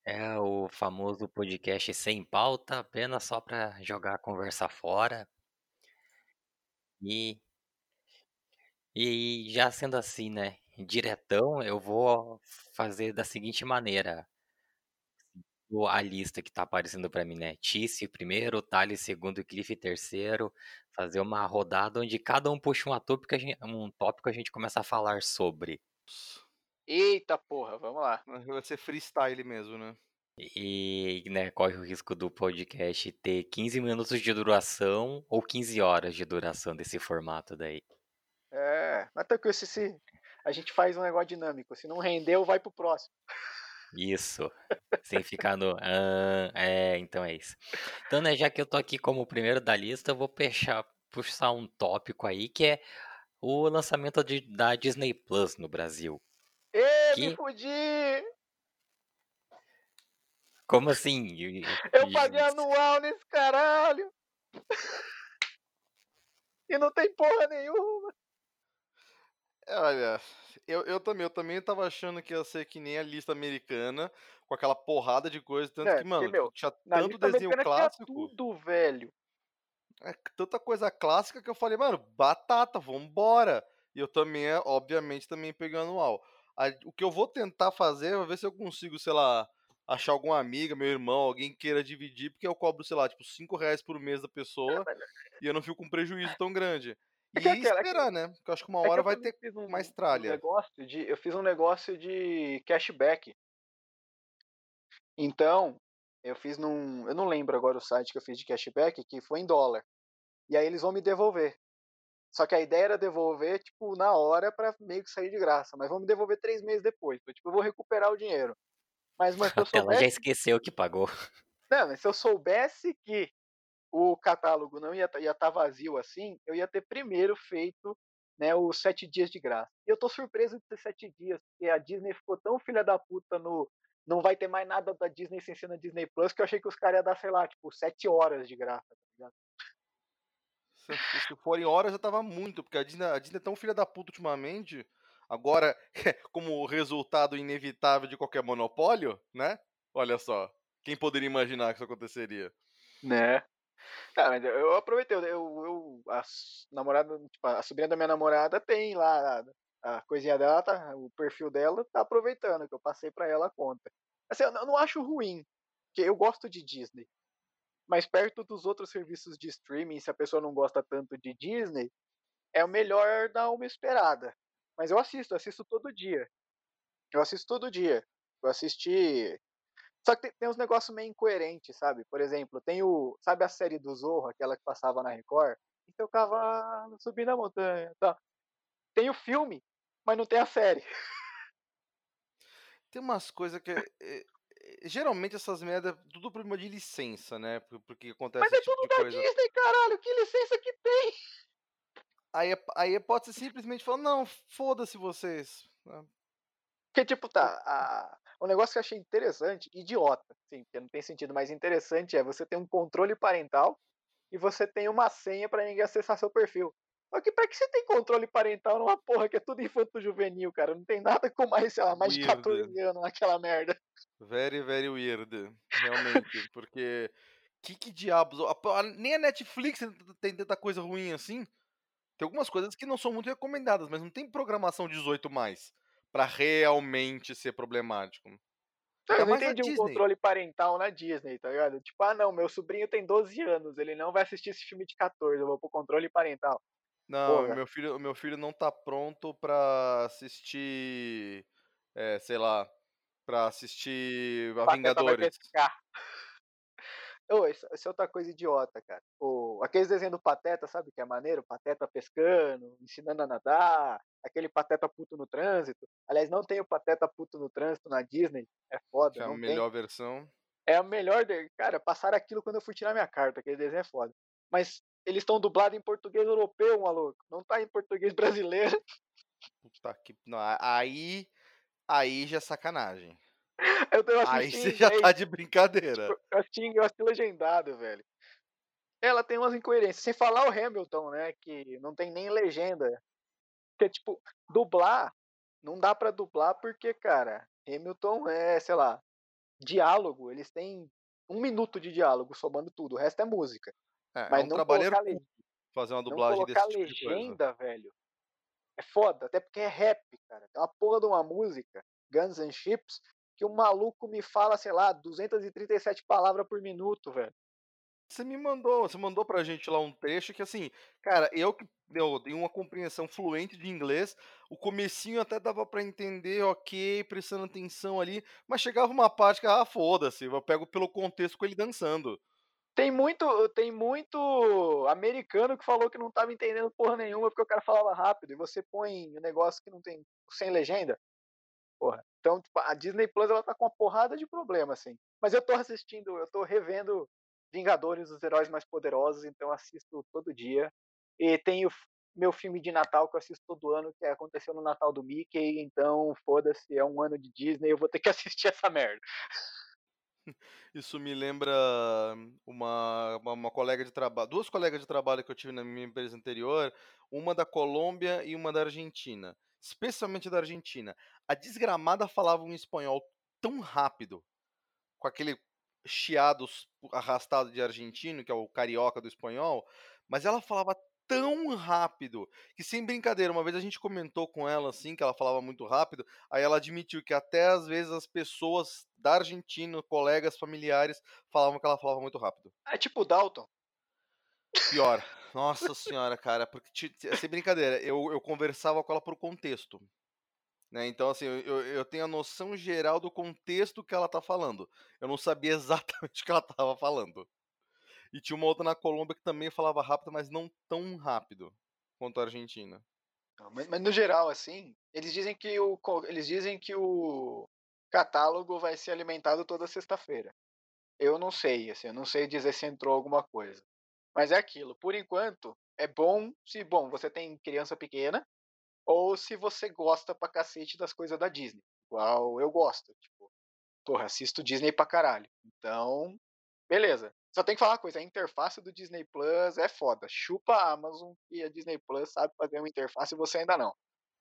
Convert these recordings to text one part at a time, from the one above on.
É o famoso podcast sem pauta, apenas só para jogar a conversa fora. E, e já sendo assim, né? Diretão, eu vou fazer da seguinte maneira: a lista que tá aparecendo para mim, né? Tice primeiro, Thales segundo e Cliff terceiro. Fazer uma rodada onde cada um puxa um tópico, a gente começa a falar sobre. Eita porra, vamos lá. Vai ser freestyle mesmo, né? E, né, corre o risco do podcast ter 15 minutos de duração ou 15 horas de duração desse formato daí. Mas tranquilo, se a gente faz um negócio dinâmico. Se não rendeu, vai pro próximo. Isso. Sem ficar no. Então é isso. Então, né, já que eu tô aqui como o primeiro da lista, eu vou puxar um tópico aí que é o lançamento da Disney Plus no Brasil. Me Que, fudi! como assim? Eu paguei anual nesse caralho! E não tem porra nenhuma! Olha, eu também tava achando que ia ser que nem a lista americana, com aquela porrada de coisa, tanto que, Porque, mano, meu, tinha na tanto lista desenho americana tinha clássico, tudo, velho. tanta coisa clássica que eu falei, mano, batata, vambora. E eu também, obviamente, também peguei o anual. O que eu vou tentar fazer, eu vou ver se eu consigo, sei lá, achar alguma amiga, meu irmão, alguém queira dividir, porque eu cobro, sei lá, tipo, R$ 5 por mês da pessoa, e eu não fico com um prejuízo tão grande. É que é E aquela, esperar, né? Porque eu acho que uma é que hora eu vai também ter fiz mais um tralha. negócio de. Eu fiz um negócio de cashback. Então, eu fiz num. Eu não lembro agora o site que eu fiz de cashback, que foi em dólar. E aí eles vão me devolver. Só que a ideia era devolver, tipo, na hora pra meio que sair de graça. Mas vão me devolver 3 meses depois. Então, tipo, eu vou recuperar o dinheiro. Mas se eu Até ela já soubesse. esqueceu que pagou. Não, mas se eu soubesse que o catálogo não ia estar vazio assim, eu ia ter primeiro feito, né, os 7 dias de graça. E eu tô surpreso de ter 7 dias, porque a Disney ficou tão filha da puta no. Não vai ter mais nada da Disney sem ser na Disney Plus, que eu achei que os caras iam dar, sei lá, tipo, 7 horas de graça, tá ligado? Se forem horas já tava muito, porque a Disney é tão filha da puta ultimamente. Agora, como resultado inevitável de qualquer monopólio, né? Olha só, quem poderia imaginar que isso aconteceria? Né? Ah, mas eu aproveitei, namorada, tipo, a sobrinha da minha namorada tem lá a coisinha dela, tá, o perfil dela, tá aproveitando, que eu passei pra ela a conta. Assim, eu não acho ruim, porque eu gosto de Disney, mas perto dos outros serviços de streaming, se a pessoa não gosta tanto de Disney, é o melhor dar uma esperada. Mas eu assisto todo dia. Eu assisto todo dia. Eu assisti. Só que tem uns negócios meio incoerentes, sabe? Por exemplo, tem o. Sabe a série do Zorro, aquela que passava na Record? E seu cavalo subir na montanha. Tá. Tem o filme, mas não tem a série. Tem umas coisas que. Geralmente essas merda é tudo problema de licença, né? Porque Mas acontece é esse tipo tudo de da coisa. Disney, caralho! Que licença que tem! Aí pode ser simplesmente falar, não, foda-se vocês, né? Porque, tipo, tá. O negócio que eu achei interessante, idiota, sim, porque não tem sentido, mas interessante é você ter um controle parental e você tem uma senha pra ninguém acessar seu perfil. Só que pra que você tem controle parental numa porra que é tudo infanto-juvenil, cara? Não tem nada com mais, sei lá, mais de Weird. 14 anos naquela merda. Very, very weird. Realmente. Porque. Que diabos? Nem a Netflix tem tanta coisa ruim assim. Tem algumas coisas que não são muito recomendadas, mas não tem programação 18 mais pra realmente ser problemático. Não, eu Ainda não mais a entendi um Disney. controle parental na Disney, tá ligado? Tipo, ah, não, meu sobrinho tem 12 anos, ele não vai assistir esse filme de 14, eu vou pro controle parental. Não, Porra, o meu filho não tá pronto pra assistir, sei lá, pra assistir a Pateta vai Vingadores. pescar. Ô, isso é outra coisa idiota, cara. Aqueles desenhos do Pateta, sabe que é maneiro? Pateta pescando, ensinando a nadar, aquele Pateta puto no trânsito. Aliás, não tem o Pateta puto no trânsito na Disney, é Que foda, é a não tem. melhor versão. É a melhor. Cara, passaram aquilo quando eu fui tirar minha carta, aquele desenho é foda. Mas eles estão dublados em português europeu, maluco. Não tá em português brasileiro. Puta que. Não, aí já é sacanagem. Eu Aí assisti você em já tá inglês. de Tipo, brincadeira. eu assisti legendado, velho. Ela tem umas incoerências. Sem falar o Hamilton, né? Que não tem nem legenda. Porque, tipo, dublar, não dá pra dublar porque, cara, Hamilton é, sei lá. diálogo, eles têm 1 minuto de diálogo somando tudo, o resto é música. É Mas um trabalho hercúleo fazer uma não dublagem colocar desse tipo de coisa. legenda, velho, é foda, até porque é rap, cara. Tem uma porra de uma música, Guns and Chips, que o maluco me fala, sei lá, 237 palavras por minuto, velho. Você mandou pra gente lá um trecho que, assim, cara, eu tenho uma compreensão fluente de inglês, o comecinho até dava pra entender, ok, prestando atenção ali, mas chegava uma parte que, foda-se, eu pego pelo contexto com ele dançando. Tem muito americano que falou que não estava entendendo porra nenhuma porque o cara falava rápido e você põe um negócio que não tem sem legenda, porra. Então, tipo, a Disney Plus ela tá com uma porrada de problema assim. Mas eu tô revendo Vingadores, os heróis mais poderosos, então assisto todo dia. E tenho meu filme de Natal que eu assisto todo ano, que aconteceu no Natal do Mickey, então foda-se, é um ano de Disney, eu vou ter que assistir essa merda. Isso me lembra uma colega de trabalho, duas colegas de trabalho que eu tive na minha empresa anterior, uma da Colômbia e uma da Argentina, especialmente da Argentina. A desgramada falava um espanhol tão rápido, com aquele chiado arrastado de argentino, que é o carioca do espanhol, mas ela falava tão rápido que, sem brincadeira, uma vez a gente comentou com ela assim, que ela falava muito rápido, aí ela admitiu que até às vezes as pessoas da Argentina, colegas, familiares, falavam que ela falava muito rápido. É tipo o Dalton. Pior. Nossa senhora, cara, porque sem brincadeira, eu conversava com ela por contexto. Né, então assim, eu tenho a noção geral do contexto que ela tá falando. Eu não sabia exatamente o que ela estava falando. E tinha uma outra na Colômbia que também falava rápido, mas não tão rápido quanto a Argentina. Não, mas no geral, assim, eles dizem que o catálogo vai ser alimentado toda sexta-feira. Eu não sei, assim, eu não sei dizer se entrou alguma coisa. Mas é aquilo, por enquanto, é bom se, bom, você tem criança pequena, ou se você gosta pra cacete das coisas da Disney. Igual eu gosto, tipo, porra, assisto Disney pra caralho. Então, beleza. Só tem que falar uma coisa, a interface do Disney Plus é foda. Chupa a Amazon e a Disney Plus sabe fazer uma interface e você ainda não.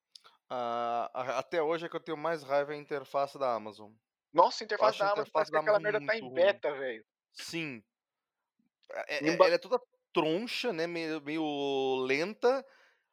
Até hoje é que eu tenho mais raiva é a interface da Amazon. Nossa, a Eu interface acho a da Amazon interface parece que da aquela Amazon merda tá muito em ruim. beta, velho. Sim, Emba- ela é toda troncha, né, meio lenta,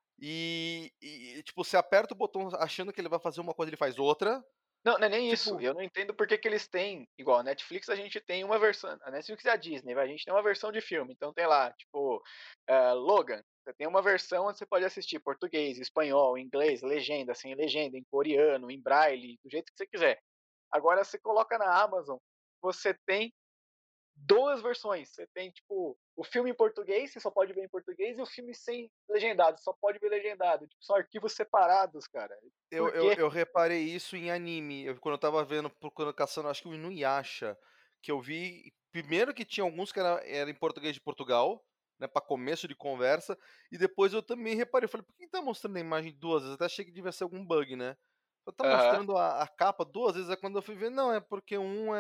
e tipo, você aperta o botão achando que ele vai fazer uma coisa, ele faz outra. Não, não é nem isso. Tipo, Eu não entendo por que, que eles têm. Igual a Netflix, a gente tem uma versão. A Netflix é a Disney, a gente tem uma versão de filme. Então tem lá, tipo, Logan. Você tem uma versão onde você pode assistir português, espanhol, inglês, legenda, sem legenda, em coreano, em braille, do jeito que você quiser. Agora você coloca na Amazon, você tem duas versões. Você tem, tipo, o filme em português, você só pode ver em português, e o filme sem legendado, só pode ver legendado. Tipo, são arquivos separados, cara. eu, Por eu, quê? eu reparei isso em anime. Quando eu tava vendo, procurando, caçando, acho que o Inuyasha, que eu vi. Primeiro que tinha alguns que era em português de Portugal, né, para começo de conversa, e depois eu também reparei, falei, por que tá mostrando a imagem duas vezes? Até achei que devia ser algum bug, né? Tá Aham. mostrando a capa duas vezes, é quando eu fui ver, não, é porque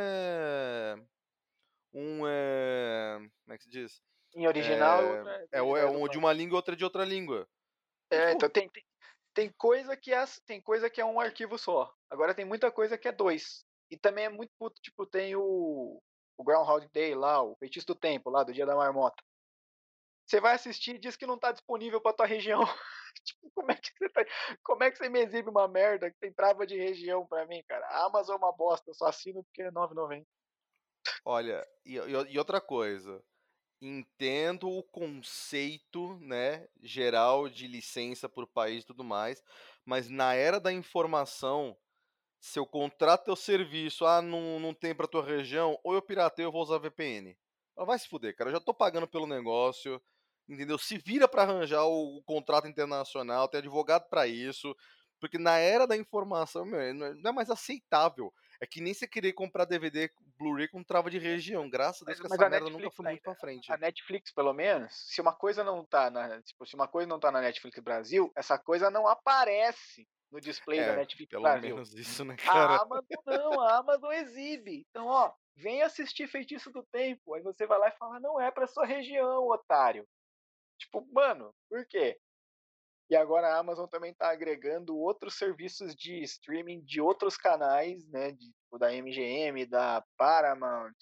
um é. Como é que se diz? Em original, É, outra é é um de dublado. uma língua e outra de outra língua. E, Então tipo, tem coisa que é um arquivo só. Agora tem muita coisa que é dois. E também é muito puto, tipo, tem o Groundhog Day lá, o Feitiço do Tempo lá, do Dia da Marmota. Você vai assistir e diz que não tá disponível pra tua região. Tipo, como é que você me exibe uma merda que tem trava de região pra mim, cara? A Amazon é uma bosta, eu só assino porque é 9,90. olha, e outra coisa. Entendo o conceito, né, geral de licença por país e tudo mais, mas na era da informação, se eu contrato teu serviço, não tem pra tua região, ou eu pirateio, eu vou usar VPN. Ela vai se fuder, cara, eu já tô pagando pelo negócio, entendeu? Se vira pra arranjar o contrato internacional, tem advogado pra isso, porque na era da informação, meu, não é mais aceitável. É que nem você querer comprar DVD, Blu-ray com trava de região. Graças a Deus que Mas essa merda nunca foi muito pra A frente. Netflix, pelo menos, se uma coisa não tá na, tipo, se uma coisa não tá na Netflix Brasil, essa coisa não aparece no display da É, Netflix pelo Brasil. menos isso, né, cara? A Amazon não, a Amazon exibe. Então, ó, vem assistir Feitiço do Tempo. Aí você vai lá e fala, não é pra sua região, otário. Tipo, mano, por quê? E agora a Amazon também está agregando outros serviços de streaming de outros canais, né? Da MGM, da Paramount.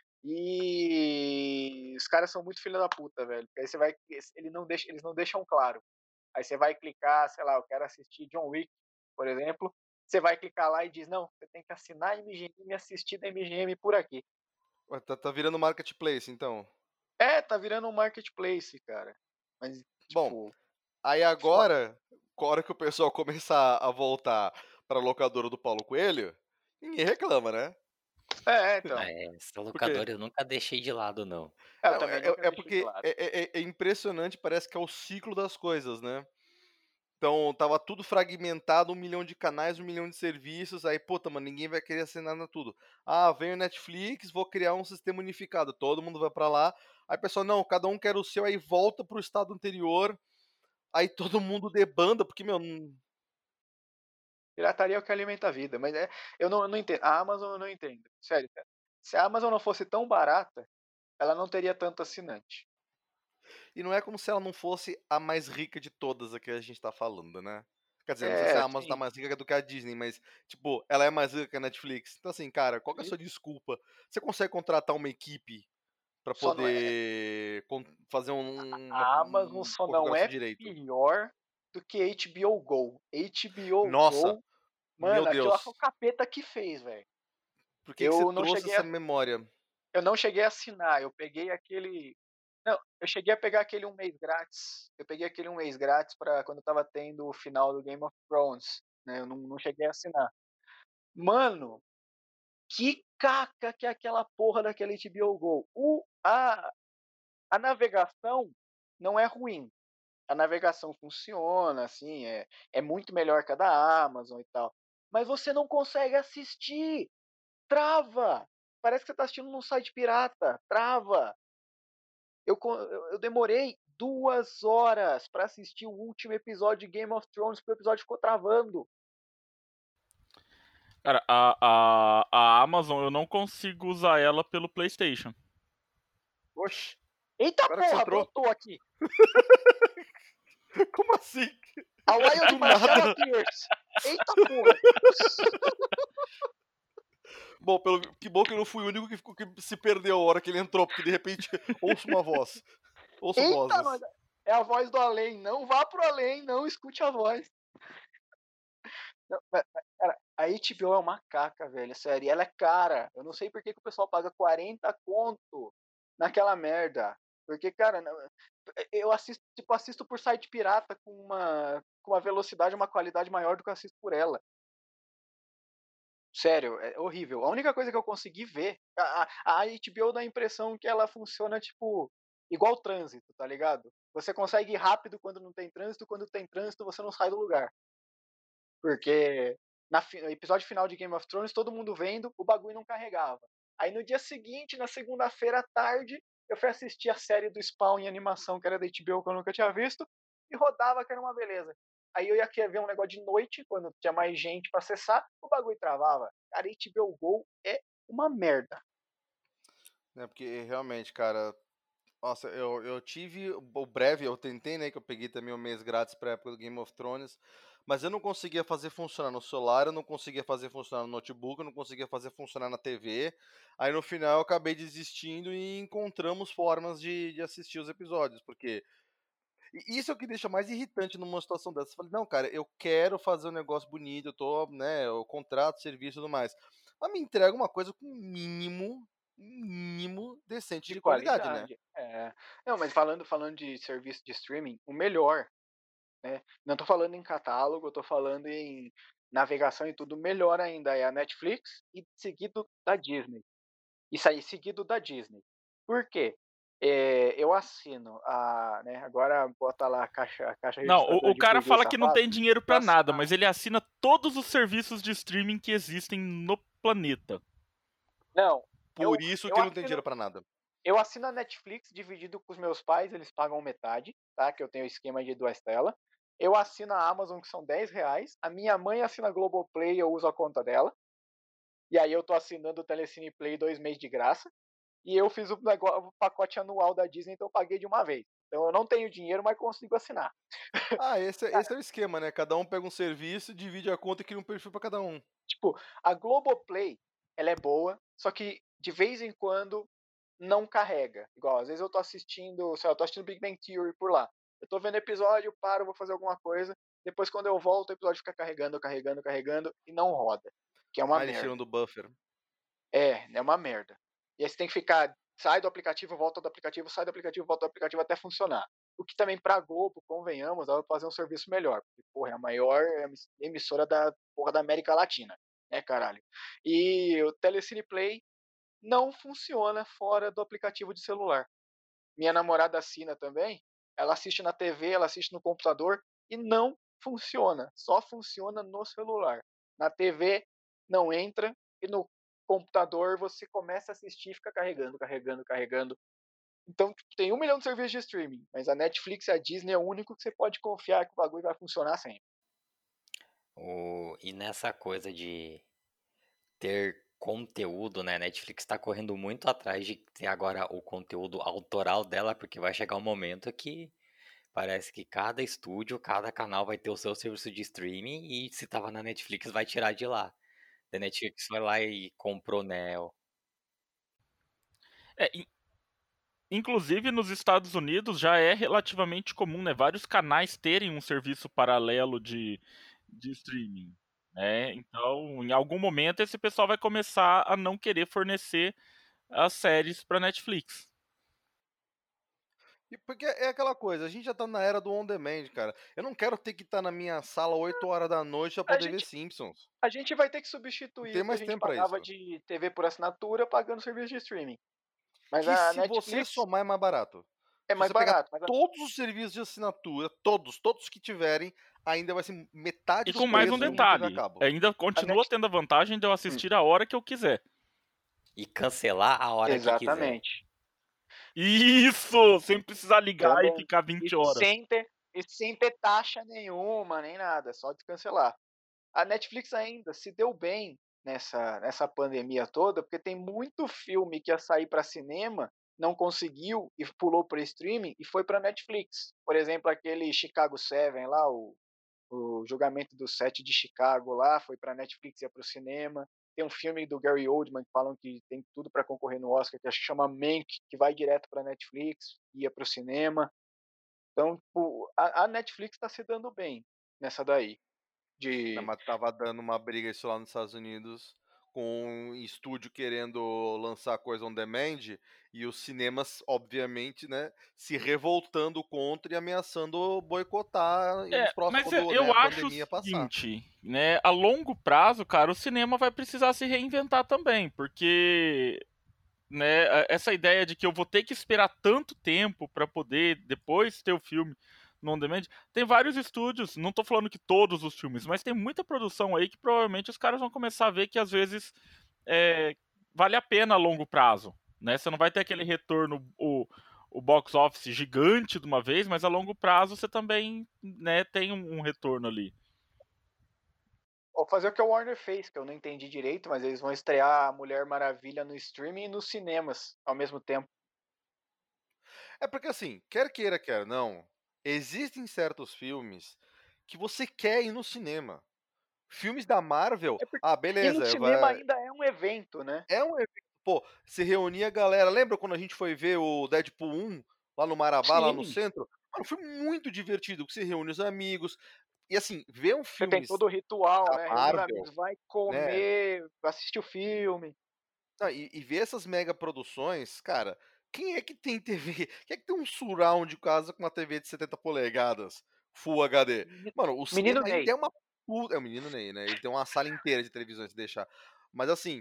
E os caras são muito filha da puta, velho. Porque aí você vai. Eles não deixam claro. Aí você vai clicar, sei lá, eu quero assistir John Wick, por exemplo. Você vai clicar lá e diz, não, você tem que assinar a MGM e assistir da MGM por aqui. Ué, tá virando marketplace, então. Tá virando um marketplace, cara. Mas, Bom, tipo, aí foda. agora, com a hora que o pessoal começar a voltar pra locadora do Paulo Coelho, ninguém reclama, né? Então. Essa Porque locadora eu nunca deixei de lado não. Eu não, também nunca é deixei de porque lado. é impressionante, parece que é o ciclo das coisas, né? Então, tava tudo fragmentado, 1 milhão de canais, 1 milhão de serviços, aí, puta, mano, ninguém vai querer assinar na tudo. Ah, vem o Netflix, vou criar um sistema unificado, todo mundo vai pra lá. Aí, pessoal, não, cada um quer o seu, aí volta pro estado anterior, aí todo mundo debanda, porque, meu, Pirataria é o que alimenta a vida, mas eu não entendo. A Amazon eu não entendo. Sério, cara. Se a Amazon não fosse tão barata, ela não teria tanto assinante. e não é como se ela não fosse a mais rica de todas a que a gente tá falando, né? Quer dizer, não sei se a Amazon tá Sim. mais rica do que a Disney, mas, tipo, ela é mais rica que a Netflix. Então, assim, cara, qual que é a Sim. sua desculpa? Você consegue contratar uma equipe pra Só não é. poder fazer A Amazon só não configuração é direito? pior do que HBO Go. HBO Nossa, Go, meu mano, aquilo lá foi Deus. o capeta que fez, velho. Por que você Eu não trouxe cheguei essa a, memória? eu não cheguei a assinar. Eu peguei aquele. Não, eu cheguei a pegar aquele um mês grátis. Eu peguei aquele um mês grátis para quando tava tendo o final do Game of Thrones. Né? Eu não cheguei a assinar. Mano, que caca que é aquela porra daquele HBO Go. A navegação não é ruim. A navegação funciona, assim, é muito melhor que a da Amazon e tal. Mas você não consegue assistir. Trava. Parece que você tá assistindo num site pirata. Trava. Eu demorei 2 horas para assistir o último episódio de Game of Thrones, porque o episódio ficou travando. Cara, a Amazon eu não consigo usar ela pelo PlayStation. Oxi, Eita agora que você porra, entrou. brotou aqui. Como assim? A Wild Do Marcelo nada. Appears. Eita porra. Bom, que bom que eu não fui o único que se perdeu a hora que ele entrou, porque de repente ouço uma voz. Ouço Eita, vozes. nós. É a voz do além. Não vá pro além, não escute a voz. Não, cara, a HBO é uma caca, velho. Sério. E ela é cara. Eu não sei por que o pessoal paga 40 conto naquela merda. Porque, cara, eu assisto por site pirata com uma velocidade, uma qualidade maior do que eu assisto por ela. Sério, é horrível. A única coisa que eu consegui ver, a HBO dá a impressão que ela funciona, tipo, igual trânsito, tá ligado? Você consegue ir rápido quando não tem trânsito, quando tem trânsito você não sai do lugar. Porque no episódio final de Game of Thrones, todo mundo vendo, o bagulho não carregava. Aí no dia seguinte, na segunda-feira à tarde, eu fui assistir a série do Spawn em animação, que era da HBO, que eu nunca tinha visto, e rodava, que era uma beleza. Aí eu ia querer ver um negócio de noite, quando tinha mais gente pra acessar, o bagulho travava. Cara, HBO Go é uma merda. É, porque realmente, cara. Nossa, eu tive o breve, eu tentei, né? Que eu peguei também um mês grátis pra época do Game of Thrones. Mas eu não conseguia fazer funcionar no celular, eu não conseguia fazer funcionar no notebook, eu não conseguia fazer funcionar na TV. Aí no final eu acabei desistindo e encontramos formas de assistir os episódios, porque e isso é o que deixa mais irritante numa situação dessa. Você fala, não, cara, eu quero fazer um negócio bonito, eu tô, né, eu contrato serviço e tudo mais. Mas me entrega uma coisa com um mínimo decente De de qualidade, né? qualidade. É. Não, mas falando de serviço de streaming, o melhor, né? Não tô falando em catálogo, eu tô falando em navegação e tudo. Melhor ainda é a Netflix e seguido da Disney. Isso aí, seguido da Disney. Por quê? Eu assino né, agora bota lá a caixa Não, registradora o de cara burguês fala que não safado. tem dinheiro Eu pra assino, nada, mas ele assina todos os serviços de streaming que existem no planeta. não, Por eu, isso eu que ele não tem assino dinheiro pra nada. eu assino a Netflix dividido com os meus pais, eles pagam metade, tá? Que eu tenho o esquema de 2 telas. Eu assino a Amazon, que são R$ 10. A minha mãe assina a Globoplay, eu uso a conta dela. E aí eu tô assinando o Telecine Play 2 meses de graça. e eu fiz o pacote anual da Disney, então eu paguei de uma vez. Então eu não tenho dinheiro, mas consigo assinar. Esse é o esquema, né? Cada um pega um serviço, divide a conta e cria um perfil pra cada um. Tipo, a Globoplay, ela é boa, só que de vez em quando não carrega. Igual, às vezes eu tô assistindo, sei lá, eu tô assistindo Big Bang Theory por lá. Eu tô vendo episódio, paro, vou fazer alguma coisa. Depois, quando eu volto, o episódio fica carregando e não roda. Que é uma Eles merda. tiram do buffer. É uma merda. E aí você tem que ficar, sai do aplicativo, volta do aplicativo, sai do aplicativo, volta do aplicativo até funcionar. O que também pra Globo, convenhamos, dá pra fazer um serviço melhor. Porque, porra, é a maior emissora da porra da América Latina, né, caralho? E o Telecine Play não funciona fora do aplicativo de celular. Minha namorada assina também, ela assiste na TV, ela assiste no computador e não funciona, só funciona no celular. Na TV não entra e no computador você começa a assistir e fica carregando. Então tipo, tem 1 milhão de serviços de streaming, mas a Netflix e a Disney é o único que você pode confiar que o bagulho vai funcionar sempre. E nessa coisa de ter conteúdo, né? Netflix tá correndo muito atrás de ter agora o conteúdo autoral dela, porque vai chegar um momento que parece que cada estúdio, cada canal vai ter o seu serviço de streaming e se tava na Netflix vai tirar de lá. A Netflix vai lá e comprou Neo. É, inclusive nos Estados Unidos já é relativamente comum, né? Vários canais terem um serviço paralelo de streaming, né? Então, em algum momento esse pessoal vai começar a não querer fornecer as séries para Netflix. E porque é aquela coisa, a gente já tá na era do on demand, cara. Eu não quero ter que estar na minha sala 8 horas da noite pra A poder ver gente, Simpsons. a gente vai ter que Não substituir tem o que a mais gente tempo pra pagava isso. de TV por assinatura pagando serviço de streaming. Mas Que a se você Netflix somar é mais barato. é Se mais você pegar barato. Mas todos os serviços de assinatura, todos que tiverem, ainda vai ser metade E do com mais um preço de uma TV a detalhe, cabo. ainda a continua Net... tendo a vantagem de eu assistir a hora que eu quiser. E cancelar a hora que quiser. Exatamente. Isso! Sem precisar ligar e Também. ficar 20 horas. E sem ter taxa nenhuma, nem nada, só de cancelar. A Netflix ainda se deu bem nessa pandemia toda, porque tem muito filme que ia sair para cinema, não conseguiu e pulou para streaming e foi para Netflix. Por exemplo, aquele Chicago 7 lá, o julgamento do 7 de Chicago lá, foi para Netflix e ia para o cinema. Tem um filme do Gary Oldman que falam que tem tudo para concorrer no Oscar, que acho que chama Mank, que vai direto para Netflix, ia para o cinema. Então, tipo, a Netflix está se dando bem nessa daí. Não, De mas tava dando uma briga isso lá nos Estados Unidos, com um estúdio querendo lançar coisa on demand e os cinemas, obviamente, né, se revoltando contra e ameaçando boicotar nos próximos Mas quando, né, eu a acho o pandemia passar. seguinte, né? A longo prazo, cara, o cinema vai precisar se reinventar também, porque né, essa ideia de que eu vou ter que esperar tanto tempo para poder depois ter o filme no on demand, tem vários estúdios, não tô falando que todos os filmes, mas tem muita produção aí que provavelmente os caras vão começar a ver que às vezes vale a pena a longo prazo, né? Você não vai ter aquele retorno, o box office gigante de uma vez, mas a longo prazo você também, né, tem um retorno ali. Vou fazer o que a Warner fez, que eu não entendi direito, mas eles vão estrear a Mulher Maravilha no streaming e nos cinemas ao mesmo tempo. É porque assim, quer queira, quer não, existem certos filmes que você quer ir no cinema. Filmes da Marvel, É porque ir no beleza, cinema ainda é um evento, né? é um evento, pô, se reunia a galera. Lembra quando a gente foi ver o Deadpool 1 lá no Marabá, lá no Sim, centro? Mano, foi muito divertido, que você reúne os amigos. E assim, ver um você tem filme todo o ritual, da né? Reúne os Marvel, amigos, vai né? comer, assistir o filme. E ver essas mega produções, cara, quem é que tem TV? Quem é que tem um surround de casa com uma TV de 70 polegadas, Full HD? Mano, o Menino cinema ainda Ney. é uma puta. É o menino Ney, né? Ele tem uma sala inteira de televisões se deixar. Mas assim,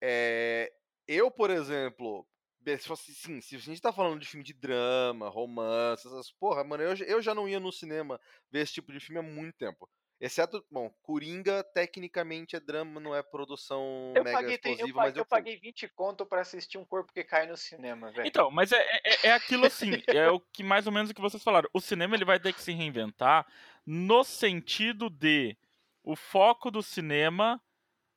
eu, por exemplo, se a gente tá falando de filme de drama, romance, essas porra, mano, eu já não ia no cinema ver esse tipo de filme há muito tempo. Exceto, bom, Coringa, tecnicamente é drama, não é produção Eu mega paguei, explosiva, mas eu eu fui. paguei 20 conto pra assistir Um Corpo que Cai no cinema, velho. Então, mas é aquilo assim, é o que mais ou menos o que vocês falaram. O cinema ele vai ter que se reinventar no sentido de o foco do cinema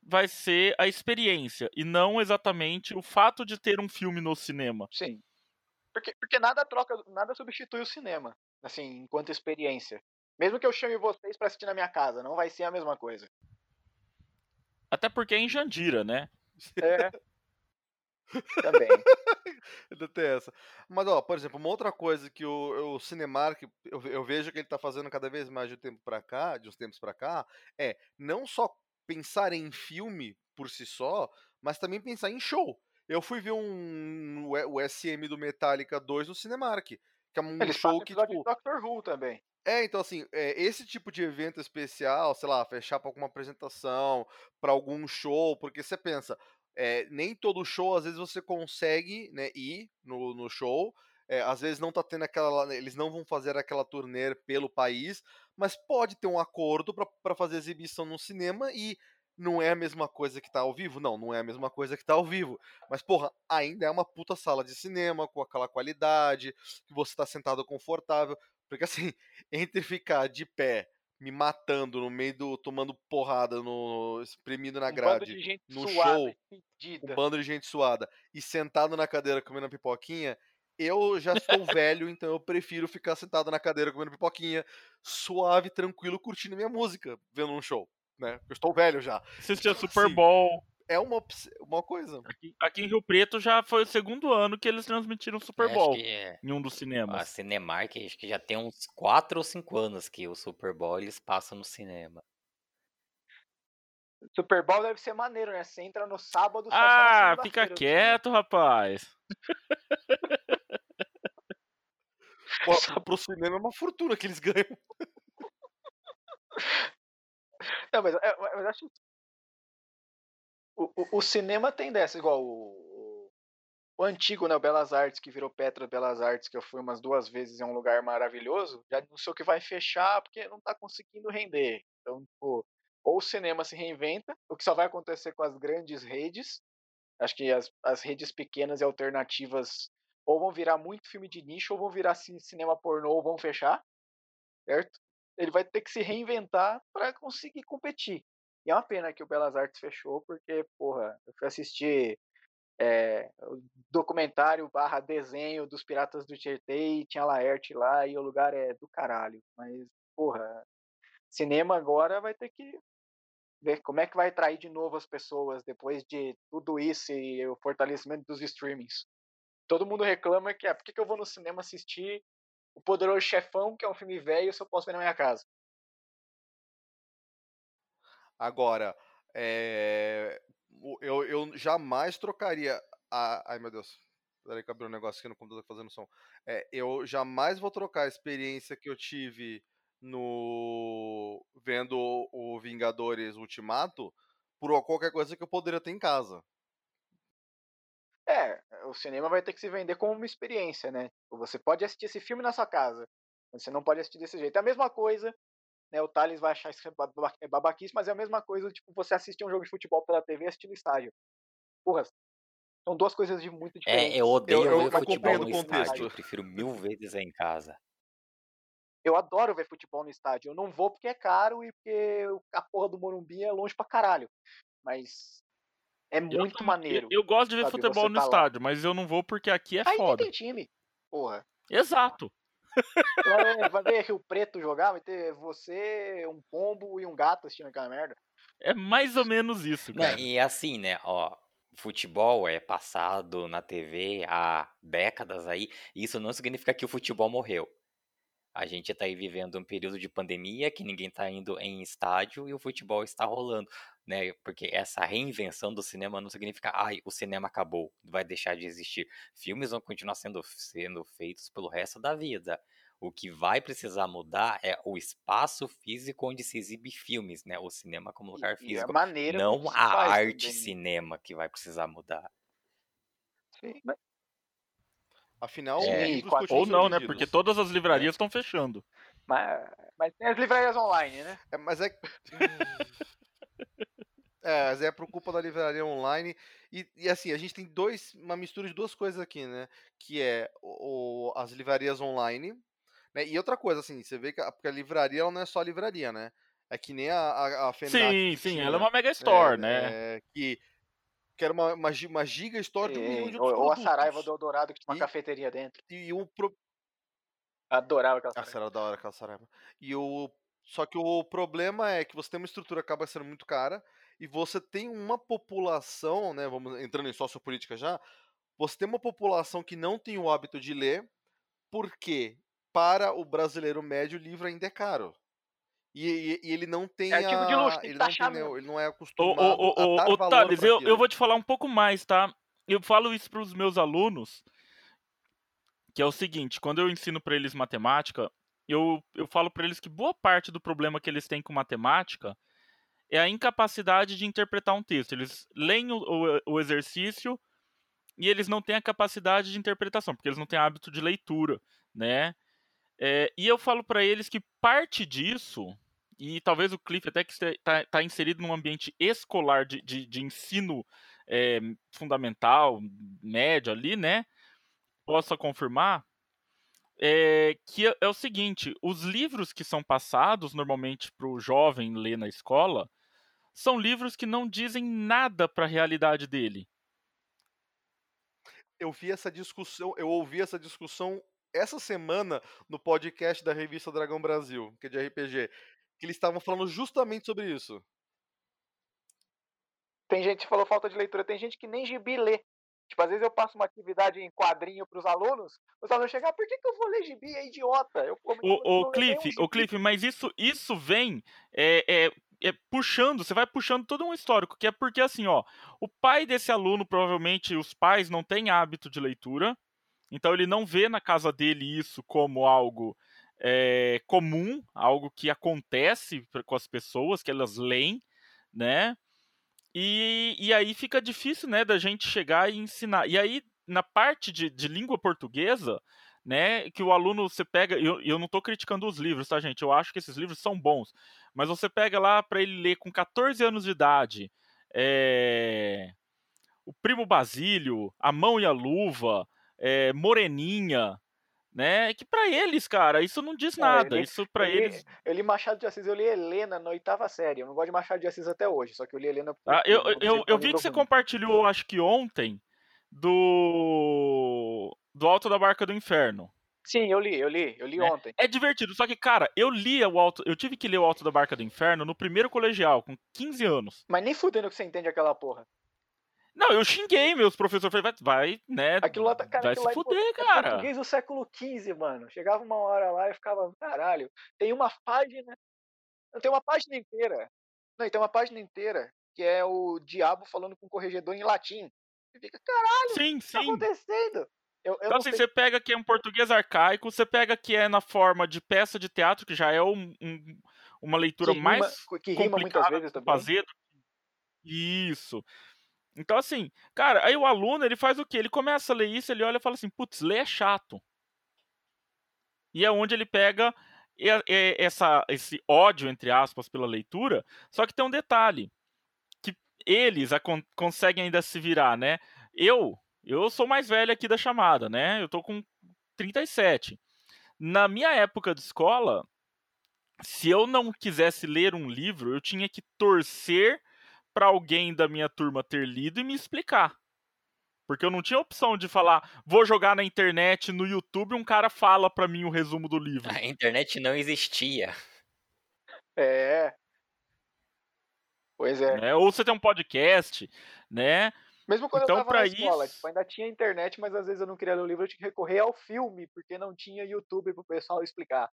vai ser a experiência e não exatamente o fato de ter um filme no cinema. Sim. Porque nada substitui o cinema, assim, enquanto experiência. Mesmo que eu chame vocês pra assistir na minha casa, não vai ser a mesma coisa. Até porque é em Jandira, né? É. Também. Ainda tem essa. Mas, ó, por exemplo, uma outra coisa que o Cinemark, eu vejo que ele tá fazendo cada vez mais de uns tempos pra cá, é não só pensar em filme por si só, mas também pensar em show. Eu fui ver o SM do Metallica 2 no Cinemark, que é um Eles show passam que, episódio de tipo, Doctor Who também. então assim, esse tipo de evento especial, sei lá, fechar pra alguma apresentação, pra algum show, porque você pensa, nem todo show às vezes você consegue, né, ir no show, às vezes não tá tendo eles não vão fazer aquela turnê pelo país, mas pode ter um acordo pra fazer exibição no cinema e não é a mesma coisa que tá ao vivo? Não, não é a mesma coisa que tá ao vivo, mas porra, ainda é uma puta sala de cinema com aquela qualidade, que você tá sentado confortável, porque assim, entre ficar de pé, me matando no meio tomando porrada, espremido na Um bando grade, de gente no suada, show, um fedida. bando de gente suada, e sentado na cadeira comendo pipoquinha, eu já estou velho, então eu prefiro ficar sentado na cadeira comendo pipoquinha, suave, tranquilo, curtindo minha música, vendo um show, né? Eu estou velho já. Assistir a Então, Super assim, Bowl. é uma coisa. Aqui em Rio Preto já foi o segundo ano que eles transmitiram o Super Acho Bowl que em um dos a cinemas. Cinemark, acho que já tem uns 4 ou 5 anos que o Super Bowl eles passam no cinema. Super Bowl deve ser maneiro, né? Você entra no sábado, sai só na Ah, fica segunda-feira do cinema. quieto, rapaz. Pô, pro cinema é uma fortuna que eles ganham. Não, mas eu acho que o cinema tem dessa, igual o antigo, né? O Belas Artes, que virou Petra Belas Artes, que eu fui umas 2 vezes, é um lugar maravilhoso. Já anunciou que vai fechar porque não tá conseguindo render. Então, tipo, ou o cinema se reinventa, o que só vai acontecer com as grandes redes. Acho que as redes pequenas e alternativas ou vão virar muito filme de nicho, ou vão virar cinema pornô, ou vão fechar, certo? Ele vai ter que se reinventar para conseguir competir. E é uma pena que o Belas Artes fechou, porque, porra, eu fui assistir o documentário barra desenho dos Piratas do Tietê e tinha Laerte lá e o lugar é do caralho. Mas, porra, cinema agora vai ter que ver como é que vai atrair de novo as pessoas depois de tudo isso e o fortalecimento dos streamings. Todo mundo reclama que, por que eu vou no cinema assistir O Poderoso Chefão, que é um filme velho, se eu posso ver na minha casa? Agora, eu jamais trocaria ai meu Deus, peraí que abriu um negócio aqui no computador fazendo som. Eu jamais vou trocar a experiência que eu tive no vendo o Vingadores Ultimato por qualquer coisa que eu poderia ter em casa. O cinema vai ter que se vender como uma experiência, né? Você pode assistir esse filme na sua casa, mas você não pode assistir desse jeito. É a mesma coisa, né? O Thales vai achar isso babaquice, mas é a mesma coisa, tipo, você assistir um jogo de futebol pela TV e assistir no estádio. Porra, são duas coisas muito diferentes. Eu odeio ver Eu futebol compreendo no o estádio, contexto. eu prefiro 1000 vezes em casa. Eu adoro ver futebol no estádio. Eu não vou porque é caro e porque a porra do Morumbi é longe pra caralho. Mas é muito maneiro, Eu gosto de ver sabe? futebol Você no tá lá. estádio, mas eu não vou porque aqui é Aí nem foda. tem time, porra. Exato. Vai ver Rio Preto jogar, vai ter você, um pombo e um gato assistindo aquela merda. É mais ou menos isso, Né, cara. e assim, né, ó, futebol é passado na TV há décadas aí, isso não significa que o futebol morreu. A gente tá aí vivendo um período de pandemia que ninguém tá indo em estádio e o futebol está rolando, né? Porque essa reinvenção do cinema não significa, ai, o cinema acabou, vai deixar de existir. Filmes vão continuar sendo feitos pelo resto da vida. O que vai precisar mudar é o espaço físico onde se exibe filmes, né? O cinema como lugar E a físico, maneira como não se a faz arte também. cinema que vai precisar mudar. Sim, Afinal, É. os livros Ou continuam sendo não, né? vendidos. Porque todas as livrarias estão fechando. mas tem as livrarias online, né? Mas mas é por culpa da livraria online. E assim, a gente tem uma mistura de duas coisas aqui, né? Que é as livrarias online, né? E outra coisa, assim, você vê que porque a livraria ela não é só livraria, né? É que nem a FENAC Sim, que sim, tinha, ela é uma mega store, né? que era uma giga store de 1 milhão de outros Ou a Saraiva produtos. do Eldorado que tinha uma E- cafeteria dentro. E Adorava aquela Nossa, Saraiva. era da hora aquela Saraiva. Só que o problema é que você tem uma estrutura que acaba sendo muito cara e você tem uma população, né, vamos entrando em sociopolítica já, você tem uma população que não tem o hábito de ler, porque para o brasileiro médio o livro ainda é caro. E ele não É tem artigo de luxo, tem que ele não tem, taxar né, mesmo. ele não é acostumado a dar valor Thales, para eu aquilo. vou te falar um pouco mais, tá? Eu falo isso para os meus alunos, que é o seguinte, quando eu ensino para eles matemática, eu falo para eles que boa parte do problema que eles têm com matemática é a incapacidade de interpretar um texto. Eles leem o exercício e eles não têm a capacidade de interpretação, porque eles não têm hábito de leitura, né? E eu falo para eles que parte disso, e talvez o Cliff até que está inserido num ambiente escolar de ensino fundamental, médio ali, né? Possa confirmar, que é o seguinte: os livros que são passados normalmente para o jovem ler na escola são livros que não dizem nada para a realidade dele. Eu ouvi essa discussão essa semana no podcast da revista Dragão Brasil, que é de RPG, que eles estavam falando justamente sobre isso. Tem gente que falou falta de leitura, tem gente que nem gibi lê. Tipo, às vezes eu passo uma atividade em quadrinho pros alunos, os alunos chegam, por que eu vou ler gibi? É idiota. Eu como não leio nenhum gibi. Cliff, mas isso vem puxando, você vai puxando todo um histórico, que é porque assim, ó, o pai desse aluno, provavelmente os pais não têm hábito de leitura, então ele não vê na casa dele isso como algo comum, algo que acontece com as pessoas, que elas leem, né? E aí fica difícil, né, da gente chegar e ensinar. E aí, na parte de língua portuguesa, né, que o aluno você pega, eu não estou criticando os livros, tá, gente? Eu acho que esses livros são bons, mas você pega lá para ele ler com 14 anos de idade, o Primo Basílio, A Mão e a Luva, Moreninha, né? Que para eles, cara, isso não diz nada. Isso para eles. Eu li Machado de Assis, eu li Helena na 8ª série. Eu não gosto de Machado de Assis até hoje, só que eu li Helena Ah, porque eu vi que você compartilhou, acho que ontem, do Alto da Barca do Inferno. Sim, eu li né? ontem. É divertido, só que, cara, eu tive que ler o Alto da Barca do Inferno no primeiro colegial, com 15 anos. Mas nem fudendo que você entende aquela porra. Não, eu xinguei meus professores, falei, vai, né, Aquilo lá, cara, vai aquilo se lá fuder, é cara. português do século XV, mano. Chegava uma hora lá e ficava, caralho, tem uma página, tem uma página inteira. Não, e tem uma página inteira que é o diabo falando com o corregedor em latim. E fica, caralho, Sim, o que tá sim. acontecendo? Eu Então, não assim, sei. você pega que é um português arcaico, você pega que é na forma de peça de teatro, que já é uma leitura mais Que rima muitas complicada vezes de também. fazer. Isso. Então, assim, cara, aí o aluno, ele faz o quê? Ele começa a ler isso, ele olha e fala assim, putz, ler é chato. E é onde ele pega esse ódio, entre aspas, pela leitura, só que tem um detalhe, que eles conseguem ainda se virar, né? Eu sou mais velho aqui da chamada, né? Eu tô com 37. Na minha época de escola, se eu não quisesse ler um livro, eu tinha que torcer para alguém da minha turma ter lido e me explicar. Porque eu não tinha opção de falar, vou jogar na internet, no YouTube, um cara fala pra mim o resumo do livro. A internet não existia. É. Pois é. Né? Ou você tem um podcast, né? Mesmo quando Então, eu tava na pra escola, isso... tipo, ainda tinha internet, mas às vezes eu não queria ler o livro, eu tinha que recorrer ao filme, porque não tinha YouTube pro pessoal explicar.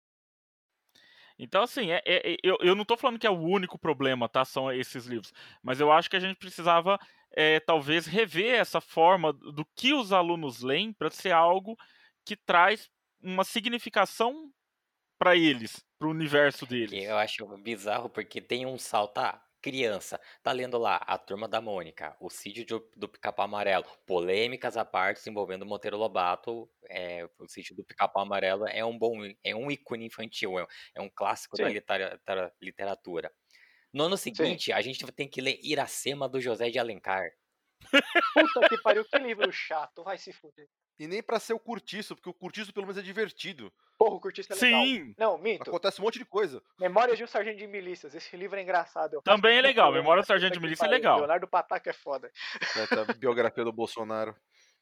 Então, assim, eu não tô falando que é o único problema, tá? São esses livros. Mas eu acho que a gente precisava, talvez, rever essa forma do que os alunos leem para ser algo que traz uma significação para eles, para o universo Que deles. eu acho bizarro porque tem um salto, criança, tá lendo lá A Turma da Mônica, O Sítio do Pica-Pau Amarelo, polêmicas à parte envolvendo Monteiro Lobato, O Sítio do Pica-Pau Amarelo é um ícone infantil, é um clássico da Sim, literatura. No ano sim. seguinte, a gente tem que ler Iracema do José de Alencar. Puta que pariu, que livro chato, vai se fuder. E nem pra ser o Curtiço, porque o Curtiço pelo menos é divertido. Porra, o Curtiço é legal. Sim, Não, minto. Acontece um monte de coisa. Memórias de um Sargento de Milícias. Esse livro é engraçado. Eu também é faço legal. muito Memória do puta Sargento de que Milícia é pariu. legal. Leonardo Pataca é foda. Vai ter a biografia do Bolsonaro.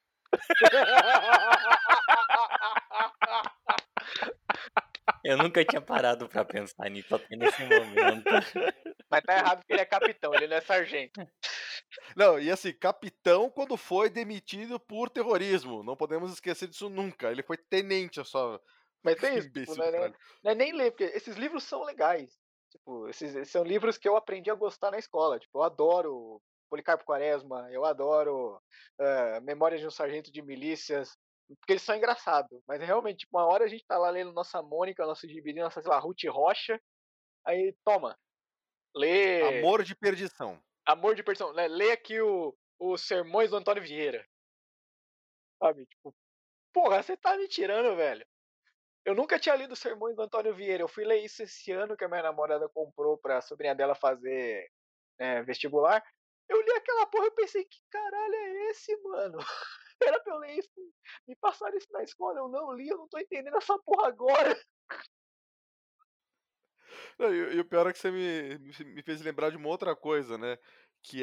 Eu nunca tinha parado pra pensar nisso até nesse momento. Mas tá errado porque ele é capitão, ele não é sargento. Não, e assim, capitão quando foi demitido por terrorismo. Não podemos esquecer disso nunca. Ele foi tenente só. Mas tem isso, tipo, Imbecil não do é, caralho. não é nem ler, porque esses livros são legais. Tipo, esses são livros que eu aprendi a gostar na escola. Tipo, eu adoro Policarpo Quaresma, eu adoro Memórias de um Sargento de Milícias, porque eles são engraçados. Mas realmente, tipo, uma hora a gente tá lá lendo nossa Mônica, nosso gibi, nossa, sei lá, Ruth Rocha, aí toma, lê Amor de perdição. Amor de Perdição, lê aqui os Sermões do Antônio Vieira, sabe? Tipo, porra, você tá me tirando, velho. Eu nunca tinha lido os Sermões do Antônio Vieira. Eu fui ler isso esse ano que a minha namorada comprou pra sobrinha dela fazer vestibular. Eu li aquela porra e pensei, que caralho é esse, mano? Era pra eu ler isso, me passaram isso na escola, eu não li, eu não tô entendendo essa porra agora. Não, e o pior é que você me fez lembrar de uma outra coisa, né? Que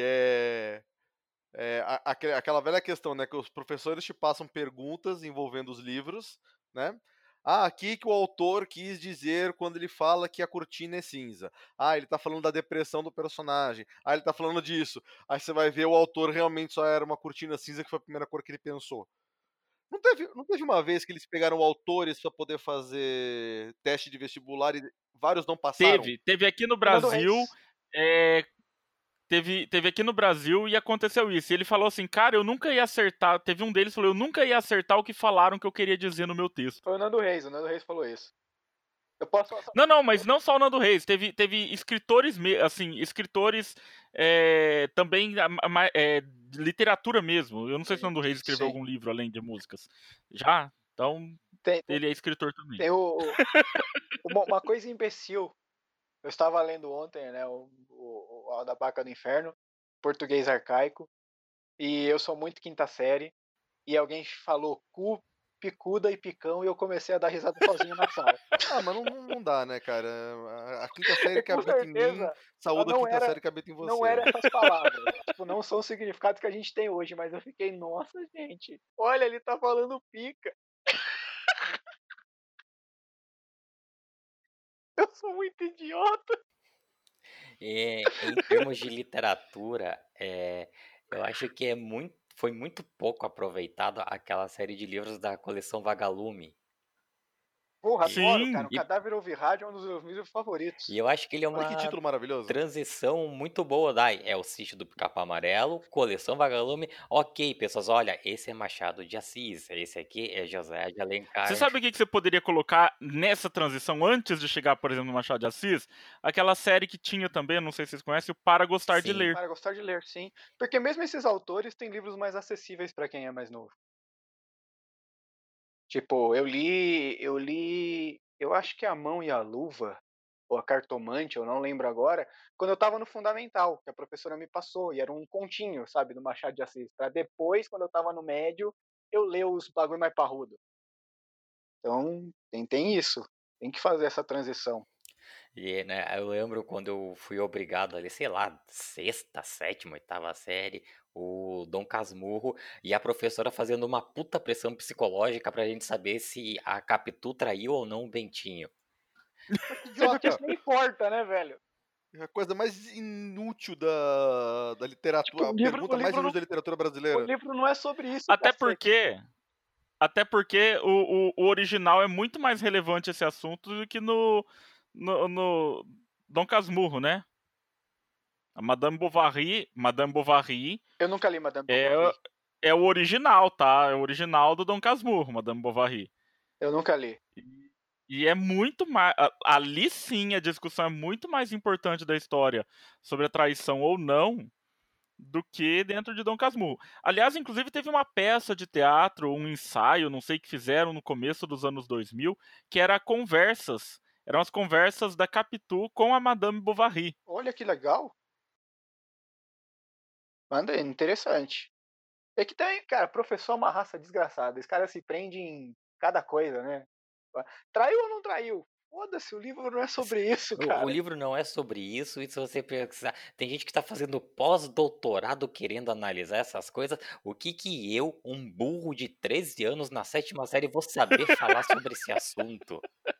aquela velha questão, né? Que os professores te passam perguntas envolvendo os livros, né? Ah, aqui que o autor quis dizer quando ele fala que a cortina é cinza. Ah, ele tá falando da depressão do personagem. Ah, ele tá falando disso. Aí você vai ver o autor realmente só era uma cortina cinza que foi a primeira cor que ele pensou. Não teve uma vez que eles pegaram autores para poder fazer teste de vestibular e vários não passaram? Teve aqui no Fernando Brasil, Reis. teve aqui no Brasil e aconteceu isso. E ele falou assim, cara, eu nunca ia acertar. Teve um deles que falou, eu nunca ia acertar o que falaram que eu queria dizer no meu texto. Foi o Nando Reis falou isso. Eu posso falar. Não, mas não só o Nando Reis. Teve escritores, assim, escritores também de literatura mesmo. Eu não sei se o Nando Reis escreveu Sim. algum livro além de músicas. Já? Então, ele é escritor também. Tem uma coisa imbecil. Eu estava lendo ontem, né, o da Barca do Inferno, português arcaico, e eu sou muito quinta série, e alguém falou cu, picuda e picão, e eu comecei a dar risada sozinho na sala. Ah, mas não dá, né, cara? A quinta série que Com habita em mim, certeza, saúde a não quinta era, série que habita em não você. era essas palavras. Tipo, não são os significados que a gente tem hoje, mas eu fiquei, nossa, gente, olha, ele tá falando pica. Eu sou muito idiota. Em termos de literatura, eu acho que foi muito pouco aproveitado aquela série de livros da coleção Vagalume. Porra, E, adoro, cara. O e, Cadáver Ouve Rádio é um dos meus livros favoritos. e eu acho que ele é Olha que uma título maravilhoso. transição muito boa. É o Sítio do Pica-Pau Amarelo, coleção Vagalume. Ok, pessoas, olha, esse é Machado de Assis, esse aqui é José de Alencar. Você sabe o que você poderia colocar nessa transição antes de chegar, por exemplo, no Machado de Assis? Aquela série que tinha também, não sei se vocês conhecem, o Para Gostar de Sim. Ler. Para gostar de ler, sim. Porque mesmo esses autores têm livros mais acessíveis pra quem é mais novo. Tipo, eu acho que A Mão e a Luva, ou A Cartomante, eu não lembro agora, quando eu tava no fundamental, que a professora me passou, e era um continho, sabe, do Machado de Assis, pra depois, quando eu tava no médio, eu ler os bagulho mais parrudo. Então, tem isso, tem que fazer essa transição. E, né, eu lembro quando eu fui obrigado a ler, sei lá, sexta, sétima, oitava série, o Dom Casmurro, e a professora fazendo uma puta pressão psicológica pra gente saber se a Capitu traiu ou não o Bentinho. Sendo que isso nem importa, né, velho? É a coisa mais inútil da literatura. Tipo, A pergunta mais inútil da literatura o brasileira. livro não é sobre isso, Até cacete. porque o original é muito mais relevante esse assunto do que no Dom Casmurro, né? A Madame Bovary Eu nunca li Madame Bovary. é o original, tá? É o original do Dom Casmurro, Madame Bovary. Eu nunca li. E é muito mais. Ali sim a discussão é muito mais importante da história sobre a traição ou não do que dentro de Dom Casmurro. Aliás, inclusive teve uma peça de teatro, um ensaio, não sei que fizeram no começo dos anos 2000, que era conversas. Eram as conversas da Capitu com a Madame Bovary. Olha que legal. Manda, interessante. É que também, cara, professor é uma raça desgraçada. Esse cara se prende em cada coisa, né? Traiu ou não traiu? Foda-se, o livro não é sobre isso, O cara. livro não é sobre isso, e se você pensar, tem gente que tá fazendo pós-doutorado querendo analisar essas coisas. O que eu, um burro de 13 anos na 7ª série, vou saber falar sobre esse assunto?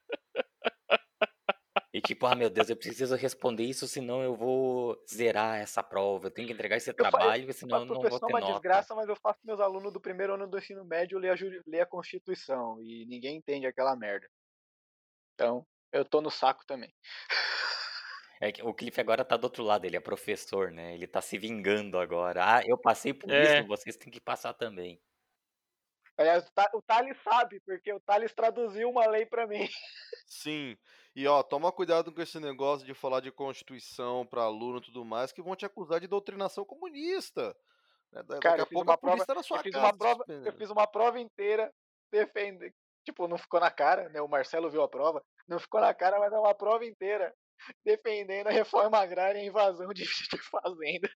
E tipo, meu Deus, eu preciso responder isso, senão eu vou zerar essa prova. Eu tenho que entregar esse trabalho, senão eu Pro não vou pessoal ter uma nota. desgraça, mas eu faço meus alunos do primeiro ano do ensino médio ler a Constituição e ninguém entende aquela merda. Então, eu tô no saco também. É que o Cliff agora tá do outro lado, ele é professor, né? Ele tá se vingando agora. Eu passei por isso, vocês têm que passar também. Aliás, o Thales sabe, porque o Thales traduziu uma lei pra mim. Sim. E toma cuidado com esse negócio de falar de Constituição para aluno e tudo mais, que vão te acusar de doutrinação comunista. Né? Daqui Cara, a pouco a polícia tá na sua casa. eu fiz uma prova inteira defendendo. Tipo, não ficou na cara, né? O Marcelo viu a prova. Não ficou na cara, mas é uma prova inteira defendendo a reforma agrária e a invasão de fazenda.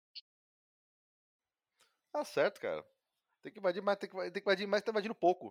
Tá certo, cara. Tem que invadir mais, tem que invadir mais, tá invadindo pouco.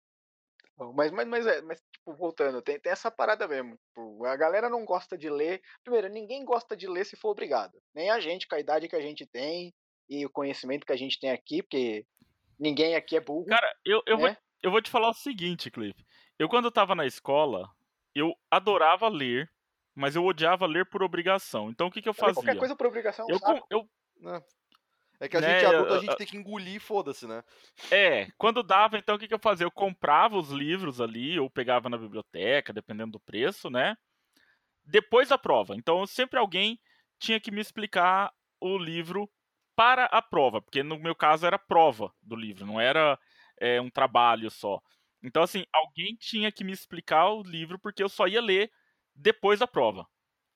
Mas tipo, voltando, tem essa parada mesmo. Tipo, a galera não gosta de ler. Primeiro, ninguém gosta de ler se for obrigado. Nem a gente, com a idade que a gente tem e o conhecimento que a gente tem aqui, porque ninguém aqui é burro. Cara, né? eu vou te falar o seguinte, Cliff. Eu, quando eu tava na escola, eu adorava ler, mas eu odiava ler por obrigação. Então, o que eu fazia? Qualquer coisa por obrigação é um Eu, saco. Né? É que a né, gente é adulto, a gente tem que engolir e foda-se, né? Quando dava, então, o que eu fazia? Eu comprava os livros ali, ou pegava na biblioteca, dependendo do preço, né? Depois da prova. Então, sempre alguém tinha que me explicar o livro para a prova, porque no meu caso era prova do livro, não era um trabalho só. Então, assim, alguém tinha que me explicar o livro, porque eu só ia ler depois da prova.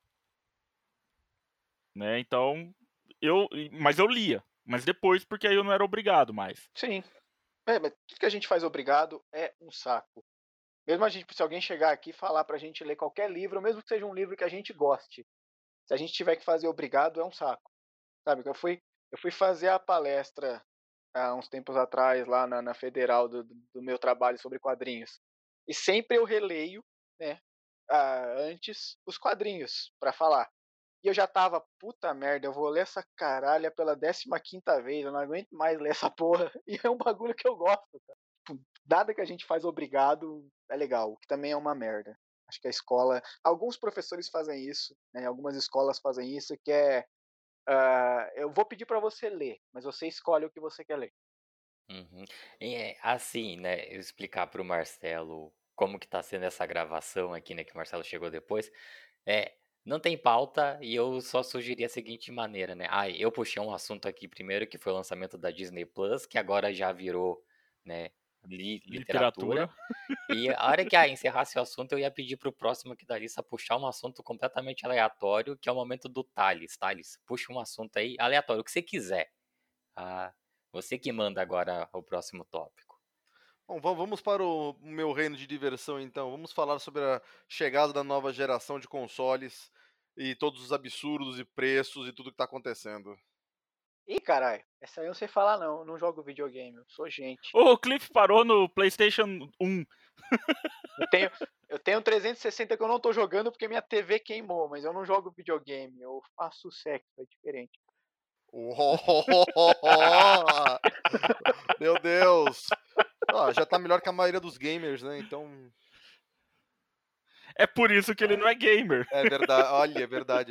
Né? Então, mas eu lia. Mas depois, porque aí eu não era obrigado mais. Sim. Mas tudo que a gente faz obrigado é um saco. Mesmo a gente, se alguém chegar aqui e falar pra gente ler qualquer livro, mesmo que seja um livro que a gente goste, se a gente tiver que fazer obrigado, é um saco. Sabe? Eu fui fazer a palestra há uns tempos atrás, lá na Federal, do meu trabalho sobre quadrinhos. E sempre eu releio, né, antes os quadrinhos para falar. E eu já tava, puta merda, eu vou ler essa caralha pela 15ª vez, eu não aguento mais ler essa porra. E é um bagulho que eu gosto, cara. Tipo, nada que a gente faz obrigado é legal, o que também é uma merda. Acho que a escola, alguns professores fazem isso, né, algumas escolas fazem isso, que é eu vou pedir para você ler, mas você escolhe o que você quer ler. Uhum. Assim, né, eu explicar pro Marcelo como que tá sendo essa gravação aqui, né, que o Marcelo chegou depois. Não tem pauta e eu só sugeri a seguinte maneira, né? Eu puxei um assunto aqui primeiro, que foi o lançamento da Disney Plus, que agora já virou, né, literatura. E a hora que encerrasse o assunto, eu ia pedir pro próximo aqui da lista puxar um assunto completamente aleatório, que é o momento do Thales. Thales, puxa um assunto aí aleatório, o que você quiser. Você que manda agora o próximo tópico. Bom, vamos para o meu reino de diversão, então. Vamos falar sobre a chegada da nova geração de consoles e todos os absurdos e preços e tudo que tá acontecendo. Ih, caralho, essa aí eu não sei falar não, eu não jogo videogame, eu sou gente. O Cliff parou no PlayStation 1. Eu tenho 360 que eu não tô jogando porque minha TV queimou, mas eu não jogo videogame, eu faço sexo, é diferente. Meu Deus! Já tá melhor que a maioria dos gamers, né? Então. É por isso que ele não é gamer. É verdade, olha, verdade.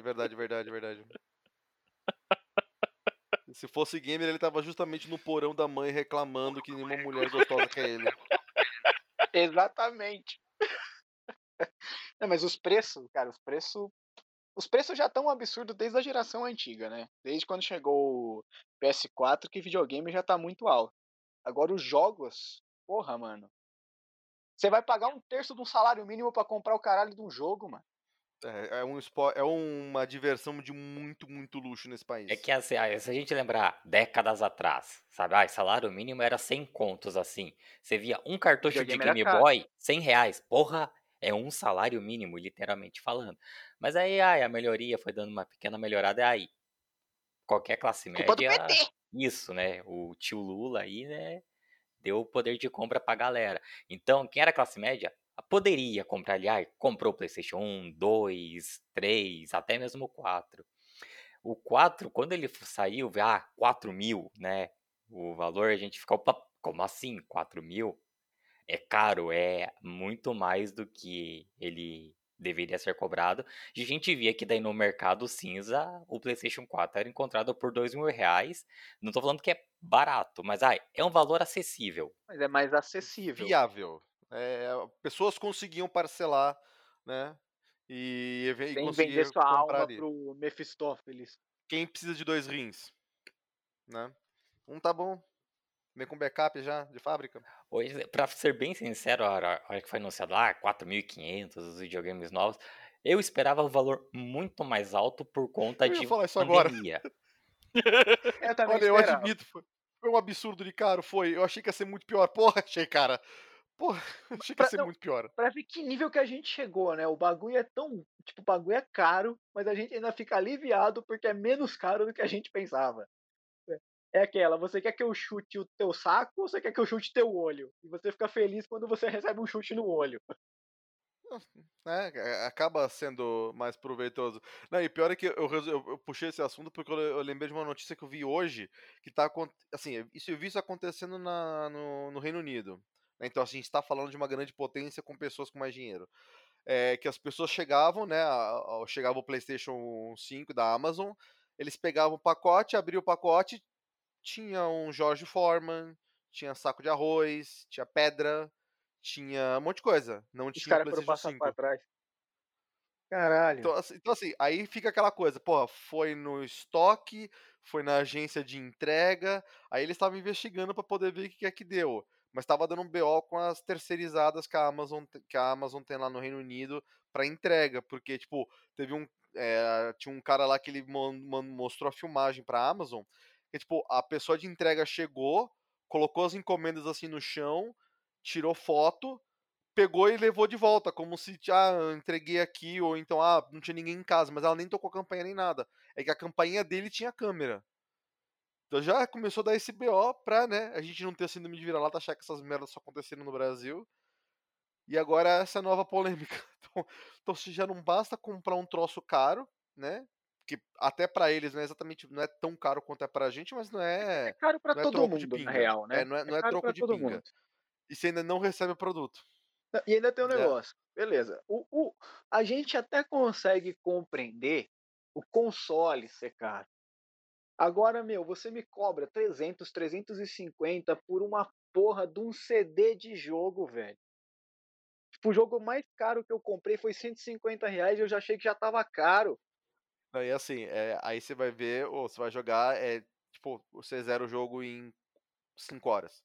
Se fosse gamer, ele tava justamente no porão da mãe reclamando que nenhuma mulher gostosa quer ele. Exatamente. Não, mas os preços, cara, os preços já estão absurdos desde a geração antiga, né? Desde quando chegou o PS4, que videogame já tá muito alto. Agora os jogos, porra, mano. Você vai pagar 1/3 de um salário mínimo pra comprar o caralho de um jogo, mano. É uma diversão de muito, muito luxo nesse país. É que assim, se a gente lembrar décadas atrás, sabe? Salário mínimo era 100 contos, assim. Você via um cartucho de Videogame era Game Boy, R$100. Porra, é um salário mínimo, literalmente falando. Mas aí, a melhoria foi dando uma pequena melhorada. Aí, qualquer classe Culpa do média, PT. isso, né? O tio Lula aí, né? Deu o poder de compra pra galera. Então, quem era classe média, poderia comprar ali, comprou o PlayStation 1, 2, 3, até mesmo o 4. O 4, quando ele saiu, 4 mil, né? O valor, a gente ficou, opa, como assim? 4 mil? É caro, é muito mais do que ele deveria ser cobrado. E a gente via que daí no mercado cinza, o PlayStation 4 era encontrado por R$ 2.000. Não tô falando que é barato, mas é um valor acessível. Mas é mais acessível. Viável. Pessoas conseguiam parcelar, né? E Sem vender conseguir sua comprar alma ali. pro Mephistófeles. Quem precisa de 2 rins, né? Tá bom. Vem com backup já, de fábrica. Hoje, pra ser bem sincero, a hora que foi anunciado lá, 4.500 os videogames novos, eu esperava um valor muito mais alto por conta Eu ia de falar isso agora. pandemia. Eu também Olha, eu esperava. admito, foi um absurdo de caro, foi. Eu achei que ia ser muito pior. Porra, achei, cara. Porra, achei que ia ser Não, muito pior. pra ver que nível que a gente chegou, né? O bagulho é tão. Tipo, o bagulho é caro, mas a gente ainda fica aliviado porque é menos caro do que a gente pensava. É aquela, você quer que eu chute o teu saco ou você quer que eu chute teu olho? E você fica feliz quando você recebe um chute no olho. Acaba sendo mais proveitoso. Não, e pior é que eu puxei esse assunto porque eu lembrei de uma notícia que eu vi hoje, que tá assim, eu vi isso acontecendo no Reino Unido. Né? Então, assim, a gente tá falando de uma grande potência com pessoas com mais dinheiro. Que as pessoas chegavam, né? Chegava o PlayStation 5 da Amazon, eles pegavam o pacote, abriam o pacote, tinha um George Foreman, tinha saco de arroz, tinha pedra, tinha um monte de coisa. Não Os tinha o caras foram PlayStation passar pra 5. trás. Caralho. Então, assim, aí fica aquela coisa, porra, foi no estoque, foi na agência de entrega, aí eles estavam investigando pra poder ver o que é que deu. Mas tava dando um BO com as terceirizadas que a Amazon tem lá no Reino Unido pra entrega, porque, tipo, tinha um cara lá que ele mostrou a filmagem pra Amazon, que, tipo, a pessoa de entrega chegou, colocou as encomendas assim no chão, tirou foto, pegou e levou de volta, como se, eu entreguei aqui, ou então, não tinha ninguém em casa, mas ela nem tocou a campainha nem nada. É que a campainha dele tinha câmera. Então já começou a dar esse BO pra, né, a gente não ter síndrome de vira-lata, achar que essas merdas só aconteceram no Brasil. E agora essa nova polêmica. Então se já não basta comprar um troço caro, né, que até pra eles não é tão caro quanto é pra gente, mas É caro pra não é todo troco de mundo, na pinga. real, né? É Não é caro troco pra de todo mundo. pinga. E você ainda não recebe o produto. E ainda tem um Já. negócio. Beleza. A gente até consegue compreender o console ser caro. Agora, meu, você me cobra 300, 350 por uma porra de um CD de jogo, velho. Tipo, o jogo mais caro que eu comprei foi R$ 150 e eu já achei que já tava caro. Aí assim, aí você vai ver, ou você vai jogar, tipo, você zera o jogo em 5 horas.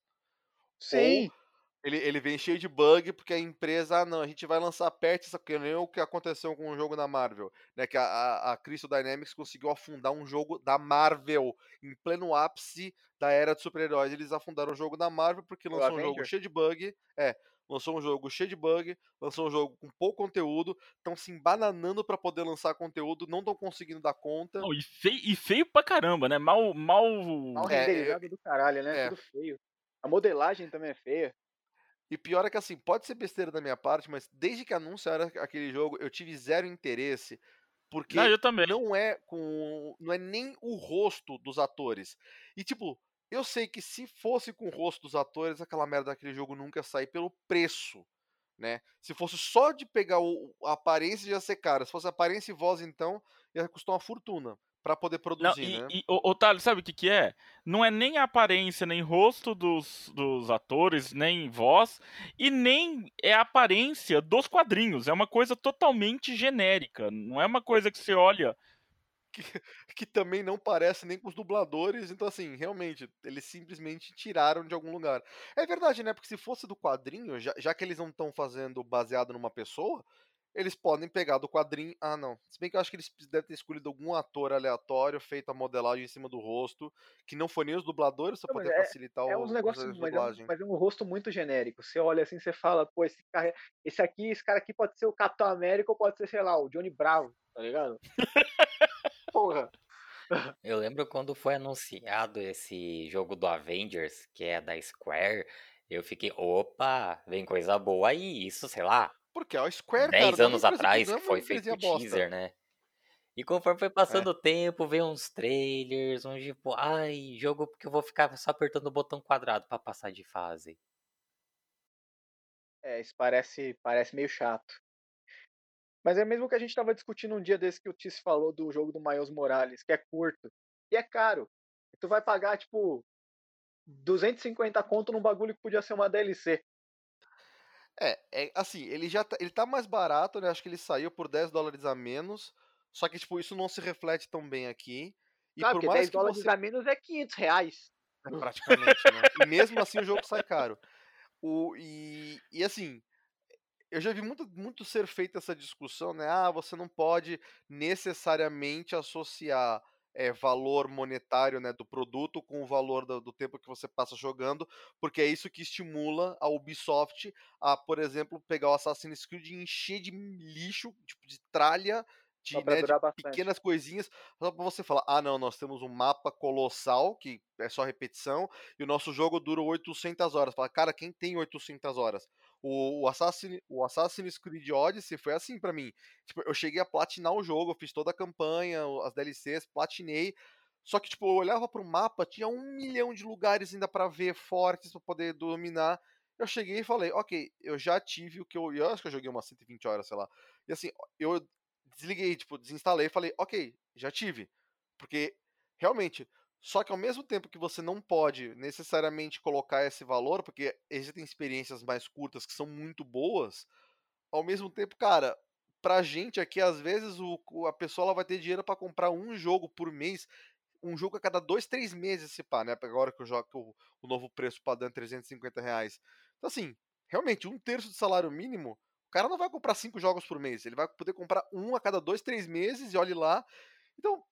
Ou Sim. ele vem cheio de bug, porque a empresa, não, a gente vai lançar patch, isso aqui nem o que aconteceu com o jogo da Marvel, né? Que a Crystal Dynamics conseguiu afundar um jogo da Marvel em pleno ápice da era de super-heróis. Eles afundaram o jogo da Marvel porque O lançou um jogo Avenger? cheio de bug. Lançou um jogo cheio de bug, lançou um jogo com pouco conteúdo, estão se embananando para poder lançar conteúdo, não estão conseguindo dar conta. Não, e feio pra caramba, né? Mal. Mal renderizado do caralho, né? é. Tudo feio. A modelagem também é feia. E pior é que assim, pode ser besteira da minha parte, mas desde que anunciaram aquele jogo, eu tive zero interesse, Não, porque eu também. não é nem o rosto dos atores. E tipo, eu sei que se fosse com o rosto dos atores, aquela merda daquele jogo nunca ia sair pelo preço, né? Se fosse só de pegar a aparência ia ser cara, se fosse aparência e voz então, ia custar uma fortuna pra poder Não, produzir, né? Thales, sabe o que é? Não é nem a aparência, nem rosto dos atores, nem voz, e nem é a aparência dos quadrinhos. É uma coisa totalmente genérica. Não é uma coisa que você olha. Que também não parece nem com os dubladores, então assim, realmente, eles simplesmente tiraram de algum lugar. É verdade, né? Porque se fosse do quadrinho, já que eles não estão fazendo baseado numa pessoa, eles podem pegar do quadrinho. Ah, não. Se bem que eu acho que eles devem ter escolhido algum ator aleatório, feito a modelagem em cima do rosto, que não foi nem os dubladores, pra Não, mas poder facilitar é uns o negócios, processo de dublagem. mas é um rosto muito genérico. Você olha assim, você fala, pô, esse cara aqui pode ser o Capitão América ou pode ser, sei lá, o Johnny Bravo, tá ligado? Porra. Eu lembro quando foi anunciado esse jogo do Avengers, que é da Square, Eu fiquei, opa, vem coisa boa aí, isso, sei lá, Porque é a Square, cara, 10 não é uma anos empresa, atrás não é que uma foi feito empresinha o bosta. teaser, né? E conforme foi É. passando o tempo, veio uns trailers, um tipo, ai, jogo porque eu vou ficar só apertando o botão quadrado pra passar de fase. Isso parece meio chato. Mas é mesmo que a gente tava discutindo um dia desse que o Tis falou do jogo do Miles Morales, que é curto. E é caro. E tu vai pagar, tipo, 250 conto num bagulho que podia ser uma DLC. Assim, ele tá mais barato, né? Acho que ele saiu por $10 a menos. Só que, tipo, isso não se reflete tão bem aqui. E Claro, por porque mais 10 que dólares você. a menos é R$ 500. Praticamente, né? E mesmo assim o jogo sai caro. E assim, eu já vi muito ser feita essa discussão, né? Ah, você não pode necessariamente associar valor monetário, né, do produto com o valor do tempo que você passa jogando, porque é isso que estimula a Ubisoft a, por exemplo, pegar o Assassin's Creed e encher de lixo, tipo, de tralha, Só de, pra né, de durar bastante. pequenas coisinhas, só pra você falar, ah, não, nós temos um mapa colossal, que é só repetição, e o nosso jogo dura 800 horas. Fala, cara, quem tem 800 horas? O Assassin's Creed Odyssey foi assim pra mim. Tipo, eu cheguei a platinar o jogo, eu fiz toda a campanha, as DLCs, platinei. Só que, tipo, eu olhava pro mapa, tinha 1 milhão de lugares ainda pra ver fortes, pra poder dominar. Eu cheguei e falei, ok, eu já tive o que eu acho que eu joguei umas 120 horas, sei lá. E assim, eu desliguei, tipo, desinstalei e falei, ok, já tive. Porque, realmente, só que ao mesmo tempo que você não pode necessariamente colocar esse valor, porque existem experiências mais curtas que são muito boas, ao mesmo tempo, cara, pra gente aqui, às vezes, a pessoa ela vai ter dinheiro pra comprar um jogo por mês, um jogo a cada 2, 3 meses, se pá, né? Agora que eu jogo o novo preço padrão é R$ 350. Então, assim, realmente, 1/3 do salário mínimo, o cara não vai comprar 5 jogos por mês, ele vai poder comprar um a cada 2, 3 meses e olhe lá. Então,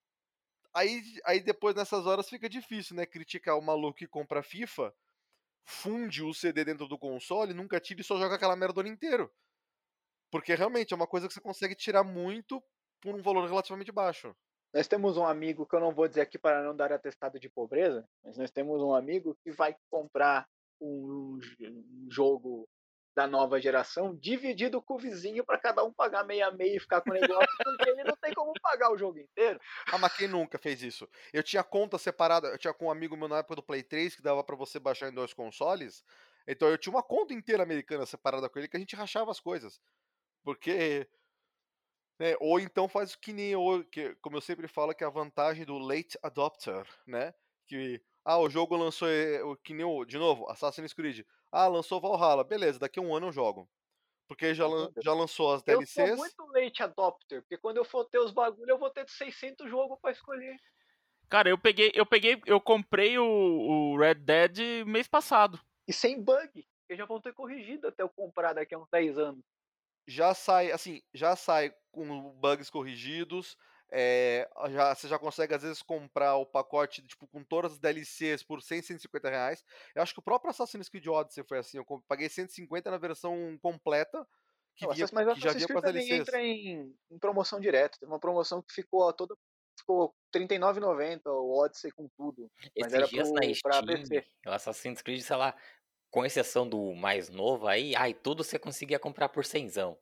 aí depois nessas horas fica difícil, né? Criticar o maluco que compra FIFA, funde o CD dentro do console, nunca tira e só joga aquela merda o ano inteiro. Porque realmente é uma coisa que você consegue tirar muito por um valor relativamente baixo. Nós temos um amigo que eu não vou dizer aqui para não dar atestado de pobreza, mas nós temos um amigo que vai comprar um jogo da nova geração dividido com o vizinho para cada um pagar meia meia e ficar com o negócio, porque ele não tem como pagar o jogo inteiro. Ah, mas quem nunca fez isso? Eu tinha conta separada, eu tinha com um amigo meu na época do Play 3 que dava pra você baixar em 2 consoles. Então eu tinha uma conta inteira americana separada com ele que a gente rachava as coisas. Porque, né, ou então faz que nem eu, que, como eu sempre falo, que é a vantagem do late adopter, né? Que, o jogo lançou, que nem de novo, Assassin's Creed. Ah, lançou Valhalla, beleza, daqui a um ano eu jogo. Porque já, Tá vendo? já lançou as Eu sou DLCs. muito late adopter, porque quando eu for ter os bagulho, eu vou ter 600 jogos para escolher. Cara, eu comprei o Red Dead mês passado. E sem bug, que já vão ter corrigido até eu comprar daqui a uns 10 anos. Já sai, assim, já sai com bugs corrigidos. Você já consegue, às vezes, comprar o pacote, tipo, com todas as DLCs por R$ 150. Eu acho que o próprio Assassin's Creed Odyssey foi assim. Eu paguei 150 na versão completa, Não, que mas o já Assassin's vinha com Creed as também DLCs. entra em promoção direto. Teve uma promoção que ficou R$ 39,90 o Odyssey com tudo. Mas Esses era dias na pra Steam, PC. o Assassin's Creed, sei lá, com exceção do mais novo aí, ai, tudo você conseguia comprar por cenzão.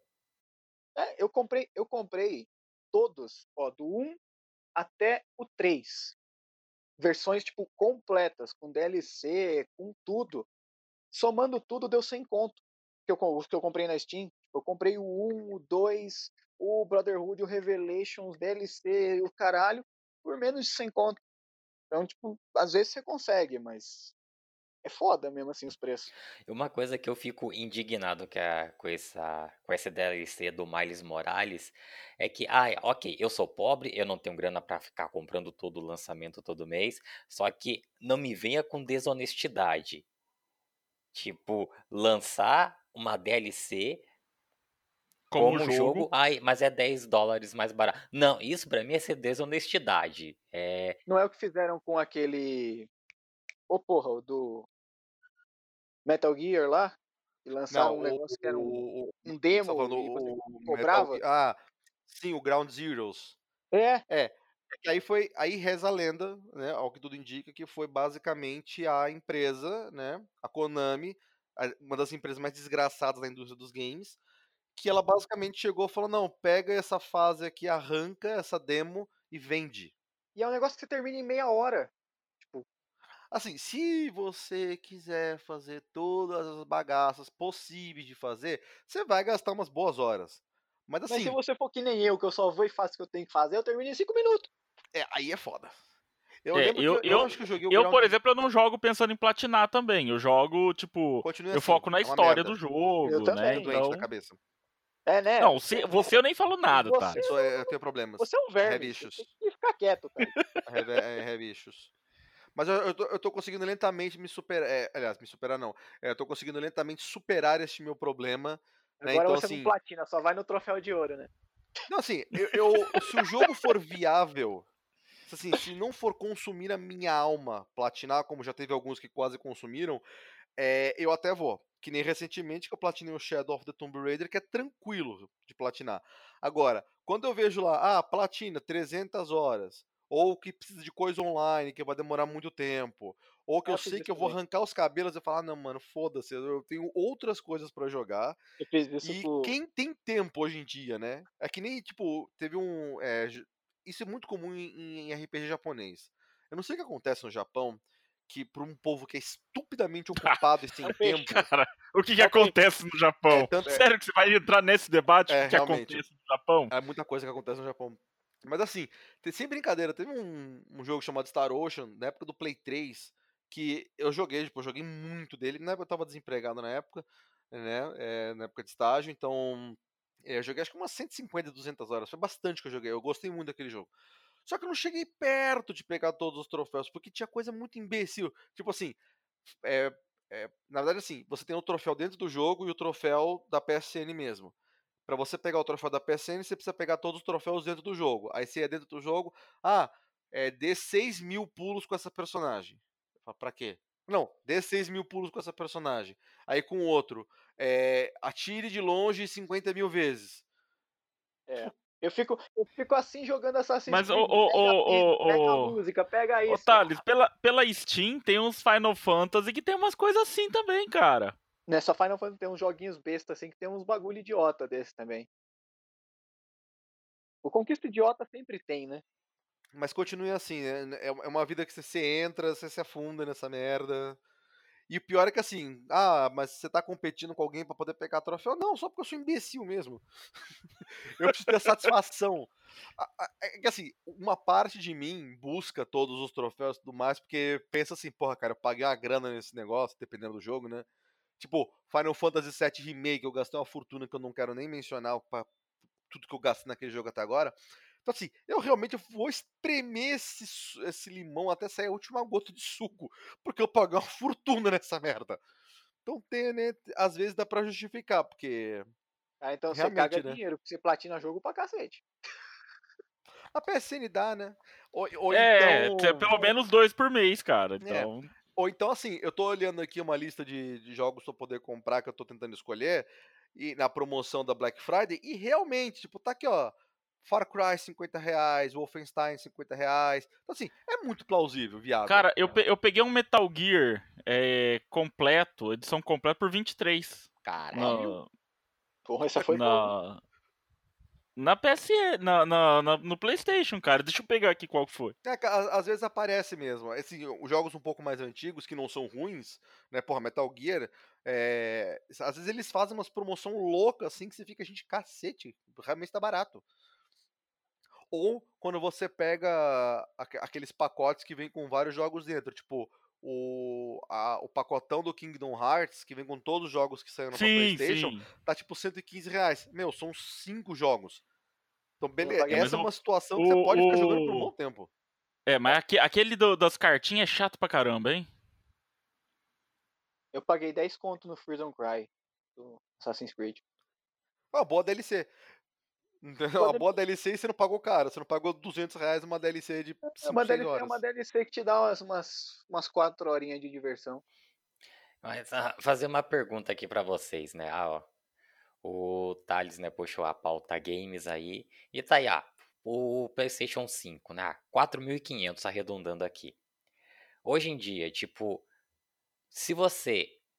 Eu comprei todos, ó, do 1 até o 3. Versões, tipo, completas, com DLC, com tudo. Somando tudo, deu 100 conto. Os que eu comprei na Steam. Eu comprei o 1, o 2, o Brotherhood, o Revelations, DLC, o caralho, por menos de 100 conto. Então, tipo, às vezes você consegue, mas é foda mesmo assim os preços. Uma coisa que eu fico indignado com essa DLC do Miles Morales é que, ai, ok, eu sou pobre, eu não tenho grana pra ficar comprando todo o lançamento todo mês, só que não me venha com desonestidade. Tipo, lançar uma DLC Como como jogo. jogo, ai, mas é $10 mais barato. Não, isso pra mim é ser desonestidade. Não é o que fizeram com aquele. Ô porra, o do Metal Gear lá? E Não, lançaram um negócio que era um, o um você tá demo falando e você o Metal cobrava. Gear. Sim, o Ground Zeroes. É, É, que aí reza a lenda, né, ao que tudo indica, que foi basicamente a empresa, né, a Konami, uma das empresas mais desgraçadas da indústria dos games, que ela basicamente chegou e falou, não, pega essa fase aqui, arranca essa demo e vende. E é um negócio que você termina em meia hora. Tipo, Assim, se você quiser fazer todas as bagaças possíveis de fazer, você vai gastar umas boas horas. Mas mas se assim, você for que nem eu, que eu só vou e faço o que eu tenho que fazer, eu termino em 5 minutos. aí é foda. Eu É, lembro que eu acho que eu joguei o por Ground... exemplo, eu não jogo pensando em platinar também. Eu jogo, tipo, Continue eu assim, foco na é uma história merda. do Eu jogo, né? também. Doente da Então. cabeça. É, né? Não, você eu nem falo nada, tá? Você, Eu tenho problemas. você é um verme. Heavy Você issues. tem que ficar quieto, tá? Heavy issues. Mas eu tô conseguindo lentamente me superar. Aliás, me superar não. Eu tô conseguindo lentamente superar este meu problema. Né? Agora Então, você não assim. platina, só vai no troféu de ouro, né? Não, assim, se o jogo for viável. Assim, se não for consumir a minha alma, platinar, como já teve alguns que quase consumiram, eu até vou. Que nem recentemente que eu platinei o Shadow of the Tomb Raider, que é tranquilo de platinar. Agora, quando eu vejo lá, platina 300 horas, ou que precisa de coisa online, que vai demorar muito tempo, ou que eu Eu fiz sei que isso eu vou também. arrancar os cabelos e falar, não, mano, foda-se, eu tenho outras coisas pra jogar. Eu fiz isso E com. quem tem tempo hoje em dia, né? É que nem, tipo, teve um. Isso é muito comum em RPG japonês. Eu não sei o que acontece no Japão, que para um povo que é estupidamente ocupado e sem É o peixe. tempo, Cara, o que É o peixe. acontece no Japão? tanto. Sério que você vai entrar nesse debate? O que Realmente, acontece no Japão? é muita coisa que acontece no Japão. Mas assim, sem brincadeira, teve um jogo chamado Star Ocean, na época do Play 3, que eu joguei, tipo, eu joguei muito dele. Na época eu tava desempregado na época, né? Na época de estágio, então. Eu joguei acho que umas 150, 200 horas. Foi bastante que eu joguei. Eu gostei muito daquele jogo. Só que eu não cheguei perto de pegar todos os troféus, porque tinha coisa muito imbecil. Tipo assim, é, na verdade, assim, você tem o troféu dentro do jogo e o troféu da PSN mesmo. Pra você pegar o troféu da PSN, você precisa pegar todos os troféus dentro do jogo. Aí você é dentro do jogo, dê 6.000 pulos com essa personagem. Pra quê? Não, dê 6.000 pulos com essa personagem. Aí com o outro, atire de longe 50.000 vezes. É. Eu fico assim jogando Assassin's Mas, Creed. Pega a trilha, pega a música, pega ô isso. Thales, pela Steam tem uns Final Fantasy que tem umas coisas assim também, cara. Não é só Final Fantasy, tem uns joguinhos besta assim que tem uns bagulho idiota desse também. O Conquista Idiota sempre tem, né? Mas continue assim, né? É uma vida que você entra, você se afunda nessa merda. E o pior é que assim, mas você tá competindo com alguém pra poder pegar troféu? Não, só porque eu sou imbecil mesmo. Eu preciso ter satisfação. É que assim, uma parte de mim busca todos os troféus e tudo mais, porque pensa assim, porra, cara, eu paguei uma grana nesse negócio, dependendo do jogo, né? Tipo, Final Fantasy VII Remake, eu gastei uma fortuna que eu não quero nem mencionar pra tudo que eu gastei naquele jogo até agora. Então, assim, eu realmente vou espremer esse limão até sair a última gota de suco, porque eu paguei uma fortuna nessa merda. Então, né, às vezes dá pra justificar, porque Então você realmente, caga né? dinheiro, porque você platina jogo pra cacete. A PSN dá, né? Ou Pelo menos 2 por mês, cara. É. Então. Ou então, assim, eu tô olhando aqui uma lista de jogos pra eu poder comprar, que eu tô tentando escolher, e na promoção da Black Friday, e realmente, tipo, tá aqui, ó, Far Cry R$50, Wolfenstein R$50. Então, assim, é muito plausível, viável. Cara, eu peguei um Metal Gear completo, edição completa, por 23. Caralho! Porra, essa foi boa. Na PSN, no PlayStation, cara. Deixa eu pegar aqui qual que foi. Às vezes aparece mesmo. Assim, os jogos um pouco mais antigos, que não são ruins, né? Porra, Metal Gear, às vezes eles fazem umas promoção louca, assim, que você fica, gente, cacete, realmente tá barato. Ou quando você pega aqueles pacotes que vem com vários jogos dentro, tipo o pacotão do Kingdom Hearts, que vem com todos os jogos que saíram pra PlayStation, Sim. tá tipo R$115. Meu, são 5 jogos. Então, Eu beleza, paguei Mas essa é uma situação que você pode ficar jogando por um bom tempo. Mas aquele das cartinhas é chato pra caramba, hein? Eu paguei 10 conto no Freedom Cry do Assassin's Creed. Boa DLC. Entendeu? Uma boa DLC e você não pagou caro. Você não pagou R$200 numa DLC de 5, 6 É horas. uma DLC que te dá umas 4 horinhas de diversão. Mas fazer uma pergunta aqui pra vocês, né? O Thales, né, puxou a pauta games aí. E tá aí, o PlayStation 5, né? 4.500 arredondando aqui. Hoje em dia, tipo, se você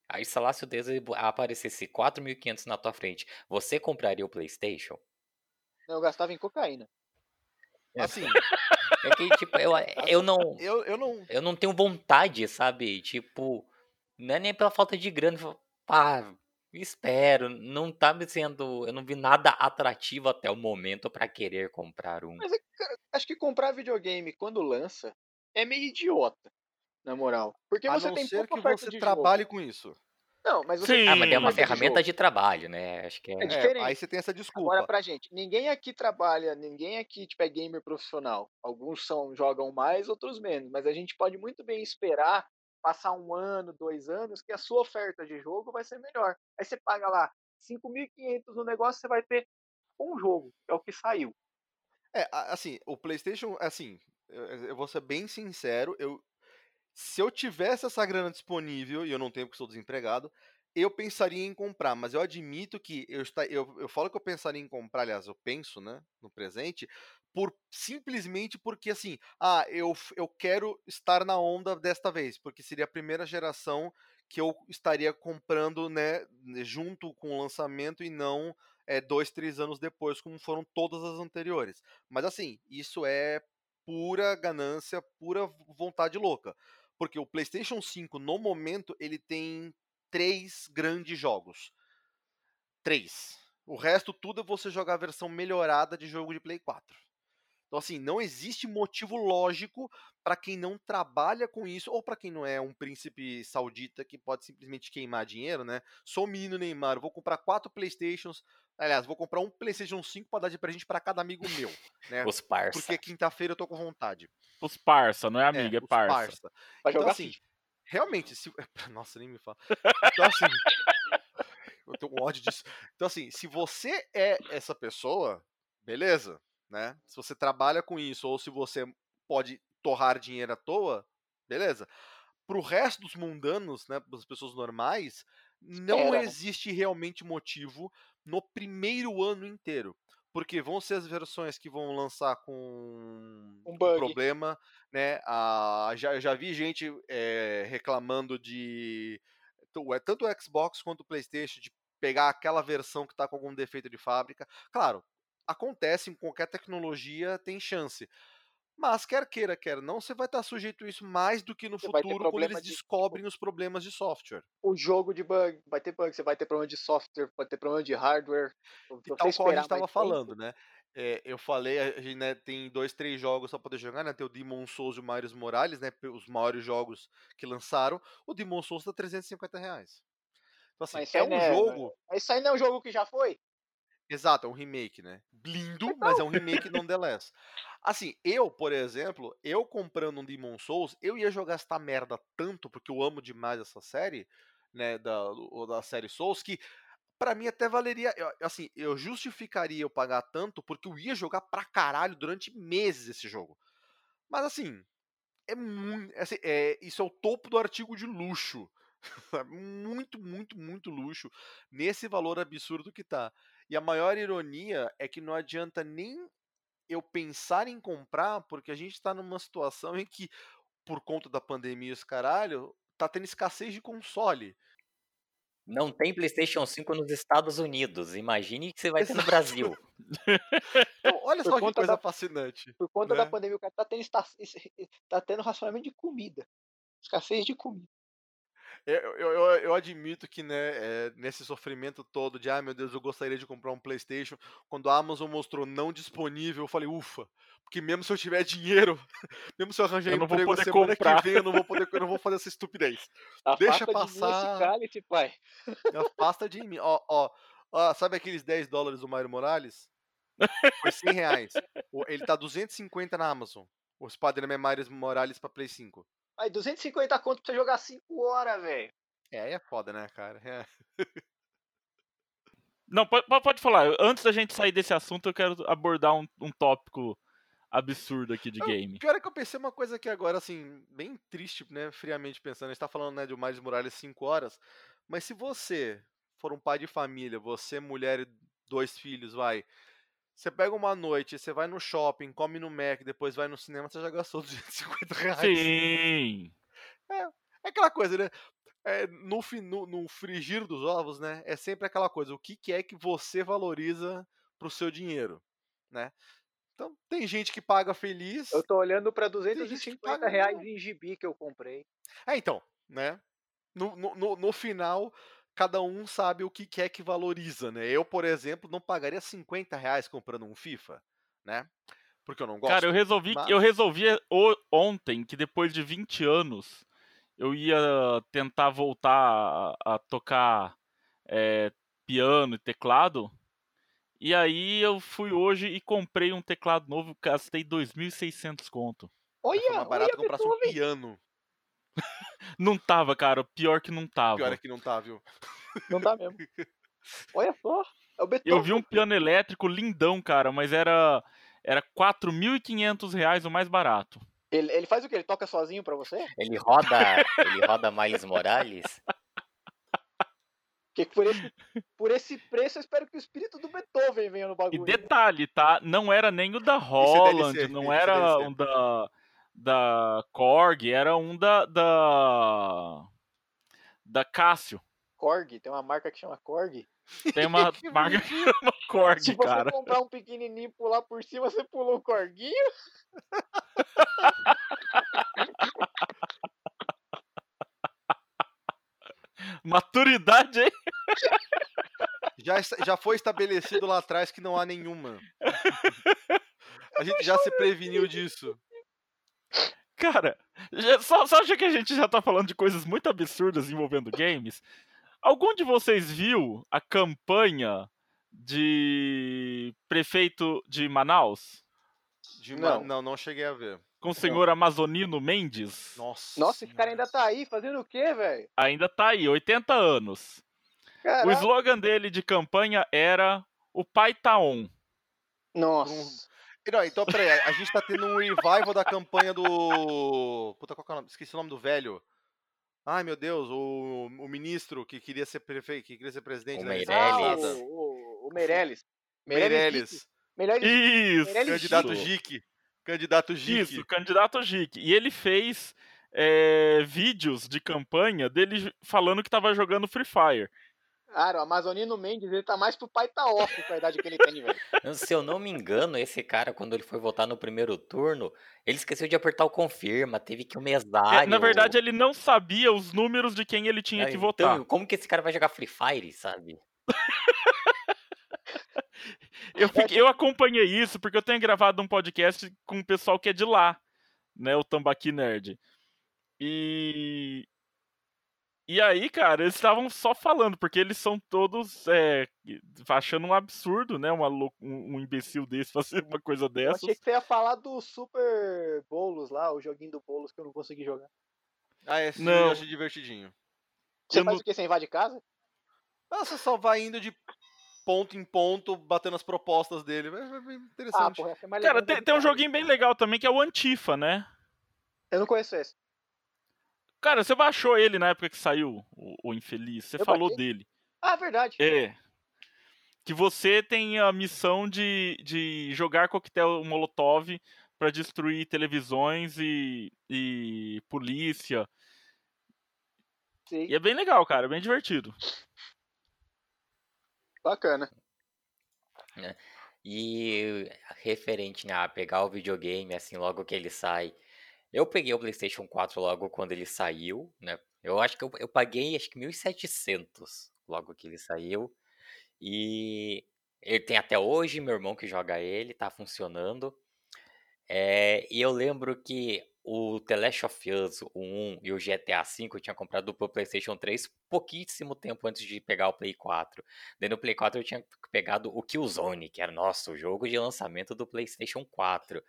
Aí, sei lá, se o Deus aparecesse 4.500 na tua frente, você compraria o PlayStation? Não, eu gastava em cocaína. Assim, É que, tipo, eu não, eu não. eu não tenho vontade, sabe? Tipo, não é nem pela falta de grana. Pá, espero. Não tá me sendo. Eu não vi nada atrativo até o momento pra querer comprar um. Mas, cara, acho que comprar videogame quando lança é meio idiota, na moral. Porque A você não tem ser pouca que oferta você de jogo. trabalhe com isso. Não, mas você tem Ah, mas pouca é uma oferta de Sim. ferramenta jogo. de trabalho, né? Acho que É é. Aí diferente. você tem essa Agora, desculpa. pra gente, ninguém aqui trabalha, ninguém aqui tipo, é gamer profissional. Alguns jogam mais, outros menos. Mas a gente pode muito bem esperar passar 1 ano, 2 anos, que a sua oferta de jogo vai ser melhor. Aí você paga lá 5.500 no negócio, você vai ter um jogo, que é o que saiu. Assim, o PlayStation, assim, eu vou ser bem sincero, se eu tivesse essa grana disponível, e eu não tenho porque sou desempregado, eu pensaria em comprar, mas eu admito que eu falo que eu pensaria em comprar, aliás, eu penso, né, no presente, simplesmente porque assim, eu quero estar na onda desta vez, porque seria a primeira geração que eu estaria comprando, né, junto com o lançamento e não 2, 3 anos depois, como foram todas as anteriores. Mas assim, isso é pura ganância, pura vontade louca. Porque o PlayStation 5, no momento, ele tem 3 grandes jogos. 3. O resto tudo é você jogar a versão melhorada de jogo de Play 4. Então, assim, não existe motivo lógico para quem não trabalha com isso, ou para quem não é um príncipe saudita que pode simplesmente queimar dinheiro, né? Sou o menino Neymar, vou comprar 4 Playstations. Aliás, vou comprar um PlayStation 5 para dar de presente para cada amigo meu, né? Os Porque parça. quinta-feira eu tô com vontade. Os parça, não é É, amigo, é os parça. parça. Pra Então, jogar assim, FIFA. realmente, se. Nossa, nem me fala. Então, assim, eu tenho um ódio disso. Então, assim, se você é essa pessoa, beleza, né? Se você trabalha com isso, ou se você pode torrar dinheiro à toa, beleza. Pro resto dos mundanos, né, das pessoas normais, não Espera, né? existe realmente motivo no primeiro ano inteiro. Porque vão ser as versões que vão lançar Um com bug. problema, né? Já vi gente reclamando de tanto o Xbox quanto o PlayStation de pegar aquela versão que está com algum defeito de fábrica. Claro, acontece em qualquer tecnologia, tem chance. Mas quer queira, quer não, você vai estar sujeito a isso mais do que no Você vai ter futuro quando problema eles de. Tipo, descobrem os problemas de software. o jogo de bug. Vai ter bug. Você vai ter problema de software, vai ter problema de hardware. Se E você tal qual a gente esperar mais estava tempo, falando, né? Eu falei, a gente né, tem 2, 3 jogos só poder jogar, né? Tem o Demon Souls e o Miles Morales, né? Os maiores jogos que lançaram. O Demon Souls tá R$ 350. Então, assim, mas isso é aí um não é. jogo. Isso aí não é um jogo que já foi? Exato, é um remake, né? Lindo, mas é Então, um remake nonetheless. Assim, eu, por exemplo, eu comprando um Demon Souls, eu ia jogar esta merda tanto, porque eu amo demais essa série, né, da série Souls, que pra mim até valeria, assim, eu justificaria eu pagar tanto, porque eu ia jogar pra caralho durante meses esse jogo. Mas assim, é muito, assim, isso é o topo do artigo de luxo. Muito, muito, muito luxo nesse valor absurdo que tá. E a maior ironia é que não adianta nem eu pensar em comprar, porque a gente tá numa situação em que, por conta da pandemia e os caralho, tá tendo escassez de console. Não tem PlayStation 5 nos Estados Unidos. Imagine que você vai ter no Exato. Brasil. Então, olha por só que conta coisa da, fascinante, por conta da né? pandemia, o cara tá tendo racionamento de comida. Escassez de comida. Eu admito que, né, nesse sofrimento todo de, meu Deus, eu gostaria de comprar um PlayStation, quando a Amazon mostrou não disponível, eu falei, ufa, porque mesmo se eu tiver dinheiro, mesmo se eu arranjar Eu não vou emprego a poder semana que comprar. vem, eu não vou fazer essa estupidez. Deixa Afasta de mim esse passar, cálice, pai. afasta de mim. Ó, sabe aqueles $10 do Mario Morales? Foi R$ 100. Ele tá 250 na Amazon. O Spider-Man Miles Morales pra Play 5. Aí, 250 conto pra você jogar 5 horas, velho. Aí é foda, né, cara? Não, pode falar. Antes da gente sair desse assunto, eu quero abordar um tópico absurdo aqui de game. Pior é que eu pensei uma coisa aqui agora, assim, bem triste, né? Friamente pensando. A gente tá falando, né, de o Miles Morales 5 horas. Mas se você for um pai de família, você, mulher e 2 filhos, vai. Você pega uma noite, você vai no shopping, come no Mac, depois vai no cinema, você já gastou R$ 250. Sim. É, é aquela coisa, né? No frigir dos ovos, né? É sempre aquela coisa, o que é que você valoriza pro seu dinheiro, né? Então, tem gente que paga feliz, Eu tô olhando pra tem gente que paga R$250 não. em gibi que eu comprei. Então, né? No final, cada um sabe o que é que valoriza, né? Eu, por exemplo, não pagaria R$50 comprando um FIFA, né? Porque eu não Cara, eu gosto. resolvi ontem que depois de 20 anos eu ia tentar voltar a tocar piano e teclado. E aí eu fui hoje e comprei um teclado novo, gastei 2.600 conto. Mas foi mais Olha, barato comprasse um Beethoven! piano. Não tava, cara, pior que não Pior é tava. que não tá, viu? Não tá mesmo. Olha só, é o Eu vi um Beethoven. piano elétrico lindão, cara, mas era R$4.500 o mais barato. Ele faz o quê? Ele toca sozinho pra você? Ele roda Miles Morales? Porque por esse preço eu espero que o espírito do Beethoven venha no E bagulho. detalhe, tá? Não era nem o da Isso é Holland, DLC. não Isso é era DLC. um da Korg, era um da Casio. Korg, tem uma marca que chama Korg. Tem uma Que marca que bonitinho. chama Korg, Se você cara. comprar um pequenininho e pular por cima, você pulou o Korguinho. Maturidade, hein? Já foi estabelecido lá atrás que não há nenhuma. A gente já se preveniu disso. Cara, só acha que a gente já tá falando de coisas muito absurdas envolvendo games? Algum de vocês viu a campanha de prefeito de Manaus? Não. Não cheguei a ver. Com o senhor Amazonino Mendes? Nossa, esse cara ainda tá aí fazendo o quê, velho? Ainda tá aí, 80 anos. O Caraca. slogan dele de campanha era o pai tá on. Nossa. Não, então, peraí, a gente tá tendo um revival da campanha do. Puta, qual que é o nome? Esqueci o nome do velho. Ai, meu Deus, o ministro que queria ser prefeito, que queria ser presidente O da Meirelles. passada. O Meirelles. Meirelles. Isso! Meirelles Candidato Gico. Jique. Candidato Jique. Isso, candidato Jique. E ele fez vídeos de campanha dele falando que tava jogando Free Fire. Cara, o Amazonino Mendes, ele tá mais pro pai tá off com a idade que ele tem, velho. Se eu não me engano, esse cara, quando ele foi votar no primeiro turno, ele esqueceu de apertar o confirma, teve que o mesário... Na verdade, ele não sabia os números de quem ele tinha que votar. Então, como que esse cara vai jogar Free Fire, sabe? Eu acompanhei isso porque eu tenho gravado um podcast com o pessoal que é de lá, né? O Tambaqui Nerd. E aí, cara, eles estavam só falando, porque eles são todos achando um absurdo, né? Um imbecil desse fazer uma coisa Eu dessas. achei que você ia falar do Super Bolos lá, o joguinho do Bolos que eu não consegui jogar. Ah, esse Não. eu achei divertidinho. Você faz o quê? Você invade casa? Você só vai indo de ponto em ponto, batendo as propostas dele. É bem interessante. Porra, essa é mais legal. Cara, tem um joguinho bem legal também, que é o Antifa, né? Eu não conheço esse. Cara, você baixou ele na época que saiu, o infeliz. Você falou baixei? dele. Ah, verdade. Que você tem a missão de jogar coquetel molotov pra destruir televisões e polícia. Sim. E é bem legal, cara, é bem divertido. Bacana. E referente a pegar o videogame, assim, logo que ele sai... Eu peguei o PlayStation 4 logo quando ele saiu, né? Eu acho que eu paguei, acho que 1.700 logo que ele saiu. E ele tem até hoje, meu irmão que joga ele, tá funcionando. E eu lembro que o The Last of Us, o 1 e o GTA V eu tinha comprado pro PlayStation 3 pouquíssimo tempo antes de pegar o Play 4. Daí no Play 4 eu tinha pegado o Killzone, que era, nossa, o jogo de lançamento do PlayStation 4.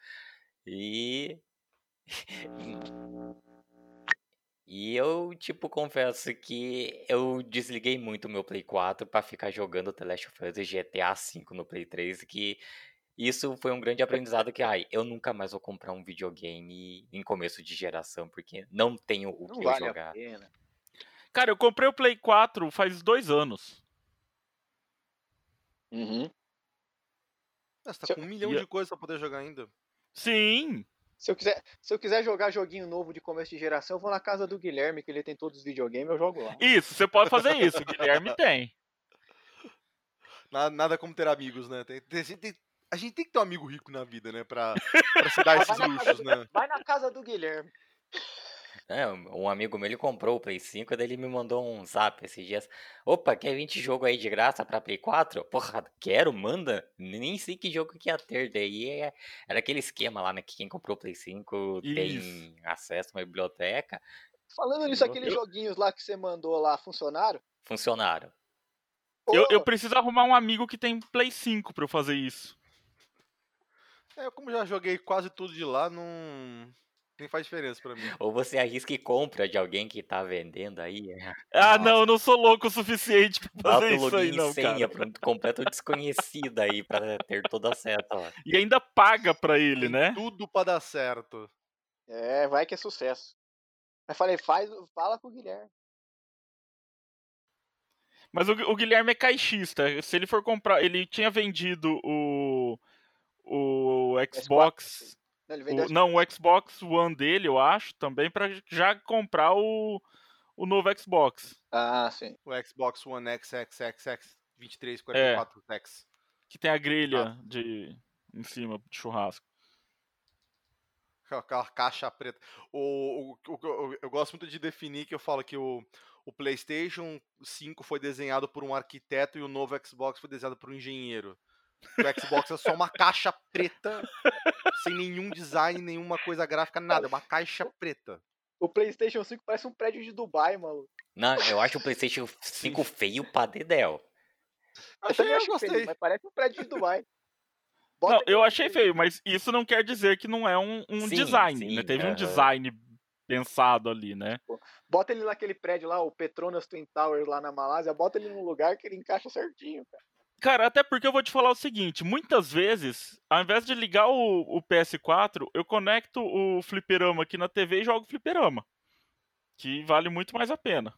E eu, tipo, confesso que eu desliguei muito o meu Play 4 pra ficar jogando The Last of Us e GTA V no Play 3, que isso foi um grande aprendizado que, eu nunca mais vou comprar um videogame em começo de geração, porque não tenho o que eu Vale jogar. a pena. Cara, eu comprei o Play 4 faz 2 anos. Uhum. Você tá com 1 milhão de coisas pra poder jogar ainda. Sim. Se eu quiser jogar joguinho novo de começo de geração, eu vou na casa do Guilherme, que ele tem todos os videogames, eu jogo lá. Isso, você pode fazer isso. O Guilherme tem. Nada como ter amigos, né? A gente tem que ter um amigo rico na vida, né? Pra se dar esses luxos, né? Vai na casa do Guilherme. Um amigo meu, ele comprou o Play 5, daí ele me mandou um zap esses dias. Opa, quer 20 jogo aí de graça pra Play 4? Porra, quero, manda. Nem sei que jogo que ia ter. Daí era aquele esquema lá, né? Que quem comprou o Play 5 Isso. tem acesso a uma biblioteca. Falando nisso, aqueles joguinhos lá que você mandou lá, funcionaram? Funcionaram. Eu preciso arrumar um amigo que tem Play 5 pra eu fazer isso. Eu como já joguei quase tudo de lá, não... Nem faz diferença pra mim. Ou você arrisca e compra de alguém que tá vendendo aí. Ah, Nossa. não, eu não sou louco o suficiente pra Bota fazer o isso aí, login não, e senha cara. pra um completo desconhecido aí, pra ter todo acesso. Ó. E ainda paga pra ele, Tem né? tudo pra dar certo. Vai que é sucesso. Mas falei, fala com o Guilherme. Mas o Guilherme é caixista. Se ele for comprar... Ele tinha vendido o Xbox... Não, ele vendeu o Xbox One dele, eu acho, também pra já comprar o novo Xbox. Ah, sim. O Xbox One XXXX 2344X. Que tem a grelha em cima de churrasco. Aquela caixa preta. Eu gosto muito de definir que eu falo que o PlayStation 5 foi desenhado por um arquiteto e o novo Xbox foi desenhado por um engenheiro. O Xbox é só uma caixa preta, sem nenhum design, nenhuma coisa gráfica, nada. É uma caixa preta. O PlayStation 5 parece um prédio de Dubai, maluco. Não, eu acho o PlayStation 5 feio pra dedéu. Eu também acho gostei. feio, mas parece um prédio de Dubai. Não, eu achei feio, mas isso não quer dizer que não é um Sim, design, sim, né? Teve um design pensado ali, né? Bota ele naquele prédio lá, o Petronas Twin Towers lá na Malásia, bota ele num lugar que ele encaixa certinho, cara. Cara, até porque eu vou te falar o seguinte, muitas vezes, ao invés de ligar o PS4, eu conecto o fliperama aqui na TV e jogo fliperama. Que vale muito mais a pena.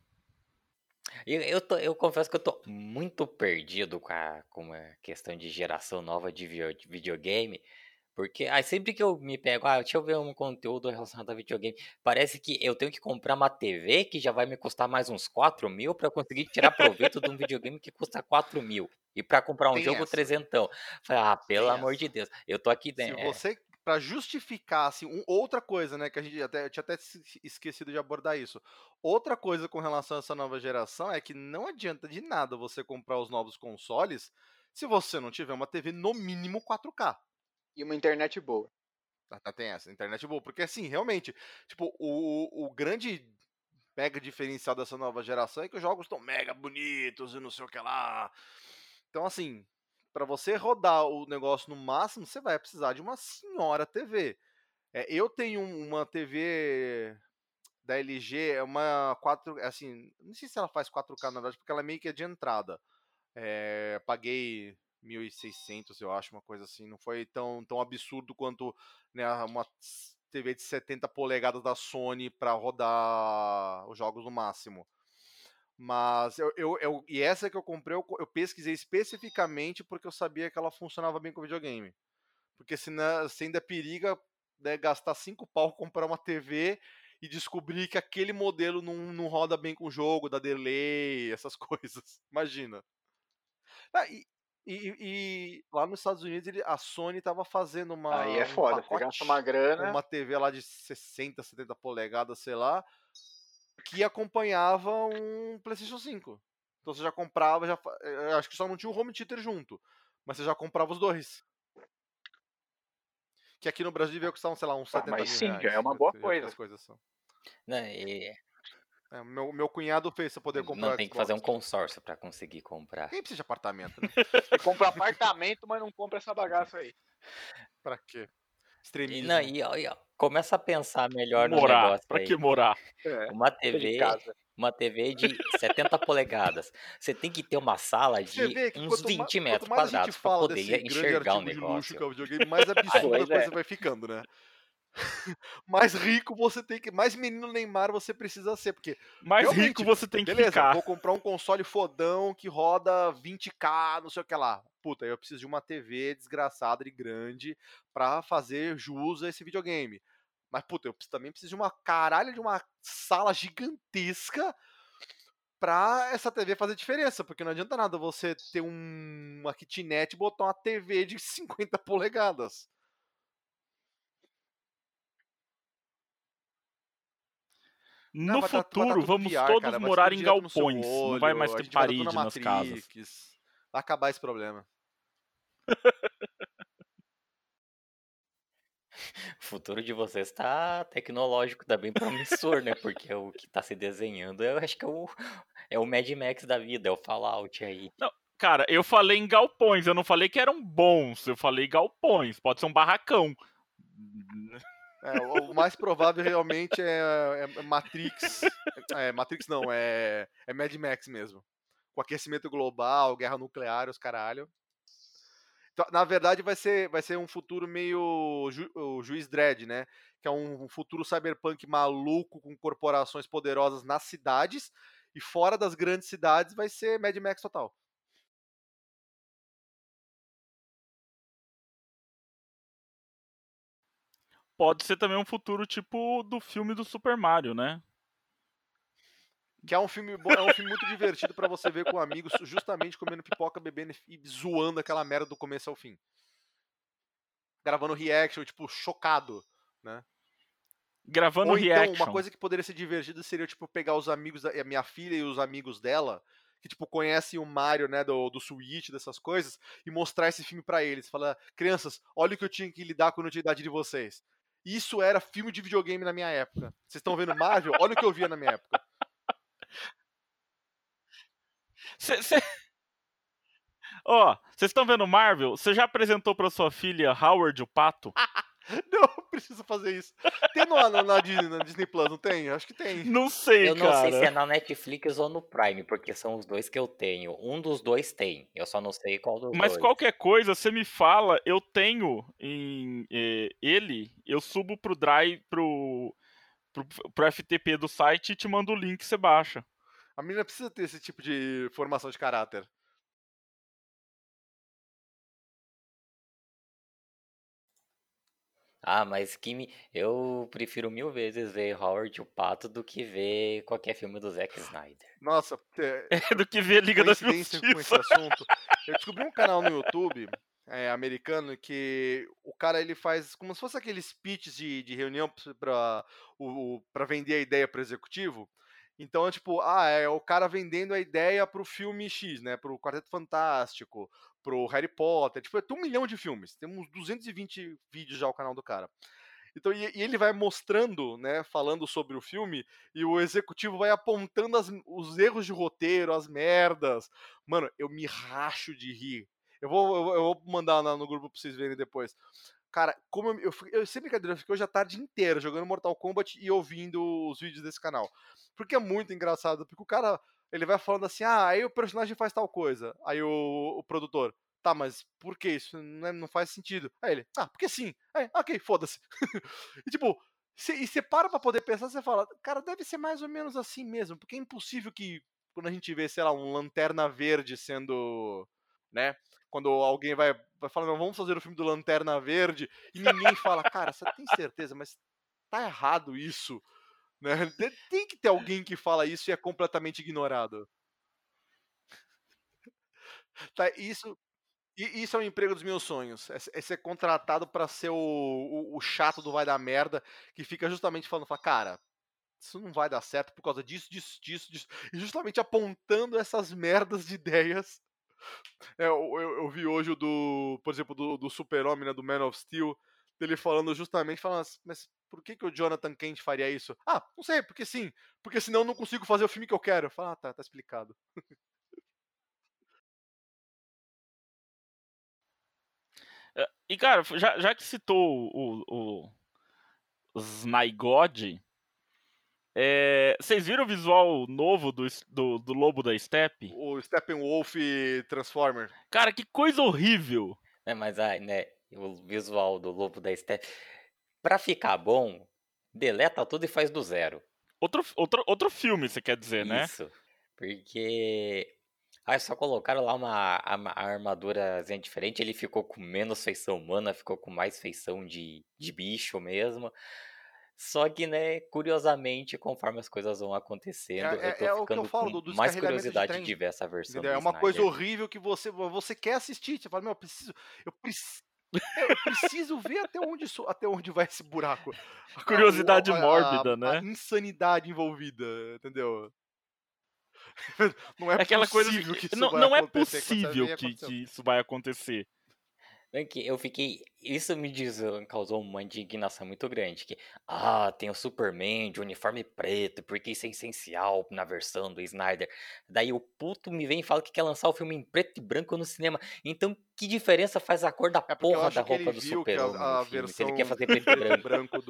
Eu confesso que eu tô muito perdido com a questão de geração nova de videogame. Porque sempre que eu me pego, deixa eu ver um conteúdo relacionado a videogame, parece que eu tenho que comprar uma TV que já vai me custar mais uns 4 mil pra eu conseguir tirar proveito de um videogame que custa 4 mil. E pra comprar um Tem jogo essa. trezentão. Falei, pelo Tem amor essa. de Deus. Eu tô aqui Se dentro. você, pra justificar, assim, outra coisa, né, que eu tinha até esquecido de abordar isso. Outra coisa com relação a essa nova geração é que não adianta de nada você comprar os novos consoles se você não tiver uma TV no mínimo 4K. E uma internet boa. Tem essa, internet boa. Porque assim, realmente, tipo, o grande mega diferencial dessa nova geração é que os jogos estão mega bonitos e não sei o que lá. Então, assim, para você rodar o negócio no máximo, você vai precisar de uma senhora TV. Eu tenho uma TV da LG, é uma 4, assim, não sei se ela faz 4K na verdade, porque ela é meio que é de entrada. Paguei 1.600, eu acho, uma coisa assim. Não foi tão absurdo quanto, né, uma TV de 70 polegadas da Sony para rodar os jogos no máximo. Mas e essa que eu comprei, eu pesquisei especificamente porque eu sabia que ela funcionava bem com videogame. Porque senão você ainda periga, né, gastar 5 pau comprar uma TV e descobrir que aquele modelo não roda bem com o jogo, dá delay, essas coisas. Imagina. E lá nos Estados Unidos a Sony estava fazendo Aí é um foda, você pacote gasta uma com grana. uma TV lá de 60, 70 polegadas, sei lá, que acompanhava um PlayStation 5. Então você já comprava, eu acho que só não tinha o home theater junto, mas você já comprava os dois. Que aqui no Brasil veio custar, sei lá, uns 70 Mas mil sim, reais. já é uma boa Já que coisa. as coisas são. Né, Meu cunhado fez pra poder comprar não o tem que Xbox. fazer um consórcio pra conseguir comprar. Quem precisa de apartamento, né? Você compra apartamento, mas não compra essa bagaça aí. Pra quê? Extremismo. Começa a pensar melhor no Morar. negócio Pra aí. que morar? Uma TV de 70 polegadas. Você tem que ter uma sala de uns 20 metros quanto mais a gente quadrados pra fala poder desse grande enxergar o artigo de luxo negócio. que é o videogame, mais absurda Pois a coisa é. vai ficando, né? Mais rico você tem que... Mais menino Neymar você precisa ser, porque... Mais realmente, rico você tem que beleza, ficar. vou comprar um console fodão que roda 20K, não sei o que lá. Puta, eu preciso de uma TV desgraçada e grande pra fazer jus a esse videogame. Mas, puta, eu também preciso de uma caralho de uma sala gigantesca pra essa TV fazer diferença, porque não adianta nada você ter uma kitnet e botar uma TV de 50 polegadas. Não, No vai tá futuro, tudo vamos VR, todos cara, vai ser morar tudo em direto no seu galpões. Não vai olho, mais a ter gente vai estar tudo na parede nas casas. Matrix. Vai acabar esse problema. O futuro de vocês tá tecnológico, tá bem promissor, né? Porque o que tá se desenhando, eu acho que é o Mad Max da vida, é o Fallout aí. Não, cara, eu falei em galpões, eu não falei que eram bons, eu falei galpões, pode ser um barracão. O mais provável realmente é Matrix. Matrix não, é Mad Max mesmo. Com aquecimento global, guerra nuclear, os caralho. Então, na verdade, vai ser um futuro meio o Juiz Dredd, né? Que é um futuro cyberpunk maluco com corporações poderosas nas cidades. E fora das grandes cidades vai ser Mad Max total. Pode ser também um futuro tipo do filme do Super Mario, né? Que é um filme bom, é um filme muito divertido pra você ver com amigos, justamente comendo pipoca, bebendo e zoando aquela merda do começo ao fim. Gravando reaction, tipo, chocado, né? Gravando Ou então, uma reaction. coisa que poderia ser divertida seria, tipo, pegar os amigos, a minha filha e os amigos dela, que, tipo, conhecem o Mario, né, do Switch, dessas coisas, e mostrar esse filme pra eles. Falar, crianças, olha o que eu tinha que lidar quando eu tinha a idade de vocês. Isso era filme de videogame na minha época. Vocês estão vendo Marvel? Olha o que eu via na minha época. Ó, vocês estão vendo Marvel? Você já apresentou pra sua filha Howard o Pato? Não, preciso fazer isso. Tem na Disney Plus, não tem? Acho que tem. Não sei, Eu não sei se é cara. na Netflix ou no Prime, porque são os dois que eu tenho. Um dos dois tem, eu só não sei qual dos Mas dois. qualquer coisa, você me fala, eu tenho ele, eu subo pro Drive, pro FTP do site e te mando o link, você baixa. A menina precisa ter esse tipo de formação de caráter. Ah, mas eu prefiro 1000 vezes ver Howard o Pato do que ver qualquer filme do Zack Snyder. Nossa, Do que ver Liga da coincidência com esse Justiça. assunto. Eu descobri um canal no YouTube americano que o cara ele faz como se fosse aqueles pitches de reunião pra vender a ideia pro executivo. Então é tipo, é o cara vendendo a ideia pro filme X, né? Pro Quarteto Fantástico, pro Harry Potter. Tipo, tem 1 milhão de filmes. Tem uns 220 vídeos já o canal do cara. Então, e ele vai mostrando, né, falando sobre o filme, e o executivo vai apontando os erros de roteiro, as merdas. Mano, eu me racho de rir. Eu vou mandar no grupo pra vocês verem depois. Cara, como eu sem brincadeira, eu fiquei hoje a tarde inteira jogando Mortal Kombat e ouvindo os vídeos desse canal. Porque é muito engraçado, porque o cara, ele vai falando assim, aí o personagem faz tal coisa. Aí o produtor, tá, mas por que isso? Não faz sentido. Aí ele, porque sim. Aí, ok, foda-se. E tipo, você para pra poder pensar, você fala, cara, deve ser mais ou menos assim mesmo, porque é impossível que quando a gente vê, sei lá, um Lanterna Verde sendo, né, quando alguém vai falar, não, vamos fazer o filme do Lanterna Verde, e ninguém fala, cara, você tem certeza, mas tá errado isso, né? Tem que ter alguém que fala isso e é completamente ignorado. Tá, isso é o emprego dos meus sonhos. É ser contratado pra ser o chato do vai dar merda, que fica justamente fala, cara, isso não vai dar certo por causa disso, disso, disso, disso. E justamente apontando essas merdas de ideias. Eu vi hoje por exemplo, do Super-Homem, né, do Man of Steel, dele falando justamente, falando, mas por que o Jonathan Kent faria isso? Não sei, porque sim. Porque senão eu não consigo fazer o filme que eu quero. Eu falo, tá explicado. E, cara, já que citou o Znygod, vocês viram o visual novo do Lobo da Steppe? O Steppenwolf Transformer. Cara, que coisa horrível! Mas né, o visual do Lobo da Steppe, pra ficar bom, deleta tudo e faz do zero. Outro filme, você quer dizer, né? Isso, porque só colocaram lá uma armadurazinha diferente, ele ficou com menos feição humana, ficou com mais feição de bicho mesmo. Só que, né, curiosamente, conforme as coisas vão acontecendo, eu tô É o que eu ficando falo com do mais descarregamento de curiosidade trem, de ver essa versão entendeu? do É uma coisa Snyder. horrível que você quer assistir, você fala: "Meu, eu preciso ver até onde vai esse buraco, Curiosidade mórbida, a né? insanidade envolvida", entendeu? Não é É aquela coisa assim, possível que isso não, vai não é acontecer, quando você possível vê, que aconteceu. isso vai acontecer. É que eu fiquei. Isso causou uma indignação muito grande. Que, tem o Superman de uniforme preto, porque isso é essencial na versão do Snyder. Daí o puto me vem e fala que quer lançar o filme em preto e branco no cinema. Então, que diferença faz a cor da É porque eu porra da acho que roupa ele do viu que Super-Homem no a filme? Se ele quer versão fazer preto e preto e branco. branco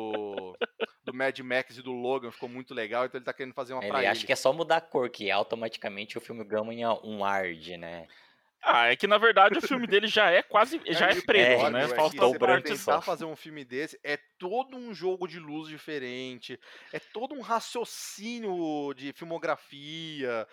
do Mad Max e do Logan ficou muito legal, então ele tá querendo fazer uma pra Ele acha ele. que é só mudar a cor, que automaticamente o filme ganha um ar né? É que na verdade o filme dele já é E o preto, É, né? pior, meu, é que Falta a estou você pra branco parte. só. tentar fazer um filme desse, é todo um jogo de luz diferente, é todo um raciocínio de filmografia.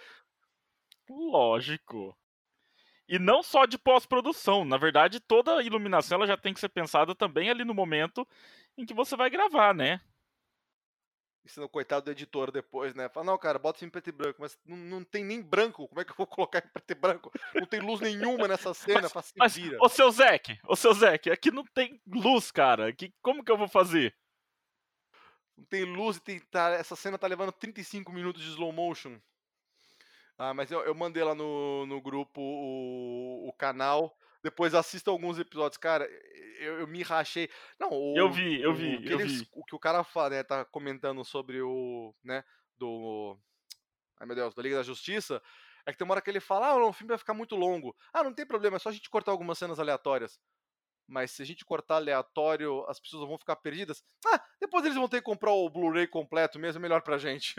Lógico. E não só de pós-produção. Na verdade, toda a iluminação ela já tem que ser pensada também ali no momento em que você vai gravar, né? Ensinando o coitado do editor depois, né? Fala, não, cara, bota filme em preto e branco, mas não tem nem branco, como é que eu vou colocar em preto e branco? Não tem luz nenhuma nessa cena, fala, se Mas, vira. ô seu Zeke, aqui não tem luz, cara. Como que eu vou fazer? Não tem luz e essa cena tá levando 35 minutos de slow motion. Mas eu mandei lá no grupo o canal. Depois assista alguns episódios. Cara, eu me rachei. Não, Eu vi. o que o cara fala, né, tá comentando sobre o, né, do... Ai, meu Deus, da Liga da Justiça. É que tem uma hora que ele fala, não, o filme vai ficar muito longo. Não tem problema, é só a gente cortar algumas cenas aleatórias. Mas se a gente cortar aleatório, as pessoas vão ficar perdidas. Depois eles vão ter que comprar o Blu-ray completo mesmo, é melhor pra gente.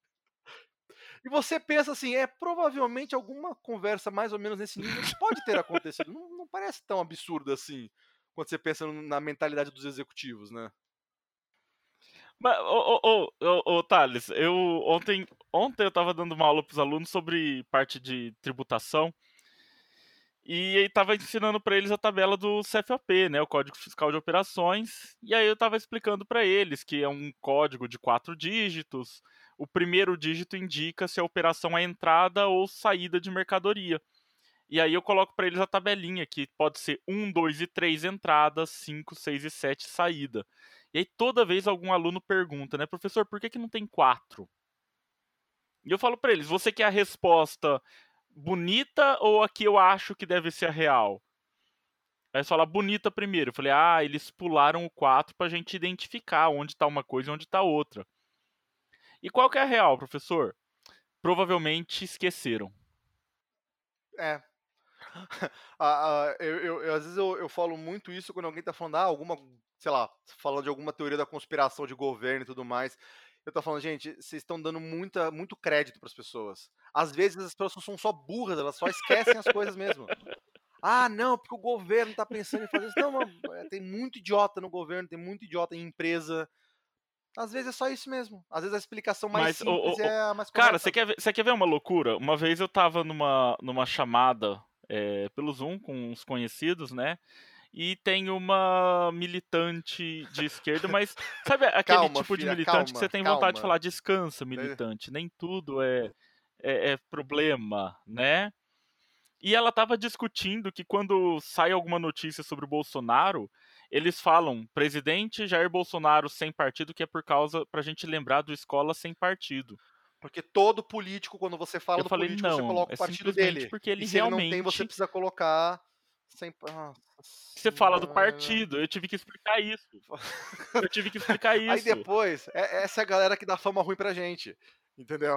E você pensa assim, provavelmente alguma conversa mais ou menos nesse nível pode ter acontecido. Não parece tão absurdo assim, quando você pensa na mentalidade dos executivos, né? Mas, Thales, ontem eu tava dando uma aula pros alunos sobre parte de tributação. E aí tava ensinando para eles a tabela do CFOP, né, o Código Fiscal de Operações. E aí eu tava explicando para eles que é um código de 4 dígitos. O primeiro dígito indica se a operação é entrada ou saída de mercadoria. E aí eu coloco para eles a tabelinha que pode ser 1, 2 e 3 entradas, 5, 6 e 7 saída. E aí toda vez algum aluno pergunta, né, professor, por que não tem 4? E eu falo para eles, você quer a resposta bonita ou a que eu acho que deve ser a real? Aí eles falam bonita primeiro. Eu falei, eles pularam o 4 pra gente identificar onde tá uma coisa e onde tá outra. E qual que é a real, professor? Provavelmente esqueceram. É. Às vezes eu falo muito isso quando alguém tá falando, alguma, sei lá, falando de alguma teoria da conspiração de governo e tudo mais. Eu tô falando, gente, vocês estão dando muito crédito pras pessoas. Às vezes as pessoas são só burras, elas só esquecem as coisas mesmo. Não, porque o governo tá pensando em fazer isso. Não, tem muito idiota no governo, tem muito idiota em empresa. Às vezes é só isso mesmo. Às vezes a explicação mais Mas, simples é a mais cara, correta. você quer ver uma loucura? Uma vez eu tava numa chamada pelo Zoom com uns conhecidos, né? E tem uma militante de esquerda, mas sabe aquele Calma, tipo de filha, militante que você calma, tem vontade de calma. falar, descansa, militante, nem tudo é problema, né? E ela estava discutindo que quando sai alguma notícia sobre o Bolsonaro, eles falam presidente Jair Bolsonaro sem partido, que é por causa pra gente lembrar do Escola Sem Partido. Porque todo político, quando você fala Eu do falei, político, você não, coloca é o partido simplesmente dele. porque E ele se ele não tem, você realmente. precisa colocar sem. Você fala do Senhora. partido, eu tive que explicar isso. Eu tive que explicar Aí isso. depois, essa é a galera que dá fama ruim pra gente. Entendeu?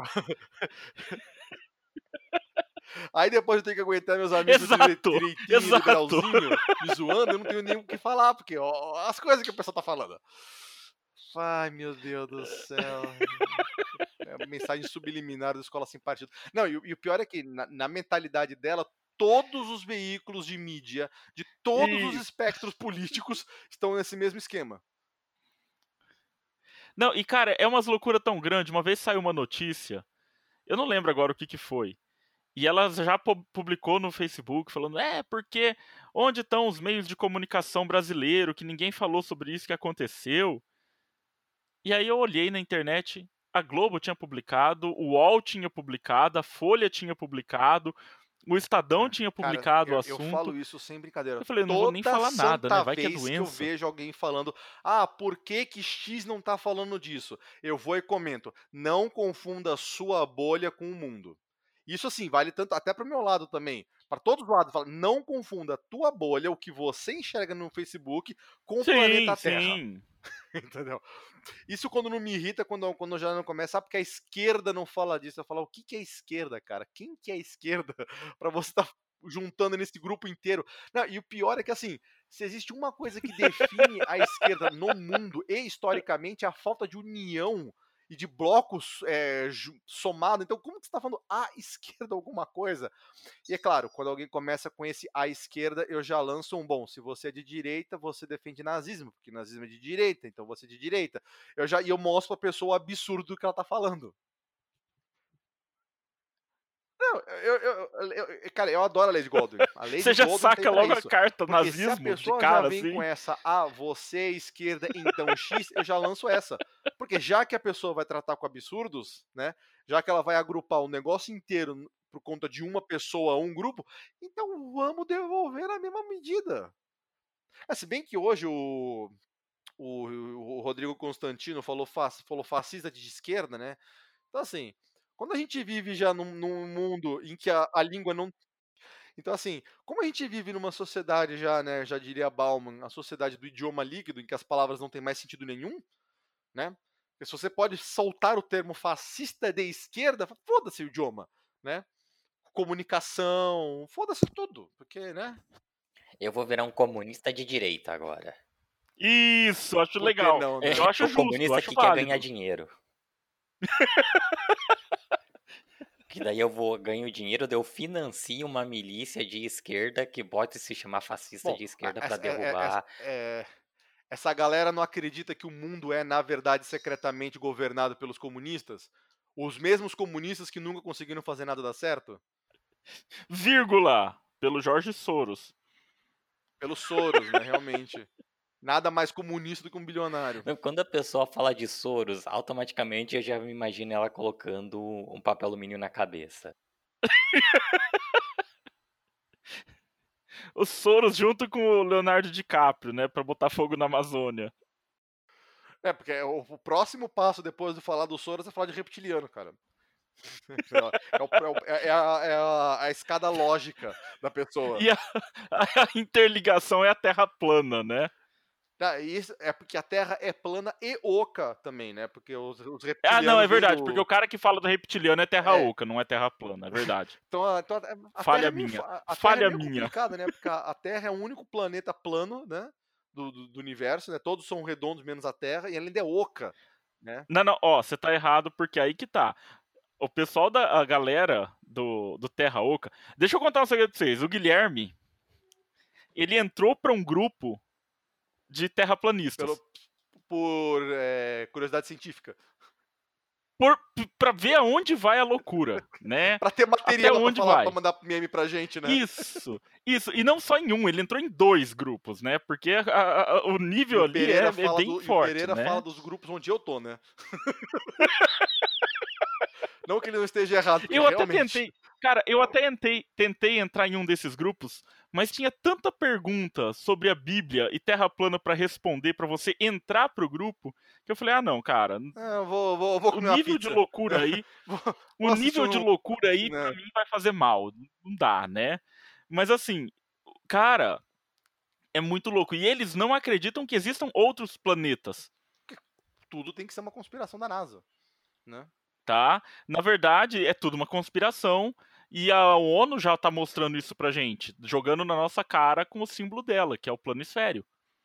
Aí depois eu tenho que aguentar meus amigos direitinho, Exato. liberalzinho, me zoando, eu não tenho nem o que falar, porque as coisas que o pessoal tá falando. Ai, meu Deus do céu. É mensagem subliminar da Escola Sem Partido. Não, e o pior é que na mentalidade dela, todos os veículos de mídia, de todos os espectros políticos, estão nesse mesmo esquema. Não, e cara, é umas loucuras tão grande. Uma vez saiu uma notícia, eu não lembro agora o que foi. E ela já publicou no Facebook falando, porque onde estão os meios de comunicação brasileiro, que ninguém falou sobre isso que aconteceu? E aí eu olhei na internet, a Globo tinha publicado, o UOL tinha publicado, a Folha tinha publicado, o Estadão tinha Cara, publicado o eu assunto. falo isso sem brincadeira. Eu falei, eu não vou nem Toda falar nada, né? santa Vai que é vez que eu doença. vejo alguém falando, por que que X não tá falando disso? Eu vou e comento, não confunda sua bolha com o mundo. Isso assim, vale tanto até pro meu lado também. Para todos os lados, fala, não confunda a tua bolha, o que você enxerga no Facebook, com o planeta Terra. Sim. Entendeu? Isso quando não me irrita, quando já não começa, porque a esquerda não fala disso. Eu falo, o que que é esquerda, cara? Quem que é esquerda pra você estar juntando nesse grupo inteiro? Não, e o pior é que, assim, se existe uma coisa que define a esquerda no mundo e historicamente, é a falta de união e de blocos somado. Então, como que você tá falando a esquerda alguma coisa? E é claro, quando alguém começa com esse à esquerda, eu já lanço um bom. Se você é de direita, você defende nazismo, porque nazismo é de direita, então você é de direita. E eu mostro pra pessoa o absurdo do que ela tá falando. Não, cara, eu adoro a Lady Goldwyn. A Lady Você já Goldwyn saca tem pra logo isso. a carta Porque se a nazismo de pessoa cara, já vem assim. com essa, você é esquerda, então X, eu já lanço essa. Porque já que a pessoa vai tratar com absurdos, né? Já que ela vai agrupar o negócio inteiro por conta de uma pessoa, um grupo, então vamos devolver na mesma medida. Se bem que hoje o Rodrigo Constantino falou fascista de esquerda, né? Então, assim, quando a gente vive já num mundo em que a língua não. Então, assim, como a gente vive numa sociedade já, né, já diria Bauman, a sociedade do idioma líquido, em que as palavras não têm mais sentido nenhum, né? Porque se você pode soltar o termo fascista de esquerda, foda-se o idioma, né? Comunicação, foda-se tudo, porque, né? Eu vou virar um comunista de direita agora. Isso, acho Por que legal. não, né? Eu acho O justo, comunista acho que quer válido. ganhar dinheiro. Que daí eu ganho dinheiro, daí eu financio uma milícia de esquerda que pode se chamar fascista Bom, de esquerda pra derrubar. essa galera não acredita que o mundo é, na verdade, secretamente governado pelos comunistas? Os mesmos comunistas que nunca conseguiram fazer nada dar certo? Vírgula, pelo Jorge Soros. Pelo Soros, né, realmente. Nada mais comunista do que um bilionário. Quando a pessoa fala de Soros, automaticamente eu já me imagino ela colocando um papel alumínio na cabeça. O Soros junto com o Leonardo DiCaprio, né, pra botar fogo na Amazônia. Porque o próximo passo depois de falar do Soros é falar de reptiliano, cara. É a escada lógica da pessoa. E a interligação é a Terra plana, né? Isso é porque a Terra é plana e oca também, né? Porque os reptilianos. Ah, não, é verdade, porque o cara que fala do reptiliano é Terra oca, não é Terra plana, é verdade. Então a Falha Terra minha. Falha minha. Complicada, né? Porque a Terra é o único planeta plano, né? Do universo, né? Todos são redondos menos a Terra e ela ainda é oca, né? Não, ó, você tá errado porque aí que tá. O pessoal a galera do Terra Oca. Deixa eu contar um segredo pra vocês. O Guilherme, ele entrou pra um grupo de terraplanistas. Por curiosidade científica. Pra ver aonde vai a loucura, né? Pra ter material onde pra, falar, vai. pra mandar meme pra gente, né? Isso. E não só em um, ele entrou em 2 grupos, né? Porque o nível ali é bem forte, o Pereira fala dos grupos onde eu tô, né? Não que ele não esteja errado. Eu até tentei, cara, tentei entrar em um desses grupos, mas tinha tanta pergunta sobre a Bíblia e Terra plana pra responder, pra você entrar pro grupo, que eu falei, não, cara. Vou comer o nível de loucura aí, o nível de loucura aí pra mim vai fazer mal, não dá, né? Mas assim, cara, é muito louco. E eles não acreditam que existam outros planetas. Tudo tem que ser uma conspiração da NASA, né? Tá? Na verdade, é tudo uma conspiração e a ONU já tá mostrando isso pra gente, jogando na nossa cara com o símbolo dela, que é o planisfério.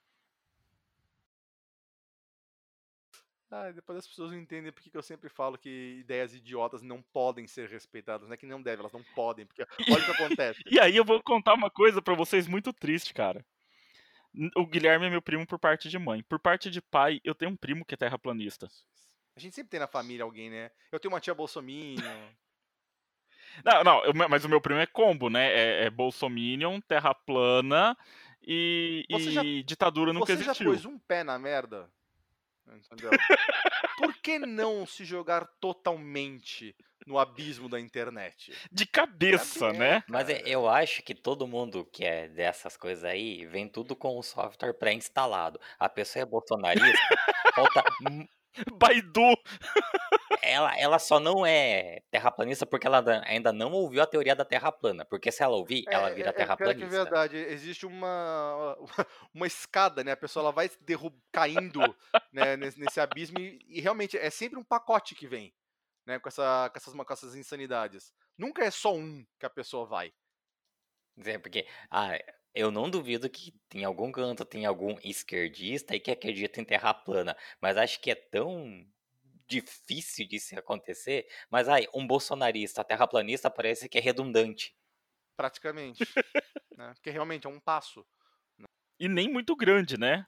Depois as pessoas não entendem porque eu sempre falo que ideias idiotas não podem ser respeitadas, não é que não devem, elas não podem, porque olha o que acontece. E aí eu vou contar uma coisa pra vocês muito triste, cara. O Guilherme é meu primo por parte de mãe. Por parte de pai, eu tenho um primo que é terraplanista. A gente sempre tem na família alguém, né? Eu tenho uma tia bolsominion. Mas o meu primo é combo, né? É bolsominion, terra plana e ditadura nunca existiu. Você já pôs um pé na merda? Entendeu? Por que não se jogar totalmente no abismo da internet? De cabeça, né? Mas eu acho que todo mundo que é dessas coisas aí, vem tudo com o software pré-instalado. A pessoa é bolsonarista, falta Baidu. ela só não é terraplanista porque ela ainda não ouviu a teoria da terra plana, porque se ela ouvir, ela vira Pior que é terraplanista. verdade, existe uma escada, né? A pessoa ela vai caindo, né, nesse abismo e realmente é sempre um pacote que vem, né? Com essas insanidades. Nunca é só um que a pessoa vai. Porque eu não duvido que tem algum canto, tem algum esquerdista aí que acredita em terra plana, mas acho que é tão difícil disso acontecer. Mas um bolsonarista terraplanista parece que é redundante. Praticamente. Né? Porque realmente é um passo. E nem muito grande, né?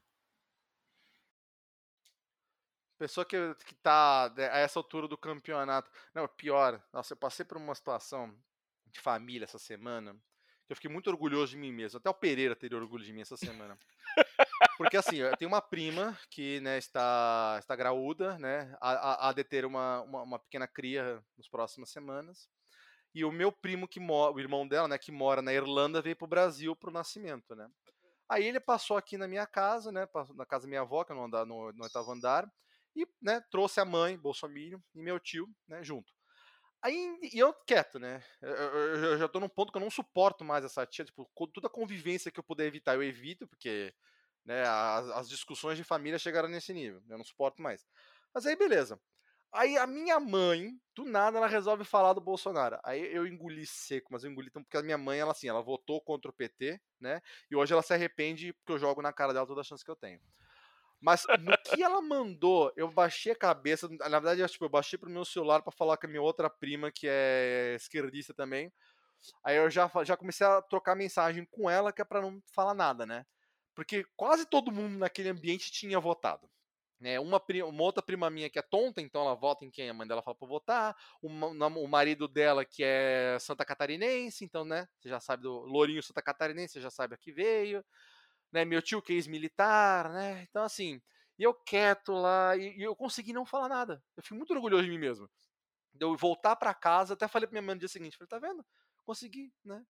Pessoa que tá a essa altura do campeonato. Não, pior. Nossa, eu passei por uma situação de família essa semana que eu fiquei muito orgulhoso de mim mesmo. Até o Pereira teria orgulho de mim essa semana. Porque assim, eu tenho uma prima que, né, está graúda, né? Há de ter uma pequena cria nas próximas semanas. E o meu primo, o irmão dela, né, que mora na Irlanda, veio pro Brasil pro nascimento, né? Aí ele passou aqui na minha casa, né? Na casa da minha avó, que é no 8º andar, e, né, trouxe a mãe, Bolsominion, e meu tio, né, junto. Aí, e eu quieto, né? Eu já tô num ponto que eu não suporto mais essa tia. Tipo, toda a convivência que eu puder evitar, eu evito, porque, né, as discussões de família chegaram nesse nível. Eu não suporto mais. Mas aí, beleza. Aí a minha mãe, do nada, ela resolve falar do Bolsonaro. Aí eu engoli seco, mas eu engoli tanto porque a minha mãe, ela assim, ela votou contra o PT, né? E hoje ela se arrepende porque eu jogo na cara dela toda a chance que eu tenho. Mas no que ela mandou, eu baixei a cabeça. Na verdade, eu baixei pro meu celular para falar com a minha outra prima, que é esquerdista também. Aí eu já comecei a trocar mensagem com ela, que é pra não falar nada, né? Porque quase todo mundo naquele ambiente tinha votado. Né, uma outra prima minha que é tonta, então ela vota em quem a mãe dela fala pra votar. O marido dela que é santa catarinense, então, né, você já sabe do Lourinho santa catarinense, você já sabe a que veio. Né, meu tio que é ex-militar, né, então assim, e eu quieto lá, e eu consegui não falar nada. Eu fico muito orgulhoso de mim mesmo. Eu voltar pra casa, até falei pra minha mãe no dia seguinte, falei, tá vendo? Consegui, né?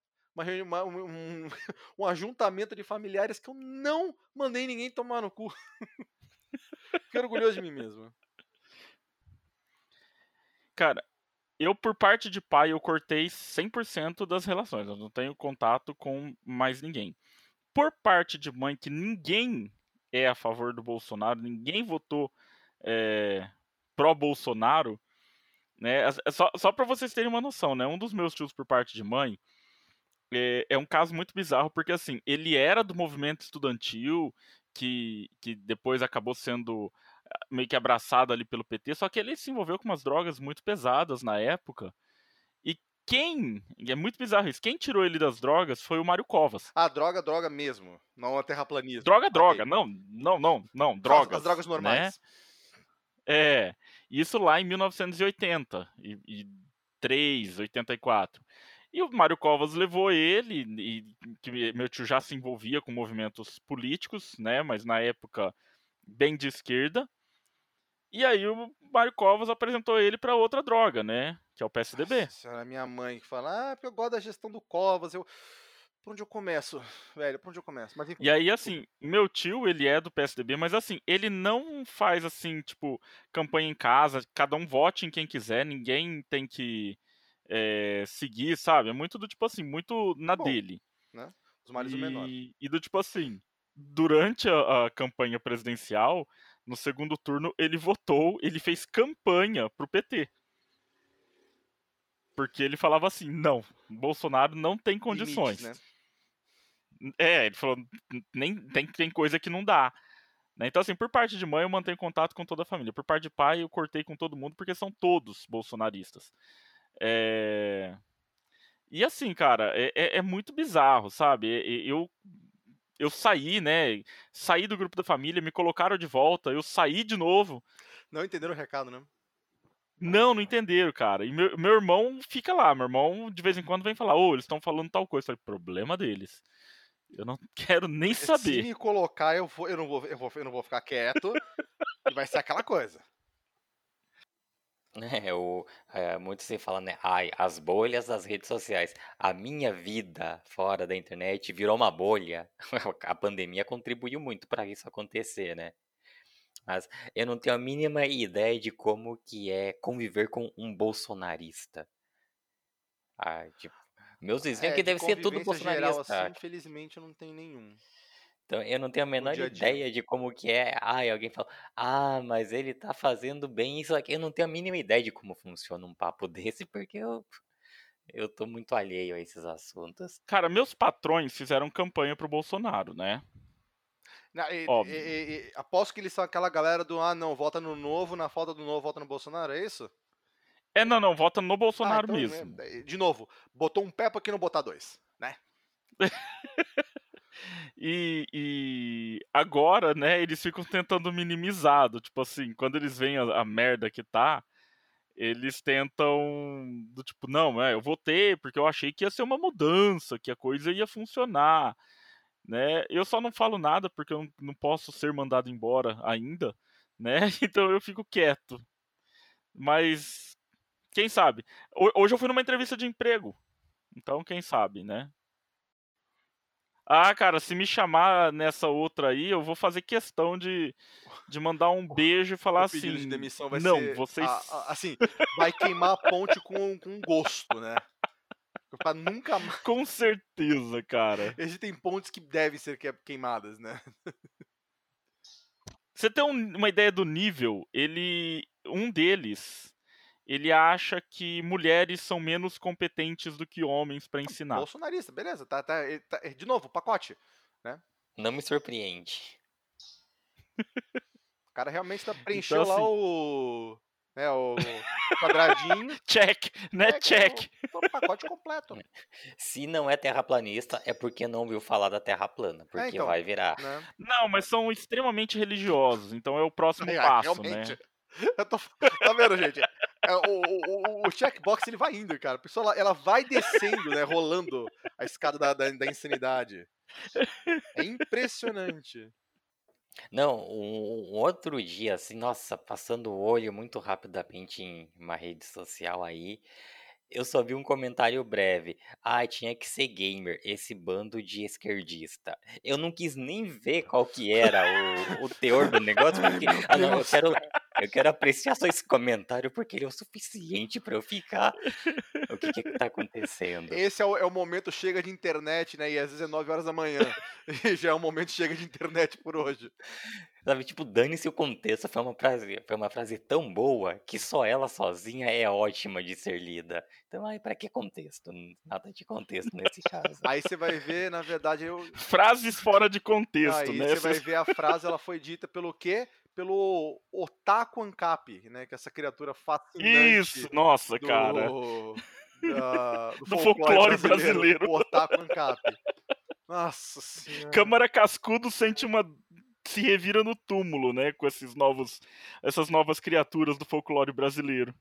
Um ajuntamento de familiares que eu não mandei ninguém tomar no cu. Fiquei orgulhoso de mim mesmo. Cara, eu, por parte de pai, eu cortei 100% das relações. Eu não tenho contato com mais ninguém. Por parte de mãe, que ninguém é a favor do Bolsonaro, ninguém votou pró-Bolsonaro, né? Só para vocês terem uma noção, né? Um dos meus tios, por parte de mãe, é um caso muito bizarro, porque assim, ele era do movimento estudantil, que depois acabou sendo meio que abraçado ali pelo PT, só que ele se envolveu com umas drogas muito pesadas na época. E é muito bizarro isso, quem tirou ele das drogas foi o Mário Covas. Ah, droga mesmo, não a terraplanismo. Droga, okay. não, drogas. As drogas normais. Né? Isso lá em 1983, 84. E o Mário Covas levou ele, que meu tio já se envolvia com movimentos políticos, né? Mas na época bem de esquerda. E aí o Mário Covas apresentou ele para outra droga, né? Que é o PSDB. Nossa senhora, minha mãe que fala, porque eu gosto da gestão do Covas, por onde eu começo, velho? Por onde eu começo? Mas, enfim. E aí, assim, meu tio, ele é do PSDB, mas assim, ele não faz, assim, tipo, campanha em casa, cada um vote em quem quiser, ninguém tem que seguir, sabe? É muito do tipo assim, muito na dele. Né? Os males o menor. E do tipo assim, durante a campanha presidencial, no segundo turno, ele votou, ele fez campanha pro PT. Porque ele falava assim, não, Bolsonaro não tem condições. Limites, né? Ele falou, tem coisa que não dá. Né? Então, assim, por parte de mãe eu mantenho contato com toda a família. Por parte de pai eu cortei com todo mundo, porque são todos bolsonaristas. E assim, cara, é muito bizarro, sabe? Eu saí, né? Saí do grupo da família, me colocaram de volta, eu saí de novo. Não entenderam o recado, né? Não entenderam, cara. E meu irmão fica lá. Meu irmão, de vez em quando, vem falar, eles estão falando tal coisa. Eu falei, problema deles. Eu não quero nem saber. Se me colocar, eu não vou ficar quieto. E vai ser aquela coisa. Muito se fala, né? Ai, as bolhas das redes sociais. A minha vida fora da internet virou uma bolha. A pandemia contribuiu muito para isso acontecer, né? Mas eu não tenho a mínima ideia de como que é conviver com um bolsonarista. Tipo, meus vizinhos aqui De deve ser tudo convivência geral assim, bolsonarista. infelizmente eu não tenho nenhum. Então eu não tenho a No menor dia a dia. ideia de como que é. Alguém fala, mas ele tá fazendo bem isso aqui. Eu não tenho a mínima ideia de como funciona um papo desse, porque eu tô muito alheio a esses assuntos. Cara, meus patrões fizeram campanha pro Bolsonaro, né? Óbvio. Aposto que eles são aquela galera do não, vota no Novo, na falta do Novo, vota no Bolsonaro, é isso? Não, vota no Bolsonaro então, mesmo. De novo, botou um pé pra que não botar dois, né? E agora, né, eles ficam tentando minimizado. Tipo assim, quando eles veem a merda que tá, eles tentam, do tipo, não, eu votei porque eu achei que ia ser uma mudança, que a coisa ia funcionar, né? Eu só não falo nada porque eu não posso ser mandado embora ainda, né? Então eu fico quieto. Mas, quem sabe? Hoje eu fui numa entrevista de emprego, então quem sabe, né? Cara, se me chamar nessa outra aí, eu vou fazer questão de mandar um beijo e falar O pedido de assim, demissão vai não, ser, vocês... assim, vai queimar a ponte com gosto, né? Pra nunca mais. Com certeza, cara. Existem pontes que devem ser queimadas, né? Você tem uma ideia do nível, um deles, ele acha que mulheres são menos competentes do que homens pra ensinar. Bolsonarista, beleza, de novo, pacote, né? Não me surpreende. O cara realmente preencheu Então, lá assim, o quadradinho. check, né? Check. O pacote completo. Se não é terraplanista, é porque não ouviu falar da Terra plana, porque então, vai virar. né? Não, mas são extremamente religiosos, então é o próximo passo, realmente. né? Tá vendo, gente? O checkbox ele vai indo, cara. A pessoa ela vai descendo, né? Rolando a escada da insanidade. É impressionante. Não, um outro dia, assim, nossa, passando o olho muito rapidamente em uma rede social aí, eu só vi um comentário breve. Tinha que ser gamer, esse bando de esquerdista. Eu não quis nem ver qual que era o teor do negócio, porque. Não, eu quero apreciar só esse comentário, porque ele é o suficiente pra eu ficar. O que tá acontecendo? Esse é o momento chega de internet, né? E às vezes é 9 horas da manhã. E já é o momento chega de internet por hoje. Sabe, tipo, dane-se o contexto. Foi uma frase tão boa que só ela sozinha é ótima de ser lida. Então, pra que contexto? Nada de contexto nesse caso. Aí você vai ver, na verdade, Frases fora de contexto, aí né? você vai ver a frase, ela foi dita pelo quê? Pelo Otaku Ancap, né? Que é essa criatura fascinante. Isso, nossa, cara. Do folclore brasileiro. O Otaku Ancap. Nossa senhora. Câmara Cascudo se revira no túmulo, né? Com essas novas criaturas do folclore brasileiro.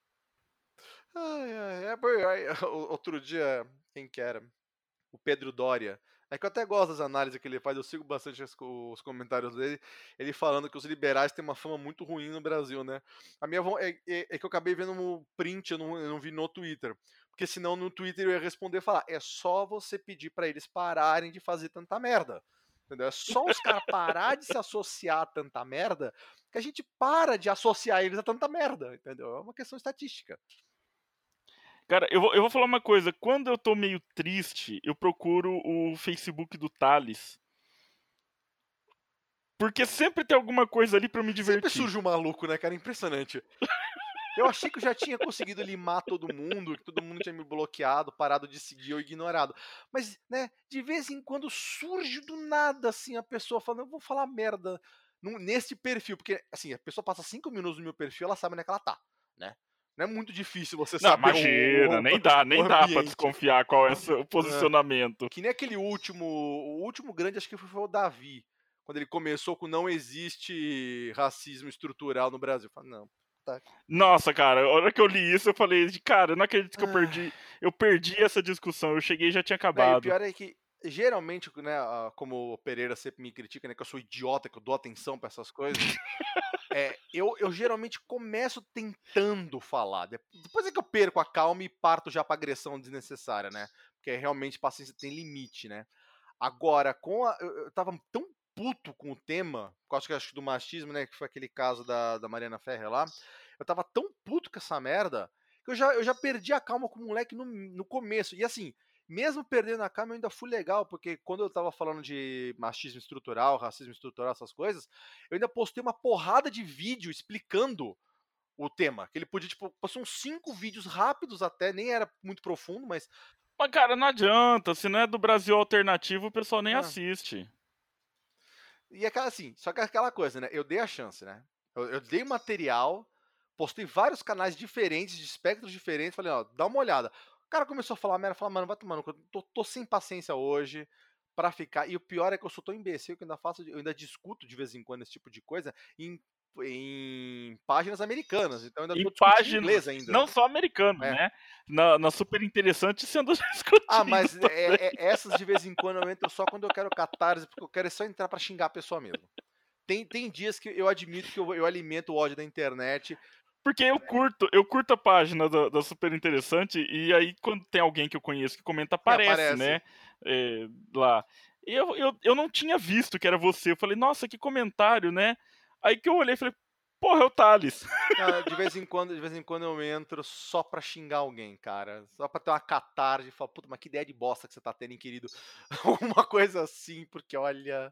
Outro dia, quem que era? O Pedro Doria. É que eu até gosto das análises que ele faz, eu sigo bastante os comentários dele, ele falando que os liberais têm uma fama muito ruim no Brasil, né? A minha é que eu acabei vendo um print, eu não vi no Twitter. Porque senão no Twitter eu ia responder e falar, é só você pedir pra eles pararem de fazer tanta merda. Entendeu? É só os caras parar de se associar a tanta merda que a gente para de associar eles a tanta merda, entendeu? É uma questão estatística. Cara, eu vou falar uma coisa. Quando eu tô meio triste, eu procuro o Facebook do Thales. Porque sempre tem alguma coisa ali pra me divertir. Sempre surge um maluco, né, cara? Impressionante. Eu achei que eu já tinha conseguido limar todo mundo, que todo mundo tinha me bloqueado, parado de seguir ou ignorado. Mas, né, de vez em quando surge do nada, assim, a pessoa falando, eu vou falar merda nesse perfil. Porque, assim, a pessoa passa 5 minutos no meu perfil, ela sabe onde é que ela tá, né? Não é muito difícil você saber imagina, nem dá pra desconfiar qual é o seu posicionamento. Que nem aquele o último grande, acho que foi o Davi, quando ele começou com não existe racismo estrutural no Brasil. Eu falei, não, tá. Nossa, cara, a hora que eu li isso, eu falei, cara, eu não acredito que eu perdi essa discussão, eu cheguei e já tinha acabado. E o pior é que, geralmente, né, como o Pereira sempre me critica, né, que eu sou idiota, que eu dou atenção pra essas coisas, eu geralmente começo tentando falar. Depois é que eu perco a calma e parto já pra agressão desnecessária, né? Porque realmente paciência tem limite, né? Agora, eu tava tão puto com o tema, acho que do machismo, né? Que foi aquele caso da Mariana Ferrer lá. Eu tava tão puto com essa merda que eu já perdi a calma com o moleque no começo. E assim, mesmo perdendo a calma, eu ainda fui legal, porque quando eu tava falando de machismo estrutural, racismo estrutural, essas coisas, eu ainda postei uma porrada de vídeo explicando o tema. Que ele podia, tipo, postar uns 5 vídeos rápidos até, nem era muito profundo, mas. Mas, cara, não adianta. Se não é do Brasil alternativo, o pessoal nem assiste. E aquela assim, só que aquela coisa, né? Eu dei a chance, né? Eu dei material, postei vários canais diferentes, de espectros diferentes, falei, ó, dá uma olhada. O cara começou a falar merda, falou, mano, vai tomar no cu, tô sem paciência hoje pra ficar. E o pior é que eu sou tão imbecil que eu ainda discuto de vez em quando esse tipo de coisa em páginas americanas. Então eu ainda tô discutindo em inglês ainda. Não só americano, né? Na Super Interessante sendo discutido. Ah, mas essas de vez em quando eu entro só quando eu quero catarse, porque eu quero só entrar pra xingar a pessoa mesmo. Tem dias que eu admito que eu alimento o ódio da internet. Porque eu curto a página da Super Interessante, e aí quando tem alguém que eu conheço que comenta, aparece. Né? Lá. E eu não tinha visto que era você. Eu falei, nossa, que comentário, né? Aí que eu olhei e falei, porra, é o Thales. De vez em quando eu entro só pra xingar alguém, cara. Só pra ter uma catarse e falar, puta, mas que ideia de bosta que você tá tendo, hein, querido? Alguma coisa assim, porque olha.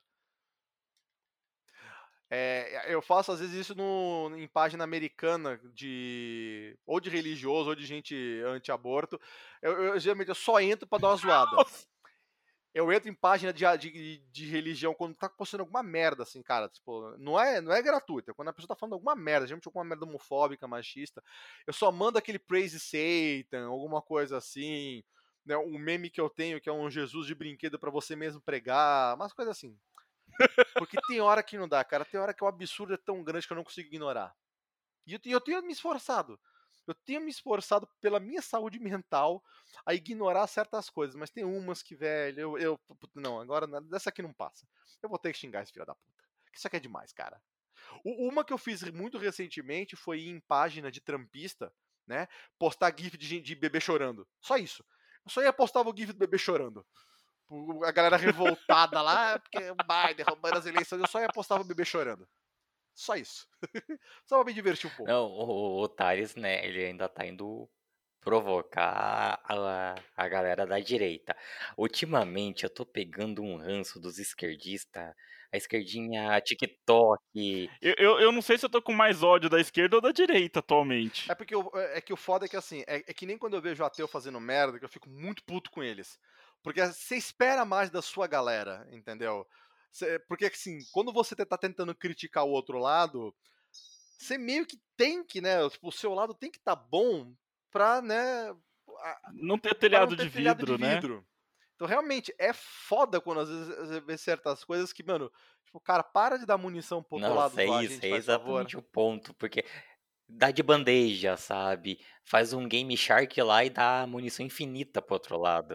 Eu faço às vezes isso em página americana ou de religioso ou de gente anti-aborto. Geralmente eu só entro pra dar uma zoada. Nossa. Eu entro em página de religião quando tá postando alguma merda, assim, cara. Tipo, não é gratuito. Quando a pessoa tá falando alguma merda, geralmente alguma merda homofóbica, machista, eu só mando aquele praise Satan, alguma coisa assim. Né, um meme que eu tenho que é um Jesus de brinquedo pra você mesmo pregar, umas coisas assim. Porque tem hora que não dá, cara. Tem hora que o absurdo é tão grande que eu não consigo ignorar. E eu tenho me esforçado. Eu tenho me esforçado pela minha saúde mental a ignorar certas coisas, mas tem umas que, velho, não, agora dessa aqui não passa. Eu vou ter que xingar esse filho da puta. Isso aqui é demais, cara. Uma que eu fiz muito recentemente foi ir em página de trampista, né? Postar gif de bebê chorando. Só isso. Eu só ia postar o gif do bebê chorando. A galera revoltada lá, porque o Biden roubando as eleições, eu só ia postar o bebê chorando. Só isso. Só pra me divertir um pouco. Não, o Thales, né, ele ainda tá indo provocar a galera da direita. Ultimamente eu tô pegando um ranço dos esquerdistas, a esquerdinha TikTok. Eu não sei se eu tô com mais ódio da esquerda ou da direita atualmente. É porque o foda é que assim, é que nem quando eu vejo ateu fazendo merda, que eu fico muito puto com eles. Porque você espera mais da sua galera, entendeu? Porque assim, quando você tá tentando criticar o outro lado, você meio que tem que, né? Tipo, o seu lado tem que estar bom pra, né? Não ter telhado de vidro, né? Então, realmente, é foda quando às vezes você vê certas coisas que, mano, tipo, cara, para de dar munição pro outro lado Nossa, é zoar a isso, gente, é faz favor. exatamente o ponto, porque dá de bandeja, sabe? Faz um Game Shark lá e dá munição infinita pro outro lado.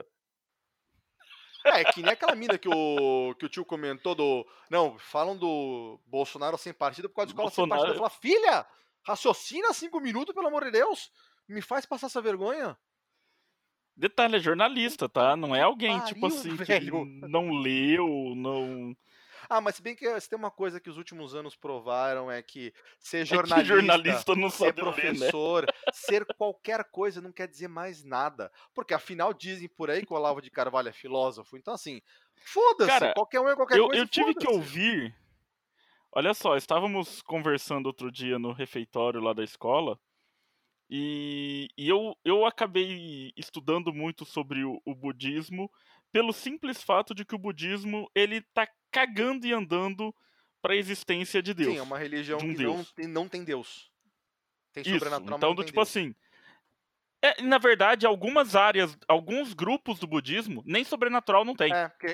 Que nem aquela mina que o tio comentou Não, falam do Bolsonaro sem partido por causa de escola sem partido. Eu falo, filha, raciocina 5 minutos, pelo amor de Deus. Me faz passar essa vergonha. Detalhe, é jornalista, tá? Não é alguém, pariu, tipo assim, velho. que não leu, não... Ah, mas se bem que se tem uma coisa que os últimos anos provaram é que ser que jornalista não ser sabe professor, ler, né? ser qualquer coisa não quer dizer mais nada. Porque afinal dizem por aí que o Olavo de Carvalho é filósofo. Então assim, foda-se, qualquer um é qualquer coisa. Eu tive que ouvir... Olha só, estávamos conversando outro dia no refeitório lá da escola, e eu acabei estudando muito sobre o budismo pelo simples fato de que o budismo ele tá cagando e andando para a existência de Deus. Sim, é uma religião de um que Deus. não tem Deus. Tem Isso, sobrenatural, então mas não tem tipo Deus. assim, na verdade, algumas áreas, alguns grupos do budismo, nem sobrenatural não tem. Porque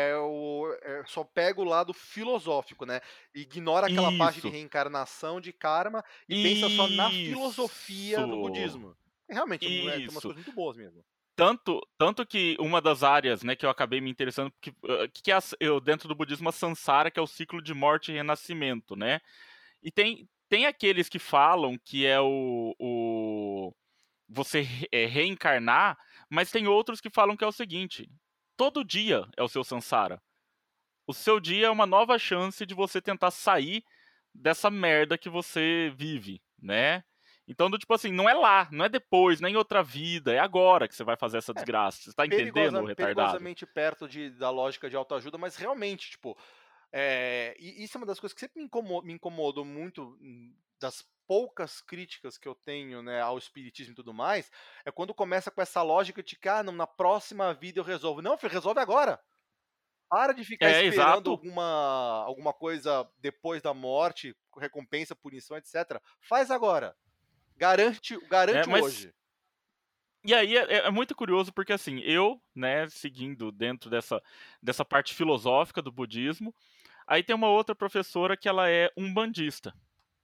só pega o lado filosófico, né? Ignora aquela parte de reencarnação, de karma, e pensa só na filosofia do budismo. Realmente, tem umas coisas muito boas mesmo. Tanto que uma das áreas, né, que eu acabei me interessando, que é dentro do budismo a samsara, que é o ciclo de morte e renascimento, né? E tem tem aqueles que falam que é você reencarnar, mas tem outros que falam que é o seguinte: todo dia é o seu samsara. O seu dia é uma nova chance de você tentar sair dessa merda que você vive, né? Então, tipo assim, não é lá, não é depois, nem em outra vida, é agora que você vai fazer essa desgraça. Você tá entendendo, retardado? Perigosamente perto da lógica de autoajuda, mas realmente, tipo, e isso é uma das coisas que sempre me incomodou muito, das poucas críticas que eu tenho, né, ao espiritismo e tudo mais, é quando começa com essa lógica de que, não, na próxima vida eu resolvo. Não, filho, resolve agora. Para de ficar esperando Exato. alguma coisa depois da morte, recompensa, punição, etc. Faz agora. Garante Mas hoje. e aí é muito curioso porque assim, eu, né, seguindo dentro dessa parte filosófica do budismo, aí tem uma outra professora que ela é umbandista,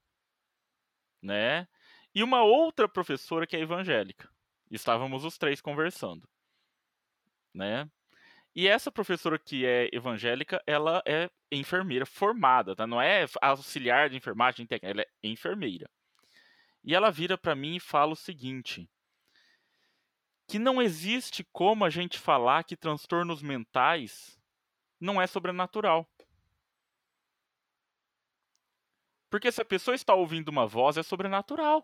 né? E uma outra professora que é evangélica. Estávamos os três conversando, né? E essa professora que é evangélica, ela é enfermeira formada, tá? Não é auxiliar de enfermagem técnica, ela é enfermeira. E ela vira para mim e fala o seguinte: que não existe como a gente falar que transtornos mentais não é sobrenatural. Porque se a pessoa está ouvindo uma voz, é sobrenatural.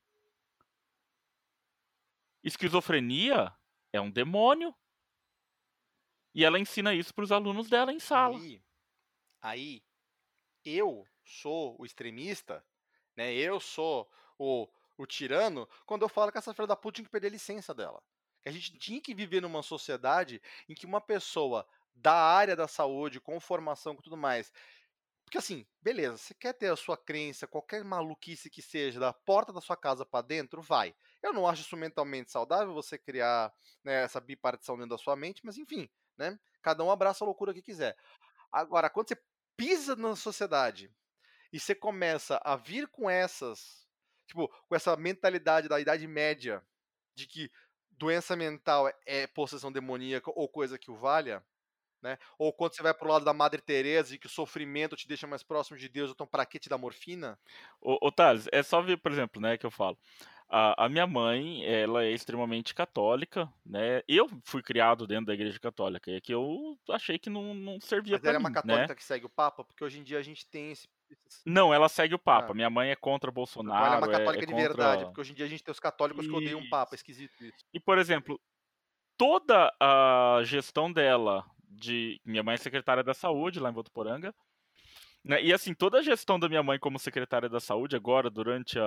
Esquizofrenia é um demônio. E ela ensina isso para os alunos dela em sala. Aí, eu sou o extremista, né? Eu sou o tirano, quando eu falo que essa filha da puta tinha que perder a licença dela. Que a gente tinha que viver numa sociedade em que uma pessoa da área da saúde, com formação, com tudo mais. Porque assim, beleza, você quer ter a sua crença, qualquer maluquice que seja, da porta da sua casa pra dentro, vai. Eu não acho isso mentalmente saudável, você criar, né, essa bipartição dentro da sua mente, mas enfim, né? Cada um abraça a loucura que quiser. Agora, quando você pisa na sociedade e você começa a vir com tipo, com essa mentalidade da Idade Média, de que doença mental é possessão demoníaca ou coisa que o valha, né? Ou quando você vai pro lado da Madre Teresa e que o sofrimento te deixa mais próximo de Deus, então pra que te dar morfina? Ô Thales, é só ver, por exemplo, né, que eu falo. A minha mãe, ela é extremamente católica, né? Eu fui criado dentro da igreja católica, e é que eu achei que não servia Mas pra ela é uma mim, né? católica que segue o Papa? Porque hoje em dia a gente tem Não, ela segue o Papa. Ah, Minha mãe é contra então ela é uma Bolsonaro, é católica de verdade, contra. porque hoje em dia a gente tem os católicos que odeiam o Papa, é Isso. esquisito isso. E, por exemplo, toda a gestão dela de. Minha mãe é secretária da saúde lá em Votuporanga. Né? E assim, toda a gestão da minha mãe como secretária da saúde agora, durante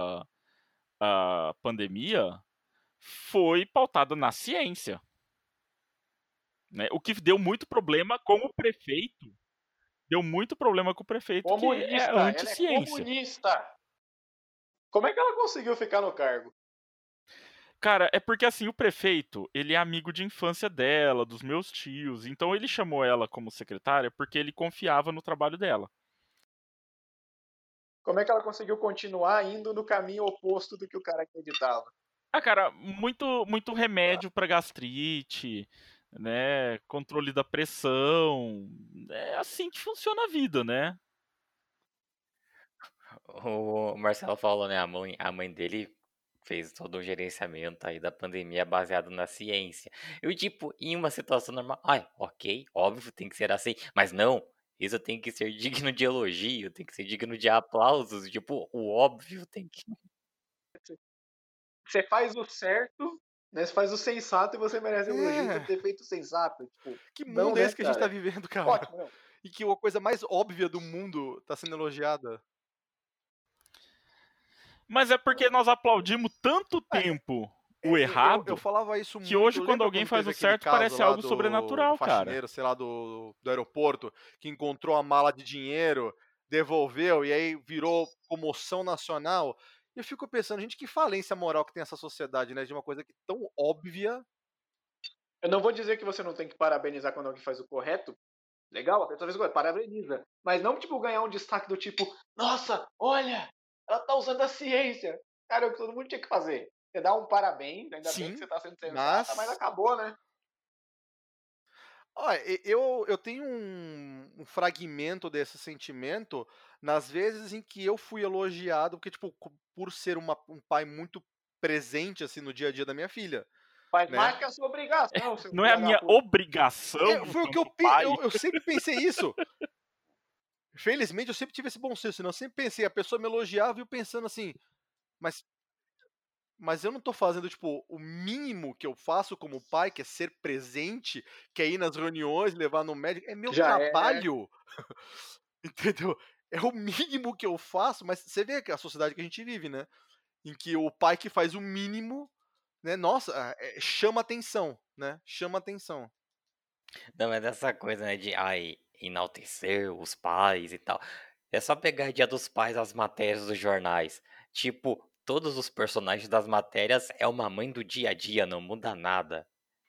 a pandemia, foi pautada na ciência. Né? O que deu muito problema com o prefeito. Deu muito problema com o prefeito, que é Comunista, ela é anti-ciência. comunista. Como é que ela conseguiu ficar no cargo? Cara, é porque assim, o prefeito, ele é amigo de infância dela, dos meus tios, então ele chamou ela como secretária porque ele confiava no trabalho dela. Como é que ela conseguiu continuar indo no caminho oposto do que o cara acreditava? Cara, muito remédio pra gastrite, né? Controle da pressão. É assim que funciona a vida, né? O Marcelo falou, né? A mãe dele fez todo um gerenciamento aí da pandemia baseado na ciência. Eu, tipo, em uma situação normal, ai, ok, óbvio, tem que ser assim, mas não, isso tem que ser digno de elogio, tem que ser digno de aplausos, tipo, o óbvio tem que. Você faz o certo, né? Você faz o sensato e você merece elogio por É, ter feito o sensato. Tipo, que não, mundo é né, esse que a gente tá cara? vivendo, cara? Ótimo, não. E que a coisa mais óbvia do mundo tá sendo elogiada. Mas é porque nós aplaudimos tanto É, tempo o eu errado falava isso que muito. hoje, quando Lembra alguém quando faz teve o aquele certo, caso parece lá algo do sobrenatural, cara. faxineiro, sei lá, do aeroporto, que encontrou a mala de dinheiro, devolveu e aí virou comoção nacional? E eu fico pensando, gente, que falência moral que tem essa sociedade, né? De uma coisa que tão óbvia. Eu não vou dizer que você não tem que parabenizar quando alguém faz o correto. Legal, a pessoa fez o correto, parabeniza. Mas não, tipo, ganhar um destaque do tipo, nossa, olha, ela tá usando a ciência. Cara, é o que todo mundo tinha que fazer. Você dá um parabéns, ainda bem que Sim, você tá sendo sensata, mas mas acabou, né? Olha, eu tenho um fragmento desse sentimento nas vezes em que eu fui elogiado, porque, tipo, por ser um pai muito presente, assim, no dia a dia da minha filha, Faz né? mais que a sua obrigação, seu Não é a filho da minha puta. obrigação Foi o que enquanto pai? eu sempre pensei isso. Felizmente, eu sempre tive esse bom senso, senão eu sempre pensei, a pessoa me elogiava e eu pensando assim, mas, mas eu não tô fazendo, tipo, o mínimo que eu faço como pai, que é ser presente, que é ir nas reuniões, levar no médico, é meu Já é, né? trabalho, entendeu? É o mínimo que eu faço, mas você vê que a sociedade que a gente vive, né? Em que o pai que faz o mínimo, né? Nossa, chama atenção, né? Chama atenção. Não, é dessa coisa, né, de, ai, enaltecer os pais e tal. É só pegar Dia dos Pais as matérias dos jornais. Tipo, todos os personagens das matérias é uma mãe do dia a dia, não muda nada.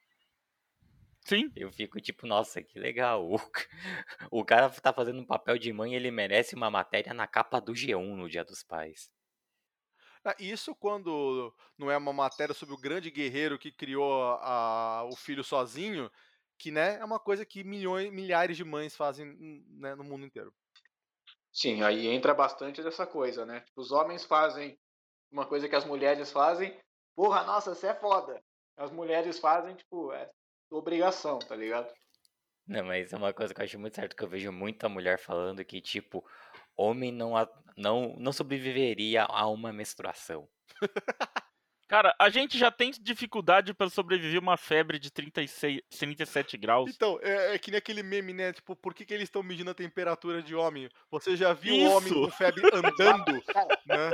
Sim. Eu fico tipo, nossa, que legal. O cara tá fazendo um papel de mãe, ele merece uma matéria na capa do G1 no Dia dos Pais. Isso quando não é uma matéria sobre o grande guerreiro que criou o filho sozinho, que, né, é uma coisa que milhares de mães fazem, né, no mundo inteiro. Sim, aí entra bastante dessa coisa, né? Tipo, os homens fazem uma coisa que as mulheres fazem, porra, nossa, você é foda. As mulheres fazem, tipo, é obrigação, tá ligado? Não, mas é uma coisa que eu acho muito certo, que eu vejo muita mulher falando que, tipo, homem não sobreviveria a uma menstruação. Cara, a gente já tem dificuldade pra sobreviver uma febre de 37 graus. Então, é que nem aquele meme, né? Tipo, por que eles estão medindo a temperatura de homem? Você já viu o homem Isso! com febre andando, Cara, né?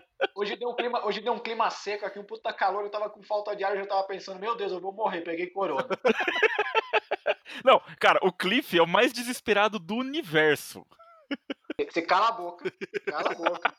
hoje deu um clima seco aqui, um puta calor, eu tava com falta de ar, eu já tava pensando, meu Deus, eu vou morrer, peguei corona. Não, cara, o Cliff é o mais desesperado do universo. Você cala a boca, cala a boca.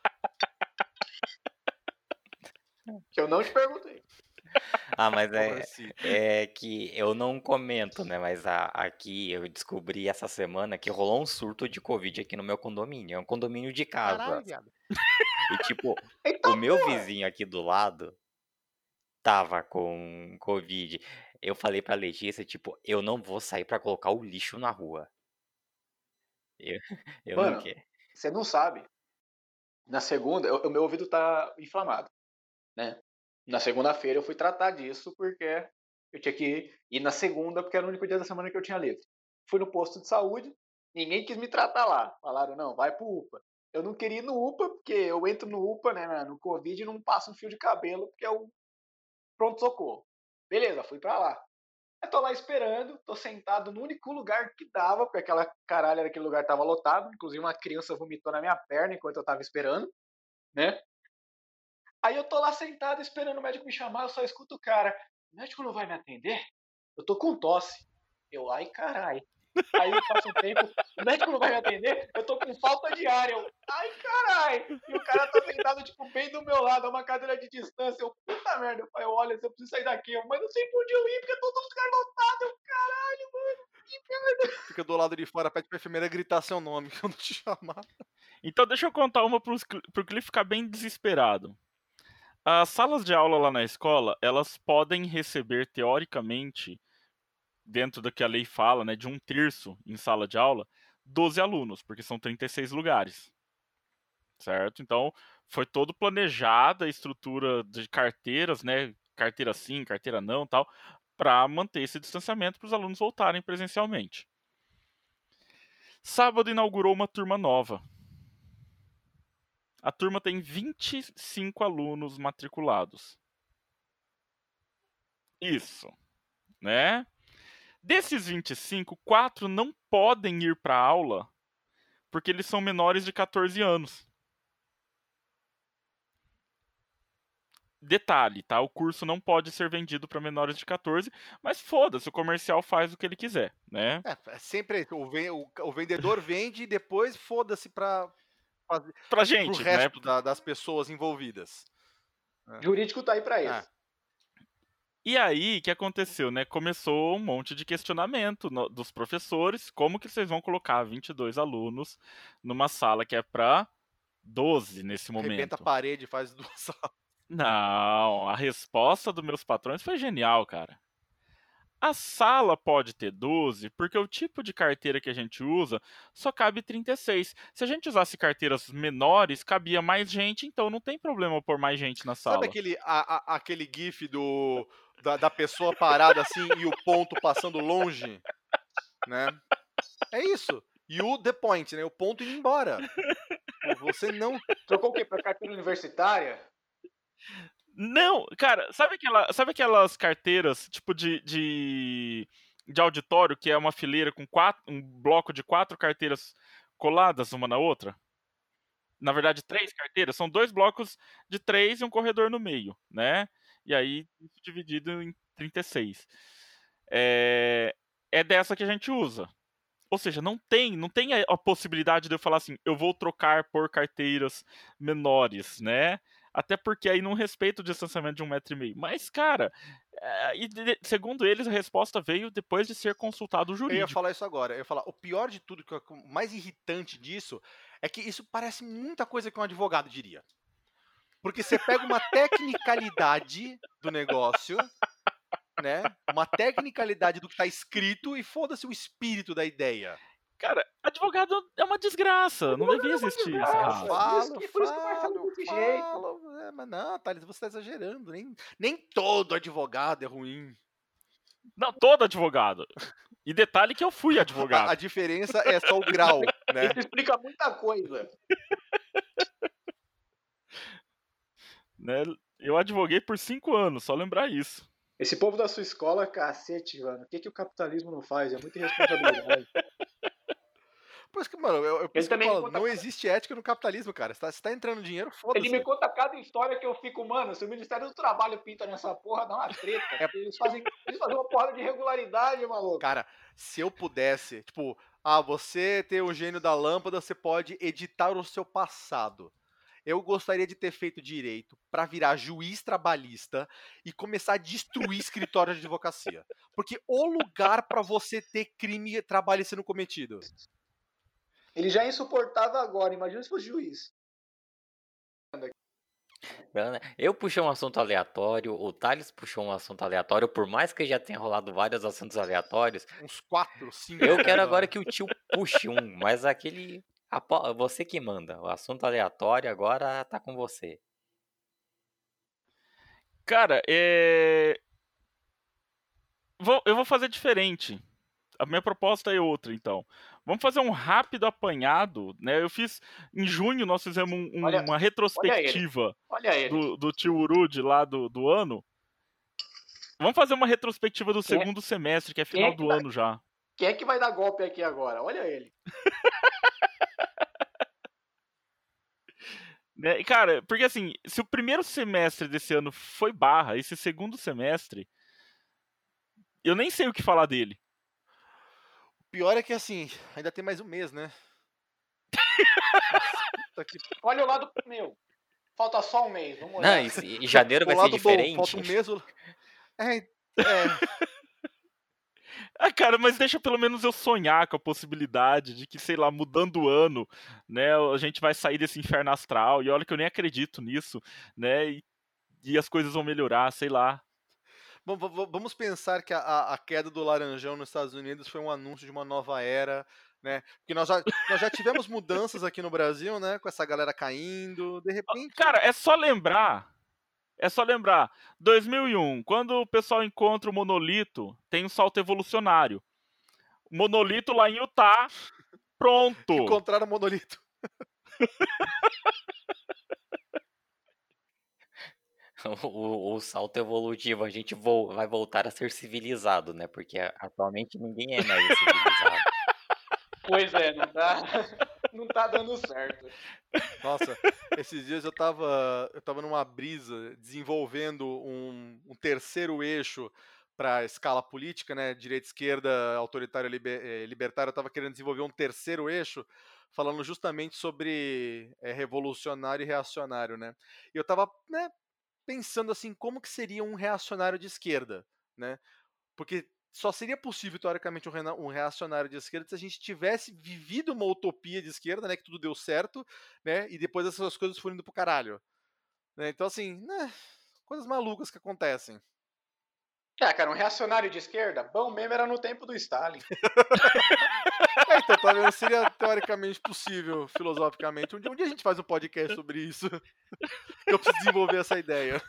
Que eu não te perguntei. Ah, mas Assim. é que eu não comento, né? Mas aqui eu descobri essa semana que rolou um surto de Covid aqui no meu condomínio. É um condomínio de Caralho, casas. viado. E, tipo, Eita o meu porra! vizinho aqui do lado tava com Covid. Eu falei pra Letícia, tipo, eu não vou sair pra colocar o lixo na rua. Eu, eu não Mano, quero. você não sabe. Na segunda, o meu ouvido tá inflamado, né? Na segunda-feira eu fui tratar disso porque eu tinha que ir na segunda, porque era o único dia da semana que eu tinha livre. Fui no posto de saúde, ninguém quis me tratar lá. Falaram, não, vai pro UPA. Eu não queria ir no UPA, porque eu entro no UPA, né, no Covid, e não passo um fio de cabelo, porque é o pronto-socorro. Beleza, fui pra lá. Eu tô lá esperando, tô sentado no único lugar que dava, porque aquela caralho, aquele lugar tava lotado. Inclusive uma criança vomitou na minha perna enquanto eu tava esperando, né? Aí eu tô lá sentado esperando o médico me chamar, eu só escuto o cara, o médico não vai me atender? Eu tô com tosse. Eu, ai carai. Aí passa um tempo, o médico não vai me atender? Eu tô com falta de ar. Eu, ai carai. E o cara tá sentado, tipo, bem do meu lado, a uma cadeira de distância. Eu, puta merda. Eu falei, olha, eu preciso sair daqui. Eu, mas não sei pra onde eu ir, porque todos os caras lotados. Eu, caralho, mano, que merda. Fica do lado de fora, pede pra enfermeira gritar seu nome quando te chamar. Então deixa eu contar uma pro Cliff ficar bem desesperado. As salas de aula lá na escola, elas podem receber, teoricamente, dentro do que a lei fala, né, de 1/3 em sala de aula, 12 alunos, porque são 36 lugares. Certo? Então, foi todo planejada a estrutura de carteiras, né, carteira sim, carteira não, tal, para manter esse distanciamento para os alunos voltarem presencialmente. Sábado inaugurou uma turma nova. A turma tem 25 alunos matriculados. Isso, né? Desses 25, 4 não podem ir para a aula porque eles são menores de 14 anos. Detalhe, tá? O curso não pode ser vendido para menores de 14, mas foda-se, o comercial faz o que ele quiser, né? É sempre o vendedor vende e depois foda-se Pra pro gente, né? resto das pessoas envolvidas. Jurídico tá aí pra isso. E aí, o que aconteceu, né? Começou um monte de questionamento dos professores, como que vocês vão colocar 22 alunos numa sala que é para 12 nesse Arrebenta a momento? parede, faz 2 salas. Não, a resposta dos meus patrões foi genial, cara. A sala pode ter 12, porque o tipo de carteira que a gente usa só cabe 36. Se a gente usasse carteiras menores, cabia mais gente, então não tem problema pôr mais gente na Sabe sala. aquele gif da pessoa parada assim e o ponto passando longe, né? É isso. E o the point, né? O ponto indo embora. Você não... Trocou o quê? Pra carteira universitária? Não, cara, sabe aquelas carteiras, tipo de auditório, que é uma fileira com um bloco de 4 carteiras coladas uma na outra? Na verdade, 3 carteiras, são 2 blocos de 3 e um corredor no meio, né? E aí, isso dividido em 36. É dessa que a gente usa. Ou seja, não tem a possibilidade de eu falar assim, eu vou trocar por carteiras menores, né? Até porque aí não respeita o distanciamento de 1,5 m. Mas, cara, segundo eles, a resposta veio depois de ser consultado o Eu jurídico. ia falar isso agora. Eu ia falar, o pior de tudo, o mais irritante disso, é que isso parece muita coisa que um advogado diria. Porque você pega uma tecnicalidade do negócio, né? Uma tecnicalidade do que tá escrito e foda-se o espírito da ideia. Cara, advogado é uma desgraça. Não devia existir essa desgraça. raça. Por isso que o Marcelo é desse jeito. Mas não, Thales, você tá exagerando. Nem todo advogado é ruim. Não, todo advogado. E detalhe que eu fui advogado. A diferença é só o grau, né? Isso explica muita coisa. Né? Eu advoguei por 5 anos, só lembrar isso. Esse povo da sua escola, cacete, mano. O que o capitalismo não faz? É muita irresponsabilidade. Por isso que, mano, eu Ele também me falo, conta não cada- existe ética no capitalismo, cara. Se tá entrando dinheiro, Ele foda-se. me conta cada história que eu fico, mano, se o Ministério do Trabalho pinta nessa porra, dá uma treta. Eles fazem uma porra de irregularidade, maluco. Cara, se eu pudesse, tipo, você ter o gênio da lâmpada, você pode editar o seu passado. Eu gostaria de ter feito direito pra virar juiz trabalhista e começar a destruir escritório de advocacia. Porque o lugar pra você ter crime e trabalho sendo cometido. Ele já é insuportável agora, imagina se fosse juiz. Eu puxei um assunto aleatório, o Thales puxou um assunto aleatório, por mais que já tenha rolado vários assuntos aleatórios, Uns 4, 5. eu quero agora que o tio puxe um, mas aquele. Você que manda. O assunto aleatório agora tá com você. Cara, eu vou fazer diferente. A minha proposta é outra, então. Vamos fazer um rápido apanhado, né? Eu fiz em junho, nós fizemos uma retrospectiva Olha ele. do tio Urud lá do ano. Vamos fazer uma retrospectiva do segundo semestre, que é final do ano já. Quem é que vai dar golpe aqui agora? Olha ele. Né? Cara, porque assim, se o primeiro semestre desse ano foi barra, esse segundo semestre, eu nem sei o que falar dele. O pior é que, assim, ainda tem mais um mês, né? Puta que... Olha o lado meu. Falta só um mês, vamos Não, olhar. e janeiro vai O ser lado bom, diferente. falta um mês. Ah, cara, mas deixa pelo menos eu sonhar com a possibilidade de que, sei lá, mudando o ano, né, a gente vai sair desse inferno astral. E olha que eu nem acredito nisso, né? E as coisas vão melhorar, sei lá. Bom, vamos pensar que a queda do Laranjão nos Estados Unidos foi um anúncio de uma nova era, né? Porque nós já tivemos mudanças aqui no Brasil, né? Com essa galera caindo, de repente... Cara, é só lembrar, 2001, quando o pessoal encontra o monolito, tem um salto evolucionário. O monolito lá em Utah, pronto. Encontraram o monolito. O salto evolutivo, a gente vai voltar a ser civilizado, né? Porque atualmente ninguém é mais civilizado. Pois é, não tá dando certo. Nossa, esses dias eu tava numa brisa desenvolvendo um terceiro eixo para a escala política, né? Direita, esquerda, autoritário, libertário. Eu tava querendo desenvolver um terceiro eixo, falando justamente sobre revolucionário e reacionário, né? E eu tava, né, pensando assim, como que seria um reacionário de esquerda, né? Porque só seria possível, teoricamente, um reacionário de esquerda se a gente tivesse vivido uma utopia de esquerda, né? Que tudo deu certo, né? E depois essas coisas foram indo pro caralho. Né? Então, assim, né, coisas malucas que acontecem. Cara, um reacionário de esquerda, bom mesmo era no tempo do Stalin. Então, talvez seria teoricamente possível, filosoficamente. Um dia a gente faz um podcast sobre isso. Eu preciso desenvolver essa ideia.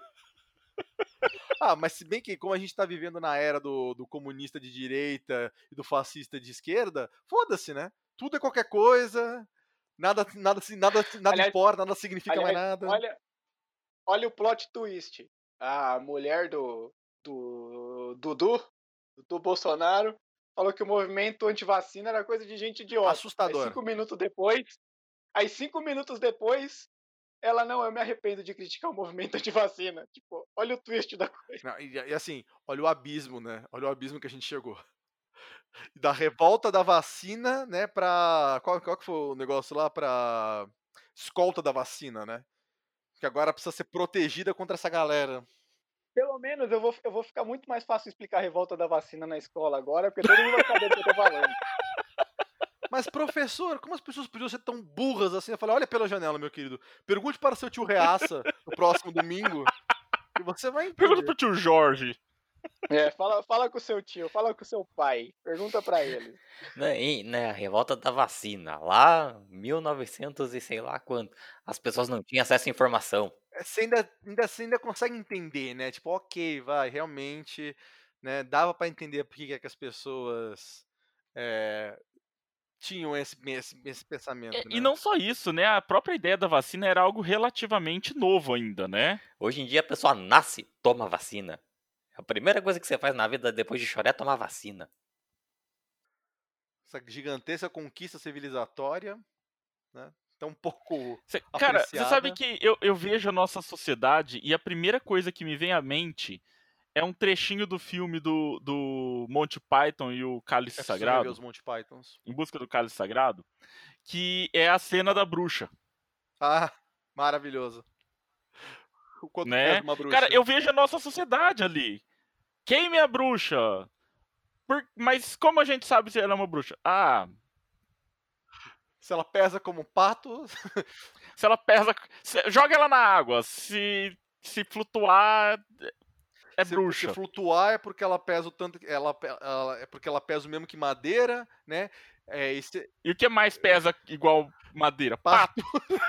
Mas se bem que como a gente tá vivendo na era do comunista de direita e do fascista de esquerda, foda-se, né? Tudo é qualquer coisa, nada Aliás- importa, nada significa mais Aliás, nada. olha o plot twist. A mulher do Dudu, do Bolsonaro, falou que o movimento antivacina era coisa de gente idiota. Assustador. Aí 5 minutos depois, ela não, eu me arrependo de criticar o movimento antivacina. Tipo, olha o twist da coisa. Não, e assim, olha o abismo, né? Olha o abismo que a gente chegou. Da revolta da vacina, né, pra... Qual que foi o negócio lá? Pra escolta da vacina, né? Que agora precisa ser protegida contra essa galera. Pelo menos eu vou ficar muito mais fácil explicar a revolta da vacina na escola agora, porque todo mundo vai saber do que eu tô falando. Mas, professor, como as pessoas podiam ser tão burras assim? Eu falei, olha pela janela, meu querido. Pergunte para seu tio Reaça no próximo domingo. E você vai Pergunta entender. pro tio Jorge. Fala com o seu tio, fala com o seu pai, pergunta pra ele. A revolta da vacina, lá 1900 e sei lá quanto, as pessoas não tinham acesso à informação. Você ainda consegue entender, né? Tipo, ok, vai, realmente, né? Dava pra entender por que as pessoas tinham esse pensamento, né? E não só isso, né? A própria ideia da vacina era algo relativamente novo ainda, né? Hoje em dia a pessoa nasce, toma vacina. A primeira coisa que você faz na vida depois de chorar é tomar vacina. Essa gigantesca conquista civilizatória, né? Tão pouco Cara, você sabe apreciada. que eu vejo a nossa sociedade e a primeira coisa que me vem à mente é um trechinho do filme do Monty Python e o Cálice É preciso Sagrado, rever os Monty Pythons. Em Busca do Cálice Sagrado, que é a cena da bruxa, Ah, maravilhoso. O quanto né? pesa uma bruxa. Cara, eu vejo a nossa sociedade ali. Queime a bruxa. Mas como a gente sabe se ela é uma bruxa? Se ela pesa como um pato, Se ela pesa. Joga ela na água. Se flutuar, é bruxa. se flutuar é porque ela pesa o tanto, é porque ela pesa o mesmo que madeira, né? E o que mais pesa igual madeira? Pato.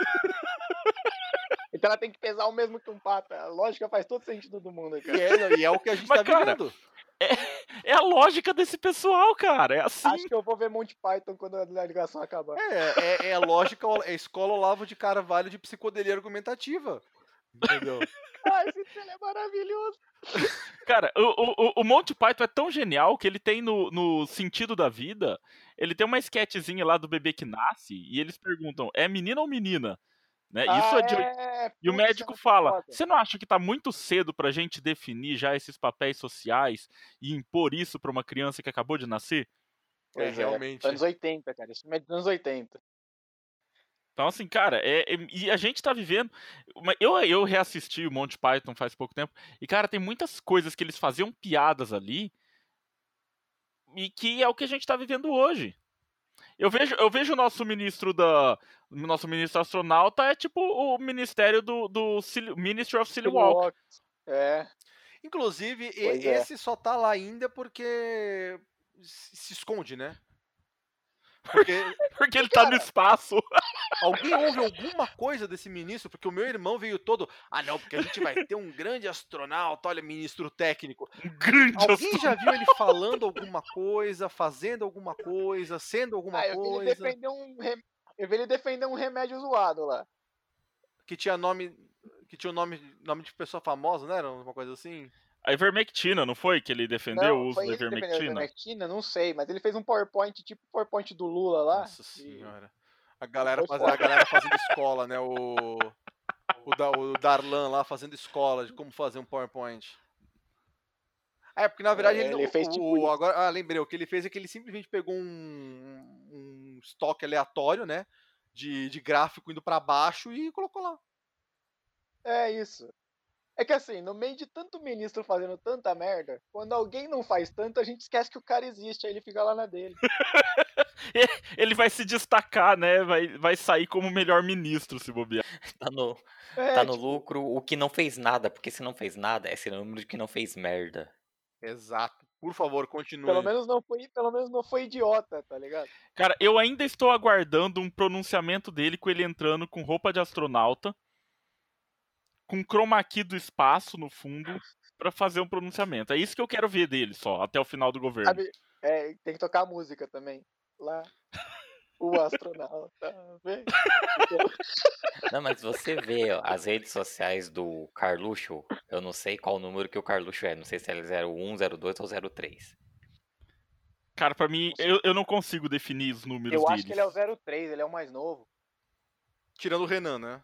Então ela tem que pesar o mesmo que um pato. A lógica faz todo sentido do mundo, cara. E é o que a gente Mas, tá cara, vivendo. É a lógica desse pessoal, cara. É assim. Acho que eu vou ver Monty Python quando a ligação acabar. É a lógica, é a escola Olavo de Carvalho de psicodelia argumentativa. Entendeu? Esse filme é maravilhoso. Cara, o Monty Python é tão genial que ele tem no Sentido da Vida, ele tem uma esquetezinha lá do bebê que nasce e eles perguntam, é menina ou menina? Né? E o médico fala, você não acha que tá muito cedo pra gente definir já esses papéis sociais e impor isso pra uma criança que acabou de nascer? Pois realmente. Anos 80, cara. Esse filme é dos anos 80. Então, assim, cara, e a gente tá vivendo. Eu reassisti o Monty Python faz pouco tempo, e, cara, tem muitas coisas que eles faziam piadas ali, e que é o que a gente tá vivendo hoje. Eu vejo o nosso ministro astronauta é tipo o ministério do Ministry of Silly Walk. Inclusive, esse só tá lá ainda porque se esconde, né? Porque ele tá no espaço. Alguém ouve alguma coisa desse ministro? Porque o meu irmão veio todo. Não, porque a gente vai ter um grande astronauta, olha, ministro técnico. Alguém já viu ele falando alguma coisa, fazendo alguma coisa, sendo alguma coisa? Eu vi ele defender um remédio zoado lá. Que tinha nome de pessoa famosa, não era? Uma coisa assim? A ivermectina, não foi que ele defendeu o uso da ivermectina? Não sei, mas ele fez um PowerPoint, tipo o PowerPoint do Lula lá. Nossa senhora. A galera fazendo escola, né? O Darlan lá fazendo escola de como fazer um PowerPoint. Porque na verdade ele fez tipo agora, lembrei, o que ele fez é que ele simplesmente pegou um estoque aleatório, né? De gráfico indo pra baixo e colocou lá. É isso. É que assim, no meio de tanto ministro fazendo tanta merda, quando alguém não faz tanto, a gente esquece que o cara existe, aí ele fica lá na dele. Ele vai se destacar, né? Vai sair como o melhor ministro, se bobear. Tá no lucro o que não fez nada, porque se não fez nada, é sinônimo de que não fez merda. Exato. Por favor, Pelo continue. menos não foi idiota, tá ligado? Cara, eu ainda estou aguardando um pronunciamento dele com ele entrando com roupa de astronauta, com chroma key do espaço no fundo, pra fazer um pronunciamento. É isso que eu quero ver dele só, até o final do governo. Sabe, tem que tocar a música também. Lá, o astronauta vem. Não, mas você vê as redes sociais do Carluxo, eu não sei qual número que o Carluxo é, não sei se ele é 01, 02 ou 03. Cara, pra mim, eu não consigo definir os números Eu deles. acho que ele é o 03, ele é o mais novo. Tirando o Renan, né?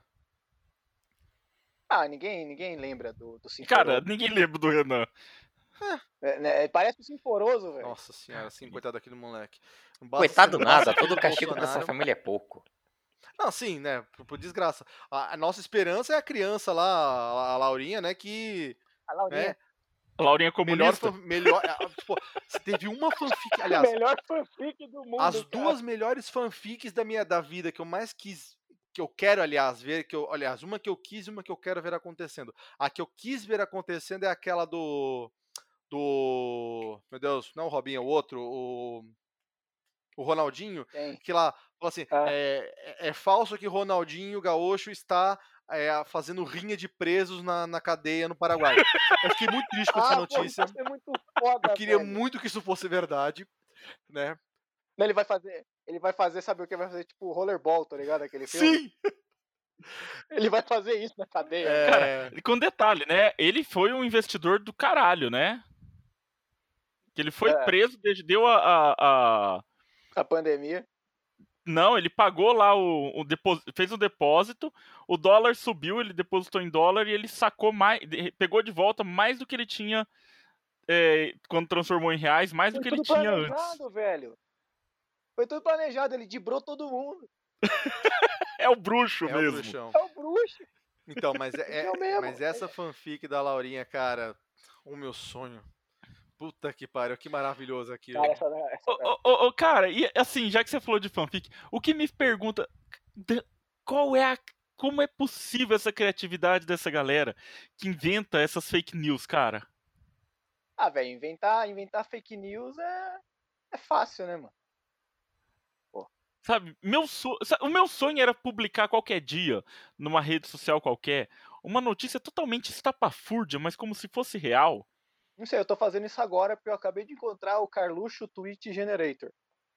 Ah, ninguém lembra do Sinforoso. Cara, ninguém lembra do Renan. Parece o Sinforoso, velho. Nossa senhora, assim, coitado daquele moleque. Não basta Coitado ser- nada, basta todo ser castigo pra essa Bolsonaro. família é pouco. Não, sim, né? Por desgraça. A nossa esperança é a criança lá, a Laurinha, né? Que. A Laurinha. Né, A Laurinha comunista. tipo, se teve uma fanfic. A Aliás, melhor fanfic do mundo, as cara. duas melhores fanfics da vida que eu mais quis. Que eu quero, aliás, ver. Aliás, uma que eu quis e uma que eu quero ver acontecendo. A que eu quis ver acontecendo é aquela do. Meu Deus, não o Robinho, o outro, o Ronaldinho, Tem. que lá fala assim: Ah. é falso que Ronaldinho Gaúcho está fazendo rinha de presos na cadeia no Paraguai. Eu fiquei muito triste com essa notícia. Pô, isso é muito foda, Eu queria velho. muito que isso fosse verdade, né? Não, ele vai fazer, sabe o que? Vai fazer tipo rollerball, tá ligado? Aquele filme. Sim! Ele vai fazer isso na cadeia. É, E com detalhe, né? Ele foi um investidor do caralho, né? Que ele foi preso, deu A pandemia. Não, ele pagou lá fez o depósito, o dólar subiu, ele depositou em dólar e ele sacou mais, pegou de volta mais do que ele tinha quando transformou em reais, mais do que ele tinha antes. Foi tudo planejado, velho. Foi tudo planejado, ele dibrou todo mundo. É o bruxo o mesmo. bruxão. É o bruxo. Então, mas, Eu mesmo. mas essa fanfic da Laurinha, cara, o meu sonho. Puta que pariu, que maravilhoso aquilo. Cara, Cara, e assim, já que você falou de fanfic, o que me pergunta, como é possível essa criatividade dessa galera que inventa essas fake news, cara? Ah, velho, inventar fake news é fácil, né, mano? Sabe, o meu sonho era publicar qualquer dia, numa rede social qualquer, uma notícia totalmente estapafúrdia, mas como se fosse real. Não sei, eu tô fazendo isso agora porque eu acabei de encontrar o Carluxo Tweet Generator.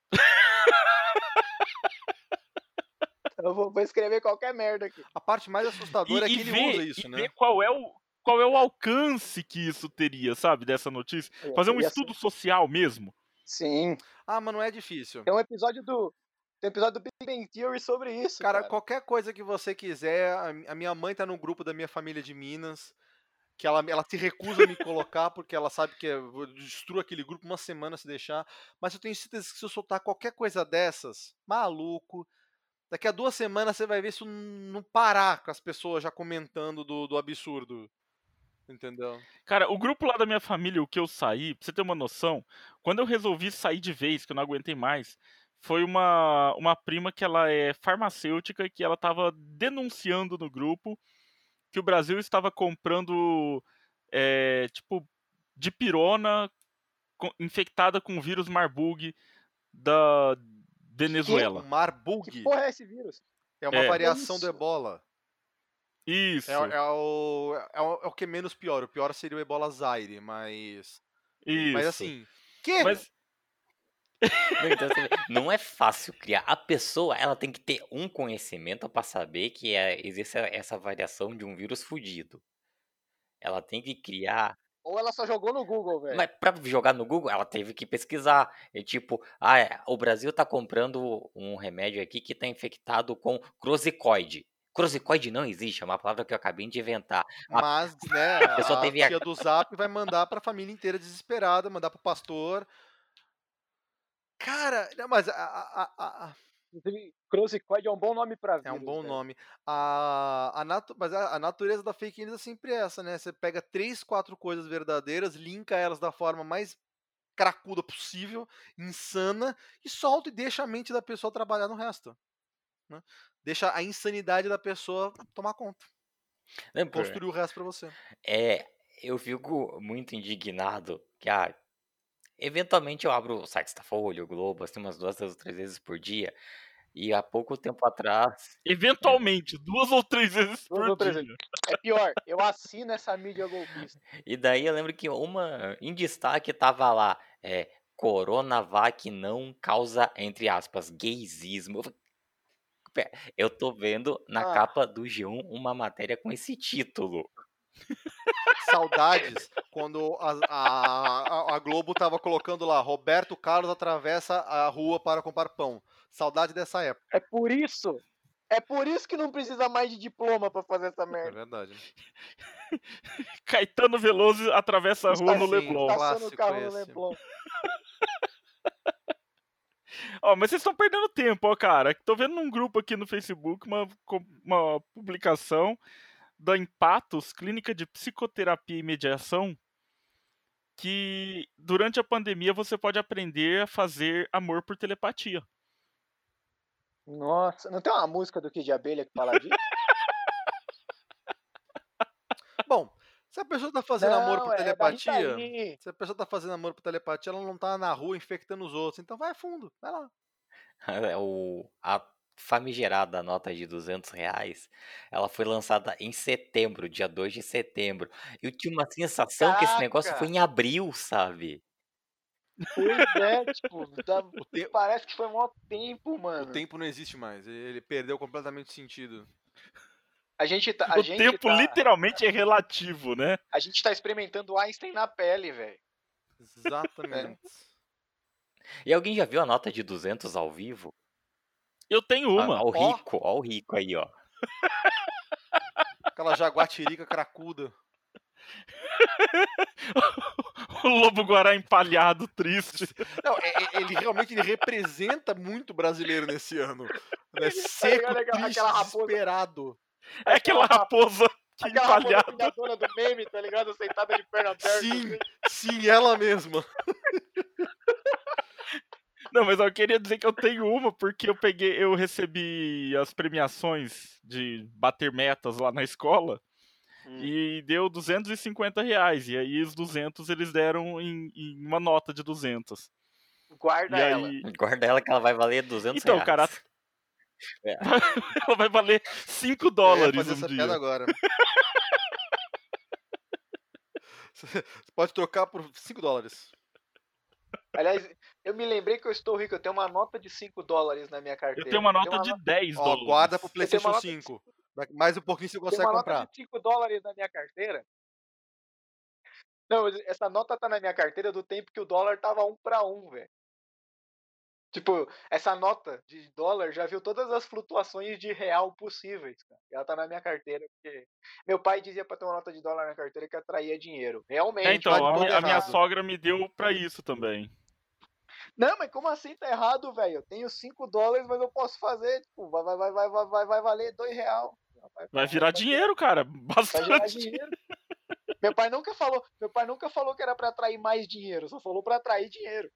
Eu vou escrever qualquer merda aqui. A parte mais assustadora é que ele usa isso, né? Ver qual é o alcance que isso teria, sabe, dessa notícia. Fazer um estudo social mesmo. Sim. Ah, mas não é difícil. Tem um episódio do Big Bang Theory sobre isso, cara. Qualquer coisa que você quiser, a minha mãe tá no grupo da minha família de Minas, que ela se recusa a me colocar, porque ela sabe que eu destruo aquele grupo uma semana se deixar, mas eu tenho certeza que se eu soltar qualquer coisa dessas, maluco, daqui a 2 semanas você vai ver isso não parar com as pessoas já comentando do absurdo. Entendeu? Cara, o grupo lá da minha família, o que eu saí, pra você ter uma noção, quando eu resolvi sair de vez, que eu não aguentei mais, foi uma prima que ela é farmacêutica e que ela tava denunciando no grupo que o Brasil estava comprando, tipo, dipirona infectada com o vírus Marburg da Venezuela. Marburg? Que porra é esse vírus? É uma variação do Ebola. Isso. É o que é menos pior. O pior seria o Ebola Zaire, mas... Isso. Mas assim... Que? Mas... Então, não é fácil criar. A pessoa, ela tem que ter um conhecimento para saber que existe essa variação de um vírus fudido. Ela tem que criar... Ou ela só jogou no Google, velho. Mas pra jogar no Google, ela teve que pesquisar. É tipo, o Brasil tá comprando um remédio aqui que tá infectado com crosicoide. Crosicoide não existe, é uma palavra que eu acabei de inventar. Mas, né, a pessoa teve tia do Zap vai mandar pra família inteira desesperada, mandar pro pastor. Cara, não, mas Crosicoide é um bom nome pra vírus. É um bom velho. nome. Mas a natureza da fake news é sempre essa, né? Você pega 3, 4 coisas verdadeiras, linka elas da forma mais cracuda possível, insana, e solta e deixa a mente da pessoa trabalhar no resto. Né? Deixa a insanidade da pessoa tomar conta. Construir o resto pra você. eu fico muito indignado que, eventualmente eu abro o site da Folha, o Globo, assim, umas 2 ou 3 vezes por dia, e há pouco tempo atrás Eventualmente, 2 ou 3 vezes 2 por ou 3 dia. vezes. É pior, eu assino essa mídia golpista. e daí eu lembro que em destaque tava lá, Coronavac não causa, entre aspas, gaysismo. Eu tô vendo na Ah, capa do G1 uma matéria com esse título. Saudades quando a Globo tava colocando lá, Roberto Carlos atravessa a rua para comprar pão. Saudade dessa época. é por isso que não precisa mais de diploma pra fazer essa É merda. verdade. Caetano Veloso atravessa a rua no Sim, Leblon. Estaciona o clássico carro no esse. Leblon. Ó, mas vocês estão perdendo tempo, ó, cara. Tô vendo num grupo aqui no Facebook uma publicação da Empatos, Clínica de Psicoterapia e Mediação, que durante a pandemia você pode aprender a fazer amor por telepatia. Nossa, não tem uma música do Kid de Abelha que fala disso? Bom, se a pessoa tá fazendo amor por Não, é da Rita telepatia, Lee. se a pessoa tá fazendo amor por telepatia, ela não tá na rua infectando os outros. Então vai fundo, vai lá. A famigerada nota de R$ 200, ela foi lançada em setembro, dia 2 de setembro. Eu tinha uma sensação que esse negócio foi Caraca! em abril, sabe? Pois é, tipo, O, te- parece que foi mó tempo, o mano. tempo não existe mais. Ele perdeu completamente o sentido. A gente tá, O tempo literalmente é relativo, né? a gente tá experimentando Einstein na pele, velho. Exatamente. E alguém já viu a nota de 200 ao vivo? Eu tenho uma. Ó o rico aí, ó. Aquela jaguatirica cracuda. O lobo-guará empalhado, triste. Não, ele realmente representa muito brasileiro nesse ano. Né? Seco, ligado? triste, Aquela raposa. desesperado. É aquela raposa que Aquela raposa empalhada. cuidadora do meme, tá ligado? Sentada de perna aberta. Sim, ela mesma. Não, mas eu queria dizer que eu tenho uma porque eu recebi as premiações de bater metas lá na escola e deu R$ 250. E aí os 200 eles deram em uma nota de 200. Guarda E ela. aí, Guarda ela que ela vai valer R$ 200. então, cara, É. ela vai valer $5 Eu ia fazer um essa dia. piada agora. Você pode trocar por $5. Aliás, eu me lembrei que eu estou rico. Eu tenho uma nota de $5 na minha carteira. Eu tenho uma nota de $10. Ó, guarda pro Eu tenho uma PlayStation nota de 5. Mais um pouquinho você Tem consegue uma comprar. nota de $5 na minha carteira. Não, essa nota tá na minha carteira do tempo que o dólar tava 1 para 1, velho. Tipo, essa nota de dólar já viu todas as flutuações de real possíveis, cara. Ela tá na minha carteira, porque meu pai dizia pra ter uma nota de dólar na carteira que atraía dinheiro. Realmente. Então, tá de todo a minha errado. sogra me deu pra isso também. Não, mas como assim tá errado, velho? Eu tenho $5, mas eu posso fazer, tipo, vai valer R$2. Vai virar dinheiro, cara. Vai gerar Bastante. dinheiro. Meu pai nunca falou que era pra atrair mais dinheiro, só falou pra atrair dinheiro.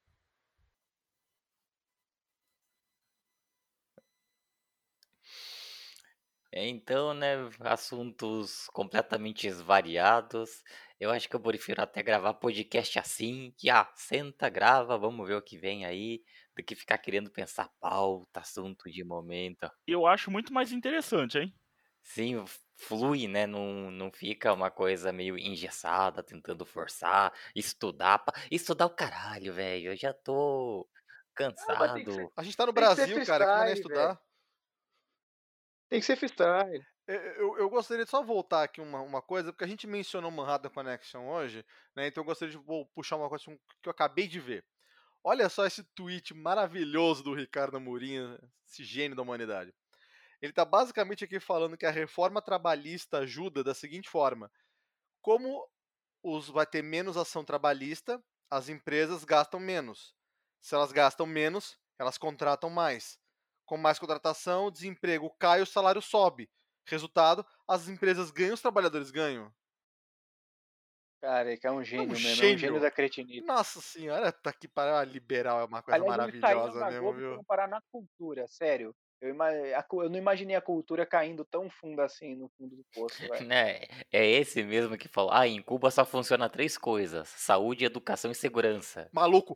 Então, né, assuntos completamente variados. Eu acho que eu prefiro até gravar podcast assim, que senta, grava, vamos ver o que vem aí, do que ficar querendo pensar pauta, assunto de momento. Eu acho muito mais interessante, hein? Sim, flui, né? Não fica uma coisa meio engessada, tentando forçar, estudar. Estudar o caralho, velho. Eu já tô mas tem que ser- cansado. A gente tá no Tem que ser Brasil, cara, que maneira freestyle, estudar. Tem que ser freestyle. Eu gostaria de só voltar aqui uma coisa, porque a gente mencionou Manhattan Connection hoje, né? Então eu gostaria de puxar uma coisa que eu acabei de ver. Olha só esse tweet maravilhoso do Ricardo Amorim, esse gênio da humanidade. Ele tá basicamente aqui falando que a reforma trabalhista ajuda da seguinte forma: como vai ter menos ação trabalhista, as empresas gastam menos. Se elas gastam menos, elas contratam mais. Com mais contratação, o desemprego cai, o salário sobe. Resultado, as empresas ganham, os trabalhadores ganham. Cara, é um gênio mesmo, é um gênio. gênio da cretinita. Nossa senhora, tá aqui para liberal, é uma coisa Aliás, eles saíram maravilhosa da mesmo, Globo e viu? foram parar na cultura, sério. Eu não imaginei a cultura caindo tão fundo assim no fundo do poço, velho. Né, é esse mesmo que falou: "Ah, em Cuba só funciona 3 coisas: saúde, educação e segurança". Maluco,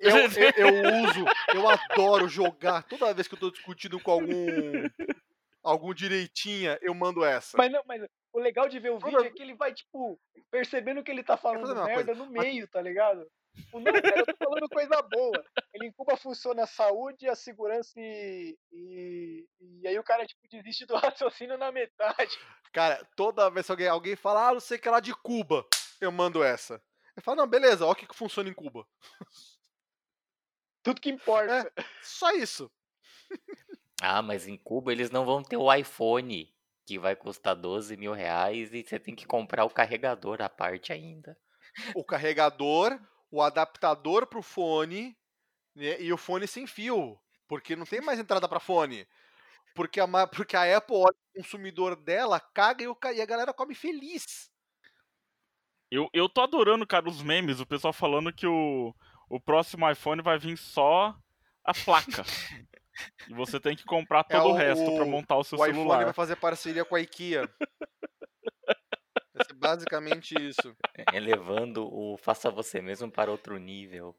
eu adoro jogar. Toda vez que eu tô discutindo com algum direitinha, eu mando essa. Mas o legal de ver o vídeo é que ele vai, tipo, percebendo que ele tá fazer a falando mesma coisa. merda no meio, tá ligado? Tipo, não, cara, eu tô falando coisa boa. Ele em Cuba funciona a saúde, a segurança e aí o cara, tipo, desiste do raciocínio na metade. Cara, toda vez que alguém fala, não sei o que lá de Cuba, eu mando essa. Eu falo, não, beleza, ó o que funciona em Cuba. Tudo que importa. Só isso. Ah, mas em Cuba eles não vão ter o iPhone, que vai custar R$12.000 e você tem que comprar o carregador à parte ainda. O carregador, o adaptador pro fone, né, e o fone sem fio. Porque não tem mais entrada pra fone. Porque a Apple olha o consumidor dela, caga e a galera come feliz. Eu tô adorando, cara, os memes, o pessoal falando que o próximo iPhone vai vir só a placa. E você tem que comprar todo o resto pra montar o seu O iPhone celular. vai fazer parceria com a IKEA. Vai ser basicamente isso. Elevando o faça você mesmo para outro nível.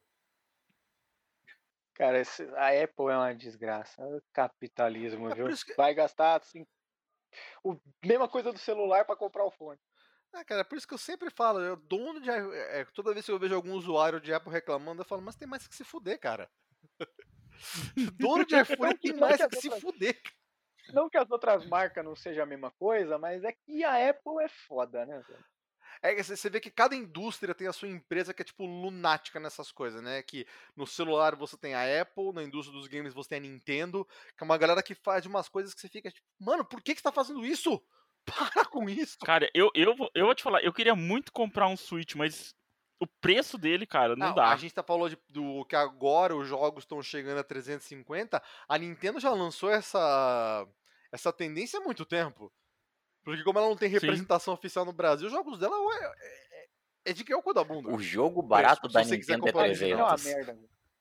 Cara, a Apple é uma desgraça. É o capitalismo, É viu? por isso que, Vai gastar assim, mesma coisa do celular pra comprar o fone. cara, é por isso que eu sempre falo, dono de toda vez que eu vejo algum usuário de Apple reclamando, eu falo, mas tem mais que se fuder, cara. Dono de iPhone tem mais que se fuder. Não que as outras marcas não sejam a mesma coisa, mas é que a Apple é foda, né, velho? É que você vê que cada indústria tem a sua empresa que é tipo lunática nessas coisas, né? Que no celular você tem a Apple, na indústria dos games você tem a Nintendo, que é uma galera que faz umas coisas que você fica tipo, mano, por que você tá fazendo isso? Para com isso! Cara, eu vou te falar, eu queria muito comprar um Switch, mas o preço dele, cara, não A dá. gente falou do que agora os jogos estão chegando a 350, a Nintendo já lançou essa tendência há muito tempo. Porque como ela não tem Sim. representação oficial no Brasil, os jogos dela é de que é o cu da bunda. O jogo barato Se da você quiser Nintendo é comprar original. É uma 300. merda,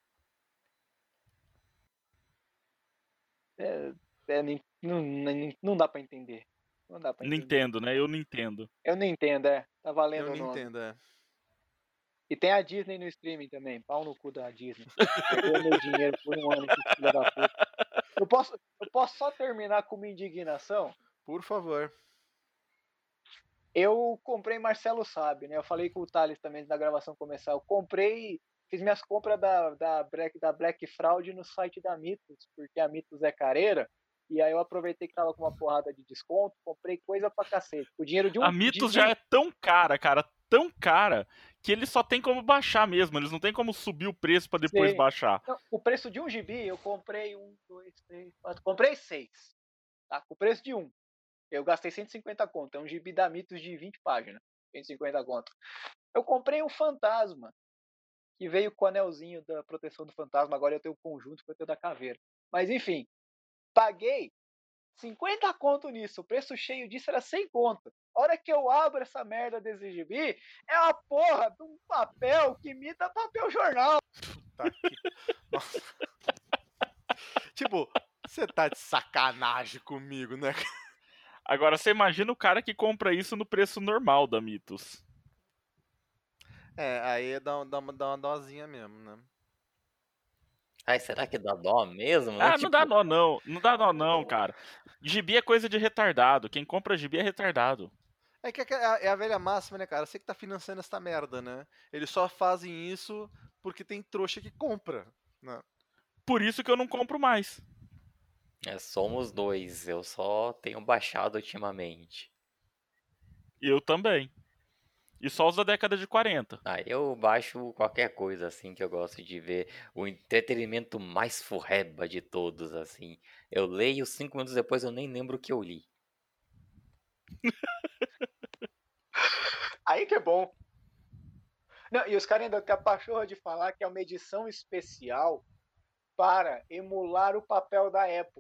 velho. Não dá pra entender. Não dá pra entender. Nintendo, né? Eu não entendo. Eu não entendo, Tá valendo Eu o não nome. entendo, E tem a Disney no streaming também. Pau no cu da Disney. Perdeu meu dinheiro por um ano, que filha da puta. Eu posso só terminar com uma indignação? Por favor. Eu comprei, Marcelo sabe, né? Eu falei com o Thales também antes da gravação começar. Eu comprei, fiz minhas compras da Black Fraud no site da Mitos, porque a Mitos é careira. E aí eu aproveitei que tava com uma porrada de desconto, comprei coisa pra cacete. O dinheiro de um... A Mitos já é tão cara, cara, tão cara, que eles só tem como baixar mesmo. Eles não tem como subir o preço pra depois Sim. baixar. Não, o preço de um GB, eu comprei 1, 2, 3, 4... Comprei 6. Tá? Com o preço de um. Eu gastei 150 conto. É um GB da Mitos de 20 páginas. 150 conto. Eu comprei um fantasma, que veio com o anelzinho da proteção do fantasma. Agora eu tenho o conjunto que eu tenho da caveira. Mas enfim, paguei 50 conto nisso. O preço cheio disso era 100 conto. A hora que eu abro essa merda desse gibi, é uma porra de um papel que imita papel jornal. Tá aqui. Nossa. Tipo, você tá de sacanagem comigo, né? Agora, você imagina o cara que compra isso no preço normal da Mitos. Aí dá uma dozinha mesmo, né? Ai, será que dá dó mesmo? Ah, Tipo, não dá dó não. Não dá dó não, cara. Gibi é coisa de retardado. Quem compra gibi é retardado. É que é a velha máxima, né, cara? Você que tá financiando essa merda, né? Eles só fazem isso porque tem trouxa que compra, né? Por isso que eu não compro mais. somos dois. Eu só tenho baixado ultimamente. Eu também. E só os da década de 40. Eu baixo qualquer coisa, assim, que eu gosto de ver. O entretenimento mais furreba de todos, assim. Eu leio, 5 minutos depois eu nem lembro o que eu li. Aí que é bom. Não, e os caras ainda têm a pachorra de falar que é uma edição especial para emular o papel da Apple.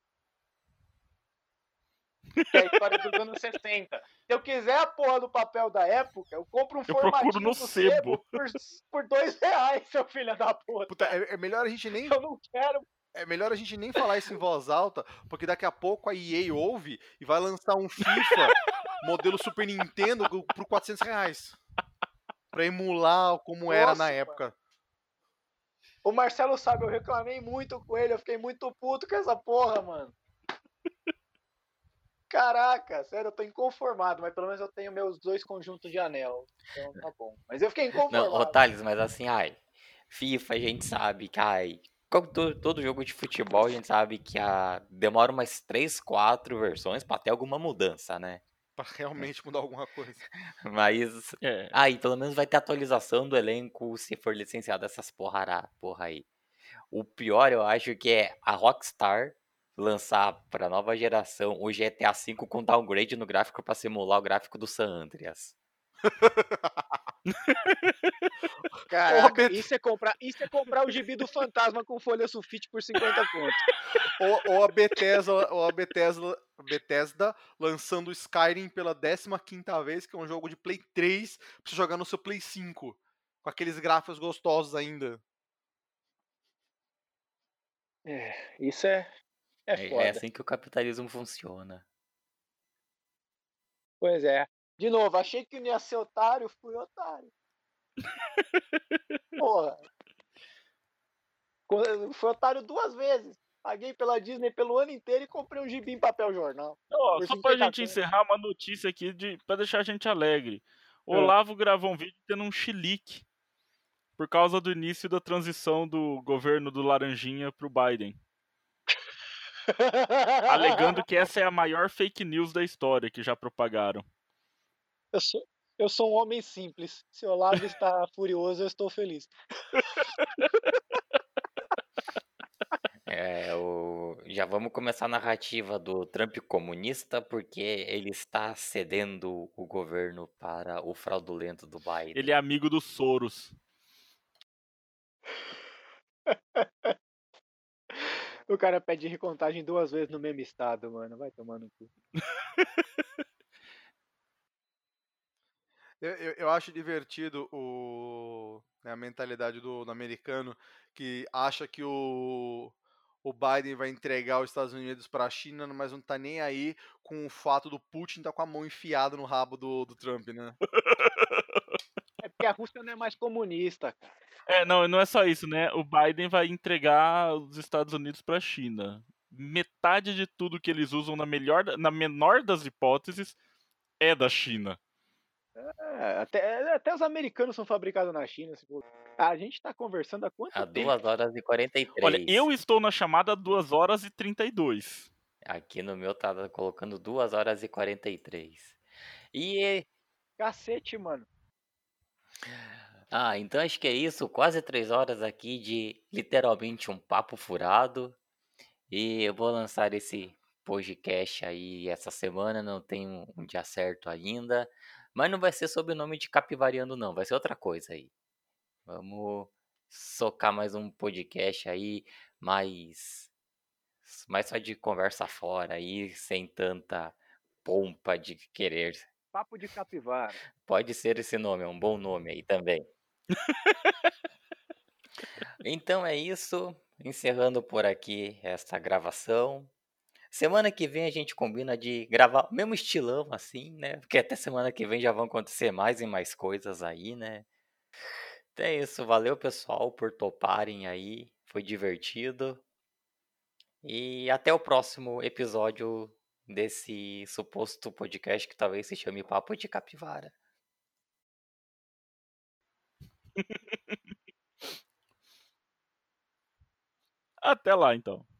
Que é a história dos anos 60. Se eu quiser a porra do papel da época, eu compro um formatinho no do sebo. por R$2, seu filho da puta. Puta, é melhor a gente nem. Eu não quero É melhor a gente nem falar isso em voz alta, porque daqui a pouco a EA ouve e vai lançar um FIFA modelo Super Nintendo por R$400. Pra emular como era na Nossa, época. o Marcelo sabe, eu reclamei muito com ele, eu fiquei muito puto com essa porra, mano. Caraca, sério, eu tô inconformado, mas pelo menos eu tenho meus 2 conjuntos de anel. Então tá bom. Mas eu fiquei Não, ô inconformado. Thales, mas assim, FIFA a gente sabe que, como todo jogo de futebol a gente sabe que demora umas 3, 4 versões pra ter alguma mudança, né? Pra realmente mudar alguma coisa. Mas, É. aí pelo menos vai ter atualização do elenco se for licenciado essas porra aí. O pior eu acho que é a Rockstar lançar pra nova geração o GTA V com downgrade no gráfico pra simular o gráfico do San Andreas. Caraca, isso é comprar o gibi do Fantasma com folha sulfite por 50 conto. Ou a Bethesda lançando o Skyrim pela 15ª vez, que é um jogo de Play 3, pra você jogar no seu Play 5. Com aqueles gráficos gostosos ainda. Isso é É foda. assim que o capitalismo funciona. Pois é. De novo, achei que não ia ser otário, fui otário. Porra. Fui otário 2 vezes. Paguei pela Disney pelo ano inteiro e comprei um gibi em papel jornal. Ó, Por só pra 50 gente conto. encerrar, uma notícia aqui pra deixar a gente alegre. O É. Olavo gravou um vídeo tendo um chilique por causa do início da transição do governo do Laranjinha pro Biden. Alegando que essa é a maior fake news da história que já propagaram. Eu sou um homem simples. Se o Olavo está furioso, eu estou feliz. Já vamos começar a narrativa do Trump comunista, porque ele está cedendo o governo para o fraudulento do Biden. Ele é amigo dos Soros. O cara pede recontagem 2 vezes no mesmo estado, mano. Vai tomar no cu. Eu acho divertido a mentalidade do americano que acha que o Biden vai entregar os Estados Unidos para a China, mas não tá nem aí com o fato do Putin tá com a mão enfiada no rabo do Trump, né? É porque a Rússia não é mais comunista, cara. Não é só isso, né? O Biden vai entregar os Estados Unidos pra China. Metade de tudo que eles usam, na menor das hipóteses, é da China. Até os americanos são fabricados na China. A gente tá conversando há quanto Há tempo? 2 horas e 43. Olha, eu estou na chamada há 2 horas e 32. Aqui no meu tá colocando 2 horas e 43. E Cacete, mano. então acho que é isso, quase 3 horas aqui de literalmente um papo furado. E eu vou lançar esse podcast aí essa semana, não tenho um dia certo ainda, mas não vai ser sob o nome de Capivariando não, vai ser outra coisa aí. Vamos socar mais um podcast aí, mais só de conversa fora aí, sem tanta pompa de querer. Papo de capivara. Pode ser esse nome, é um bom nome aí também. Então é isso, encerrando por aqui esta gravação. Semana que vem a gente combina de gravar o mesmo estilão assim, né? Porque até semana que vem já vão acontecer mais e mais coisas aí, né? Então é isso, valeu pessoal por toparem aí, foi divertido. E até o próximo episódio desse suposto podcast que talvez se chame Papo de Capivara. Até lá, então.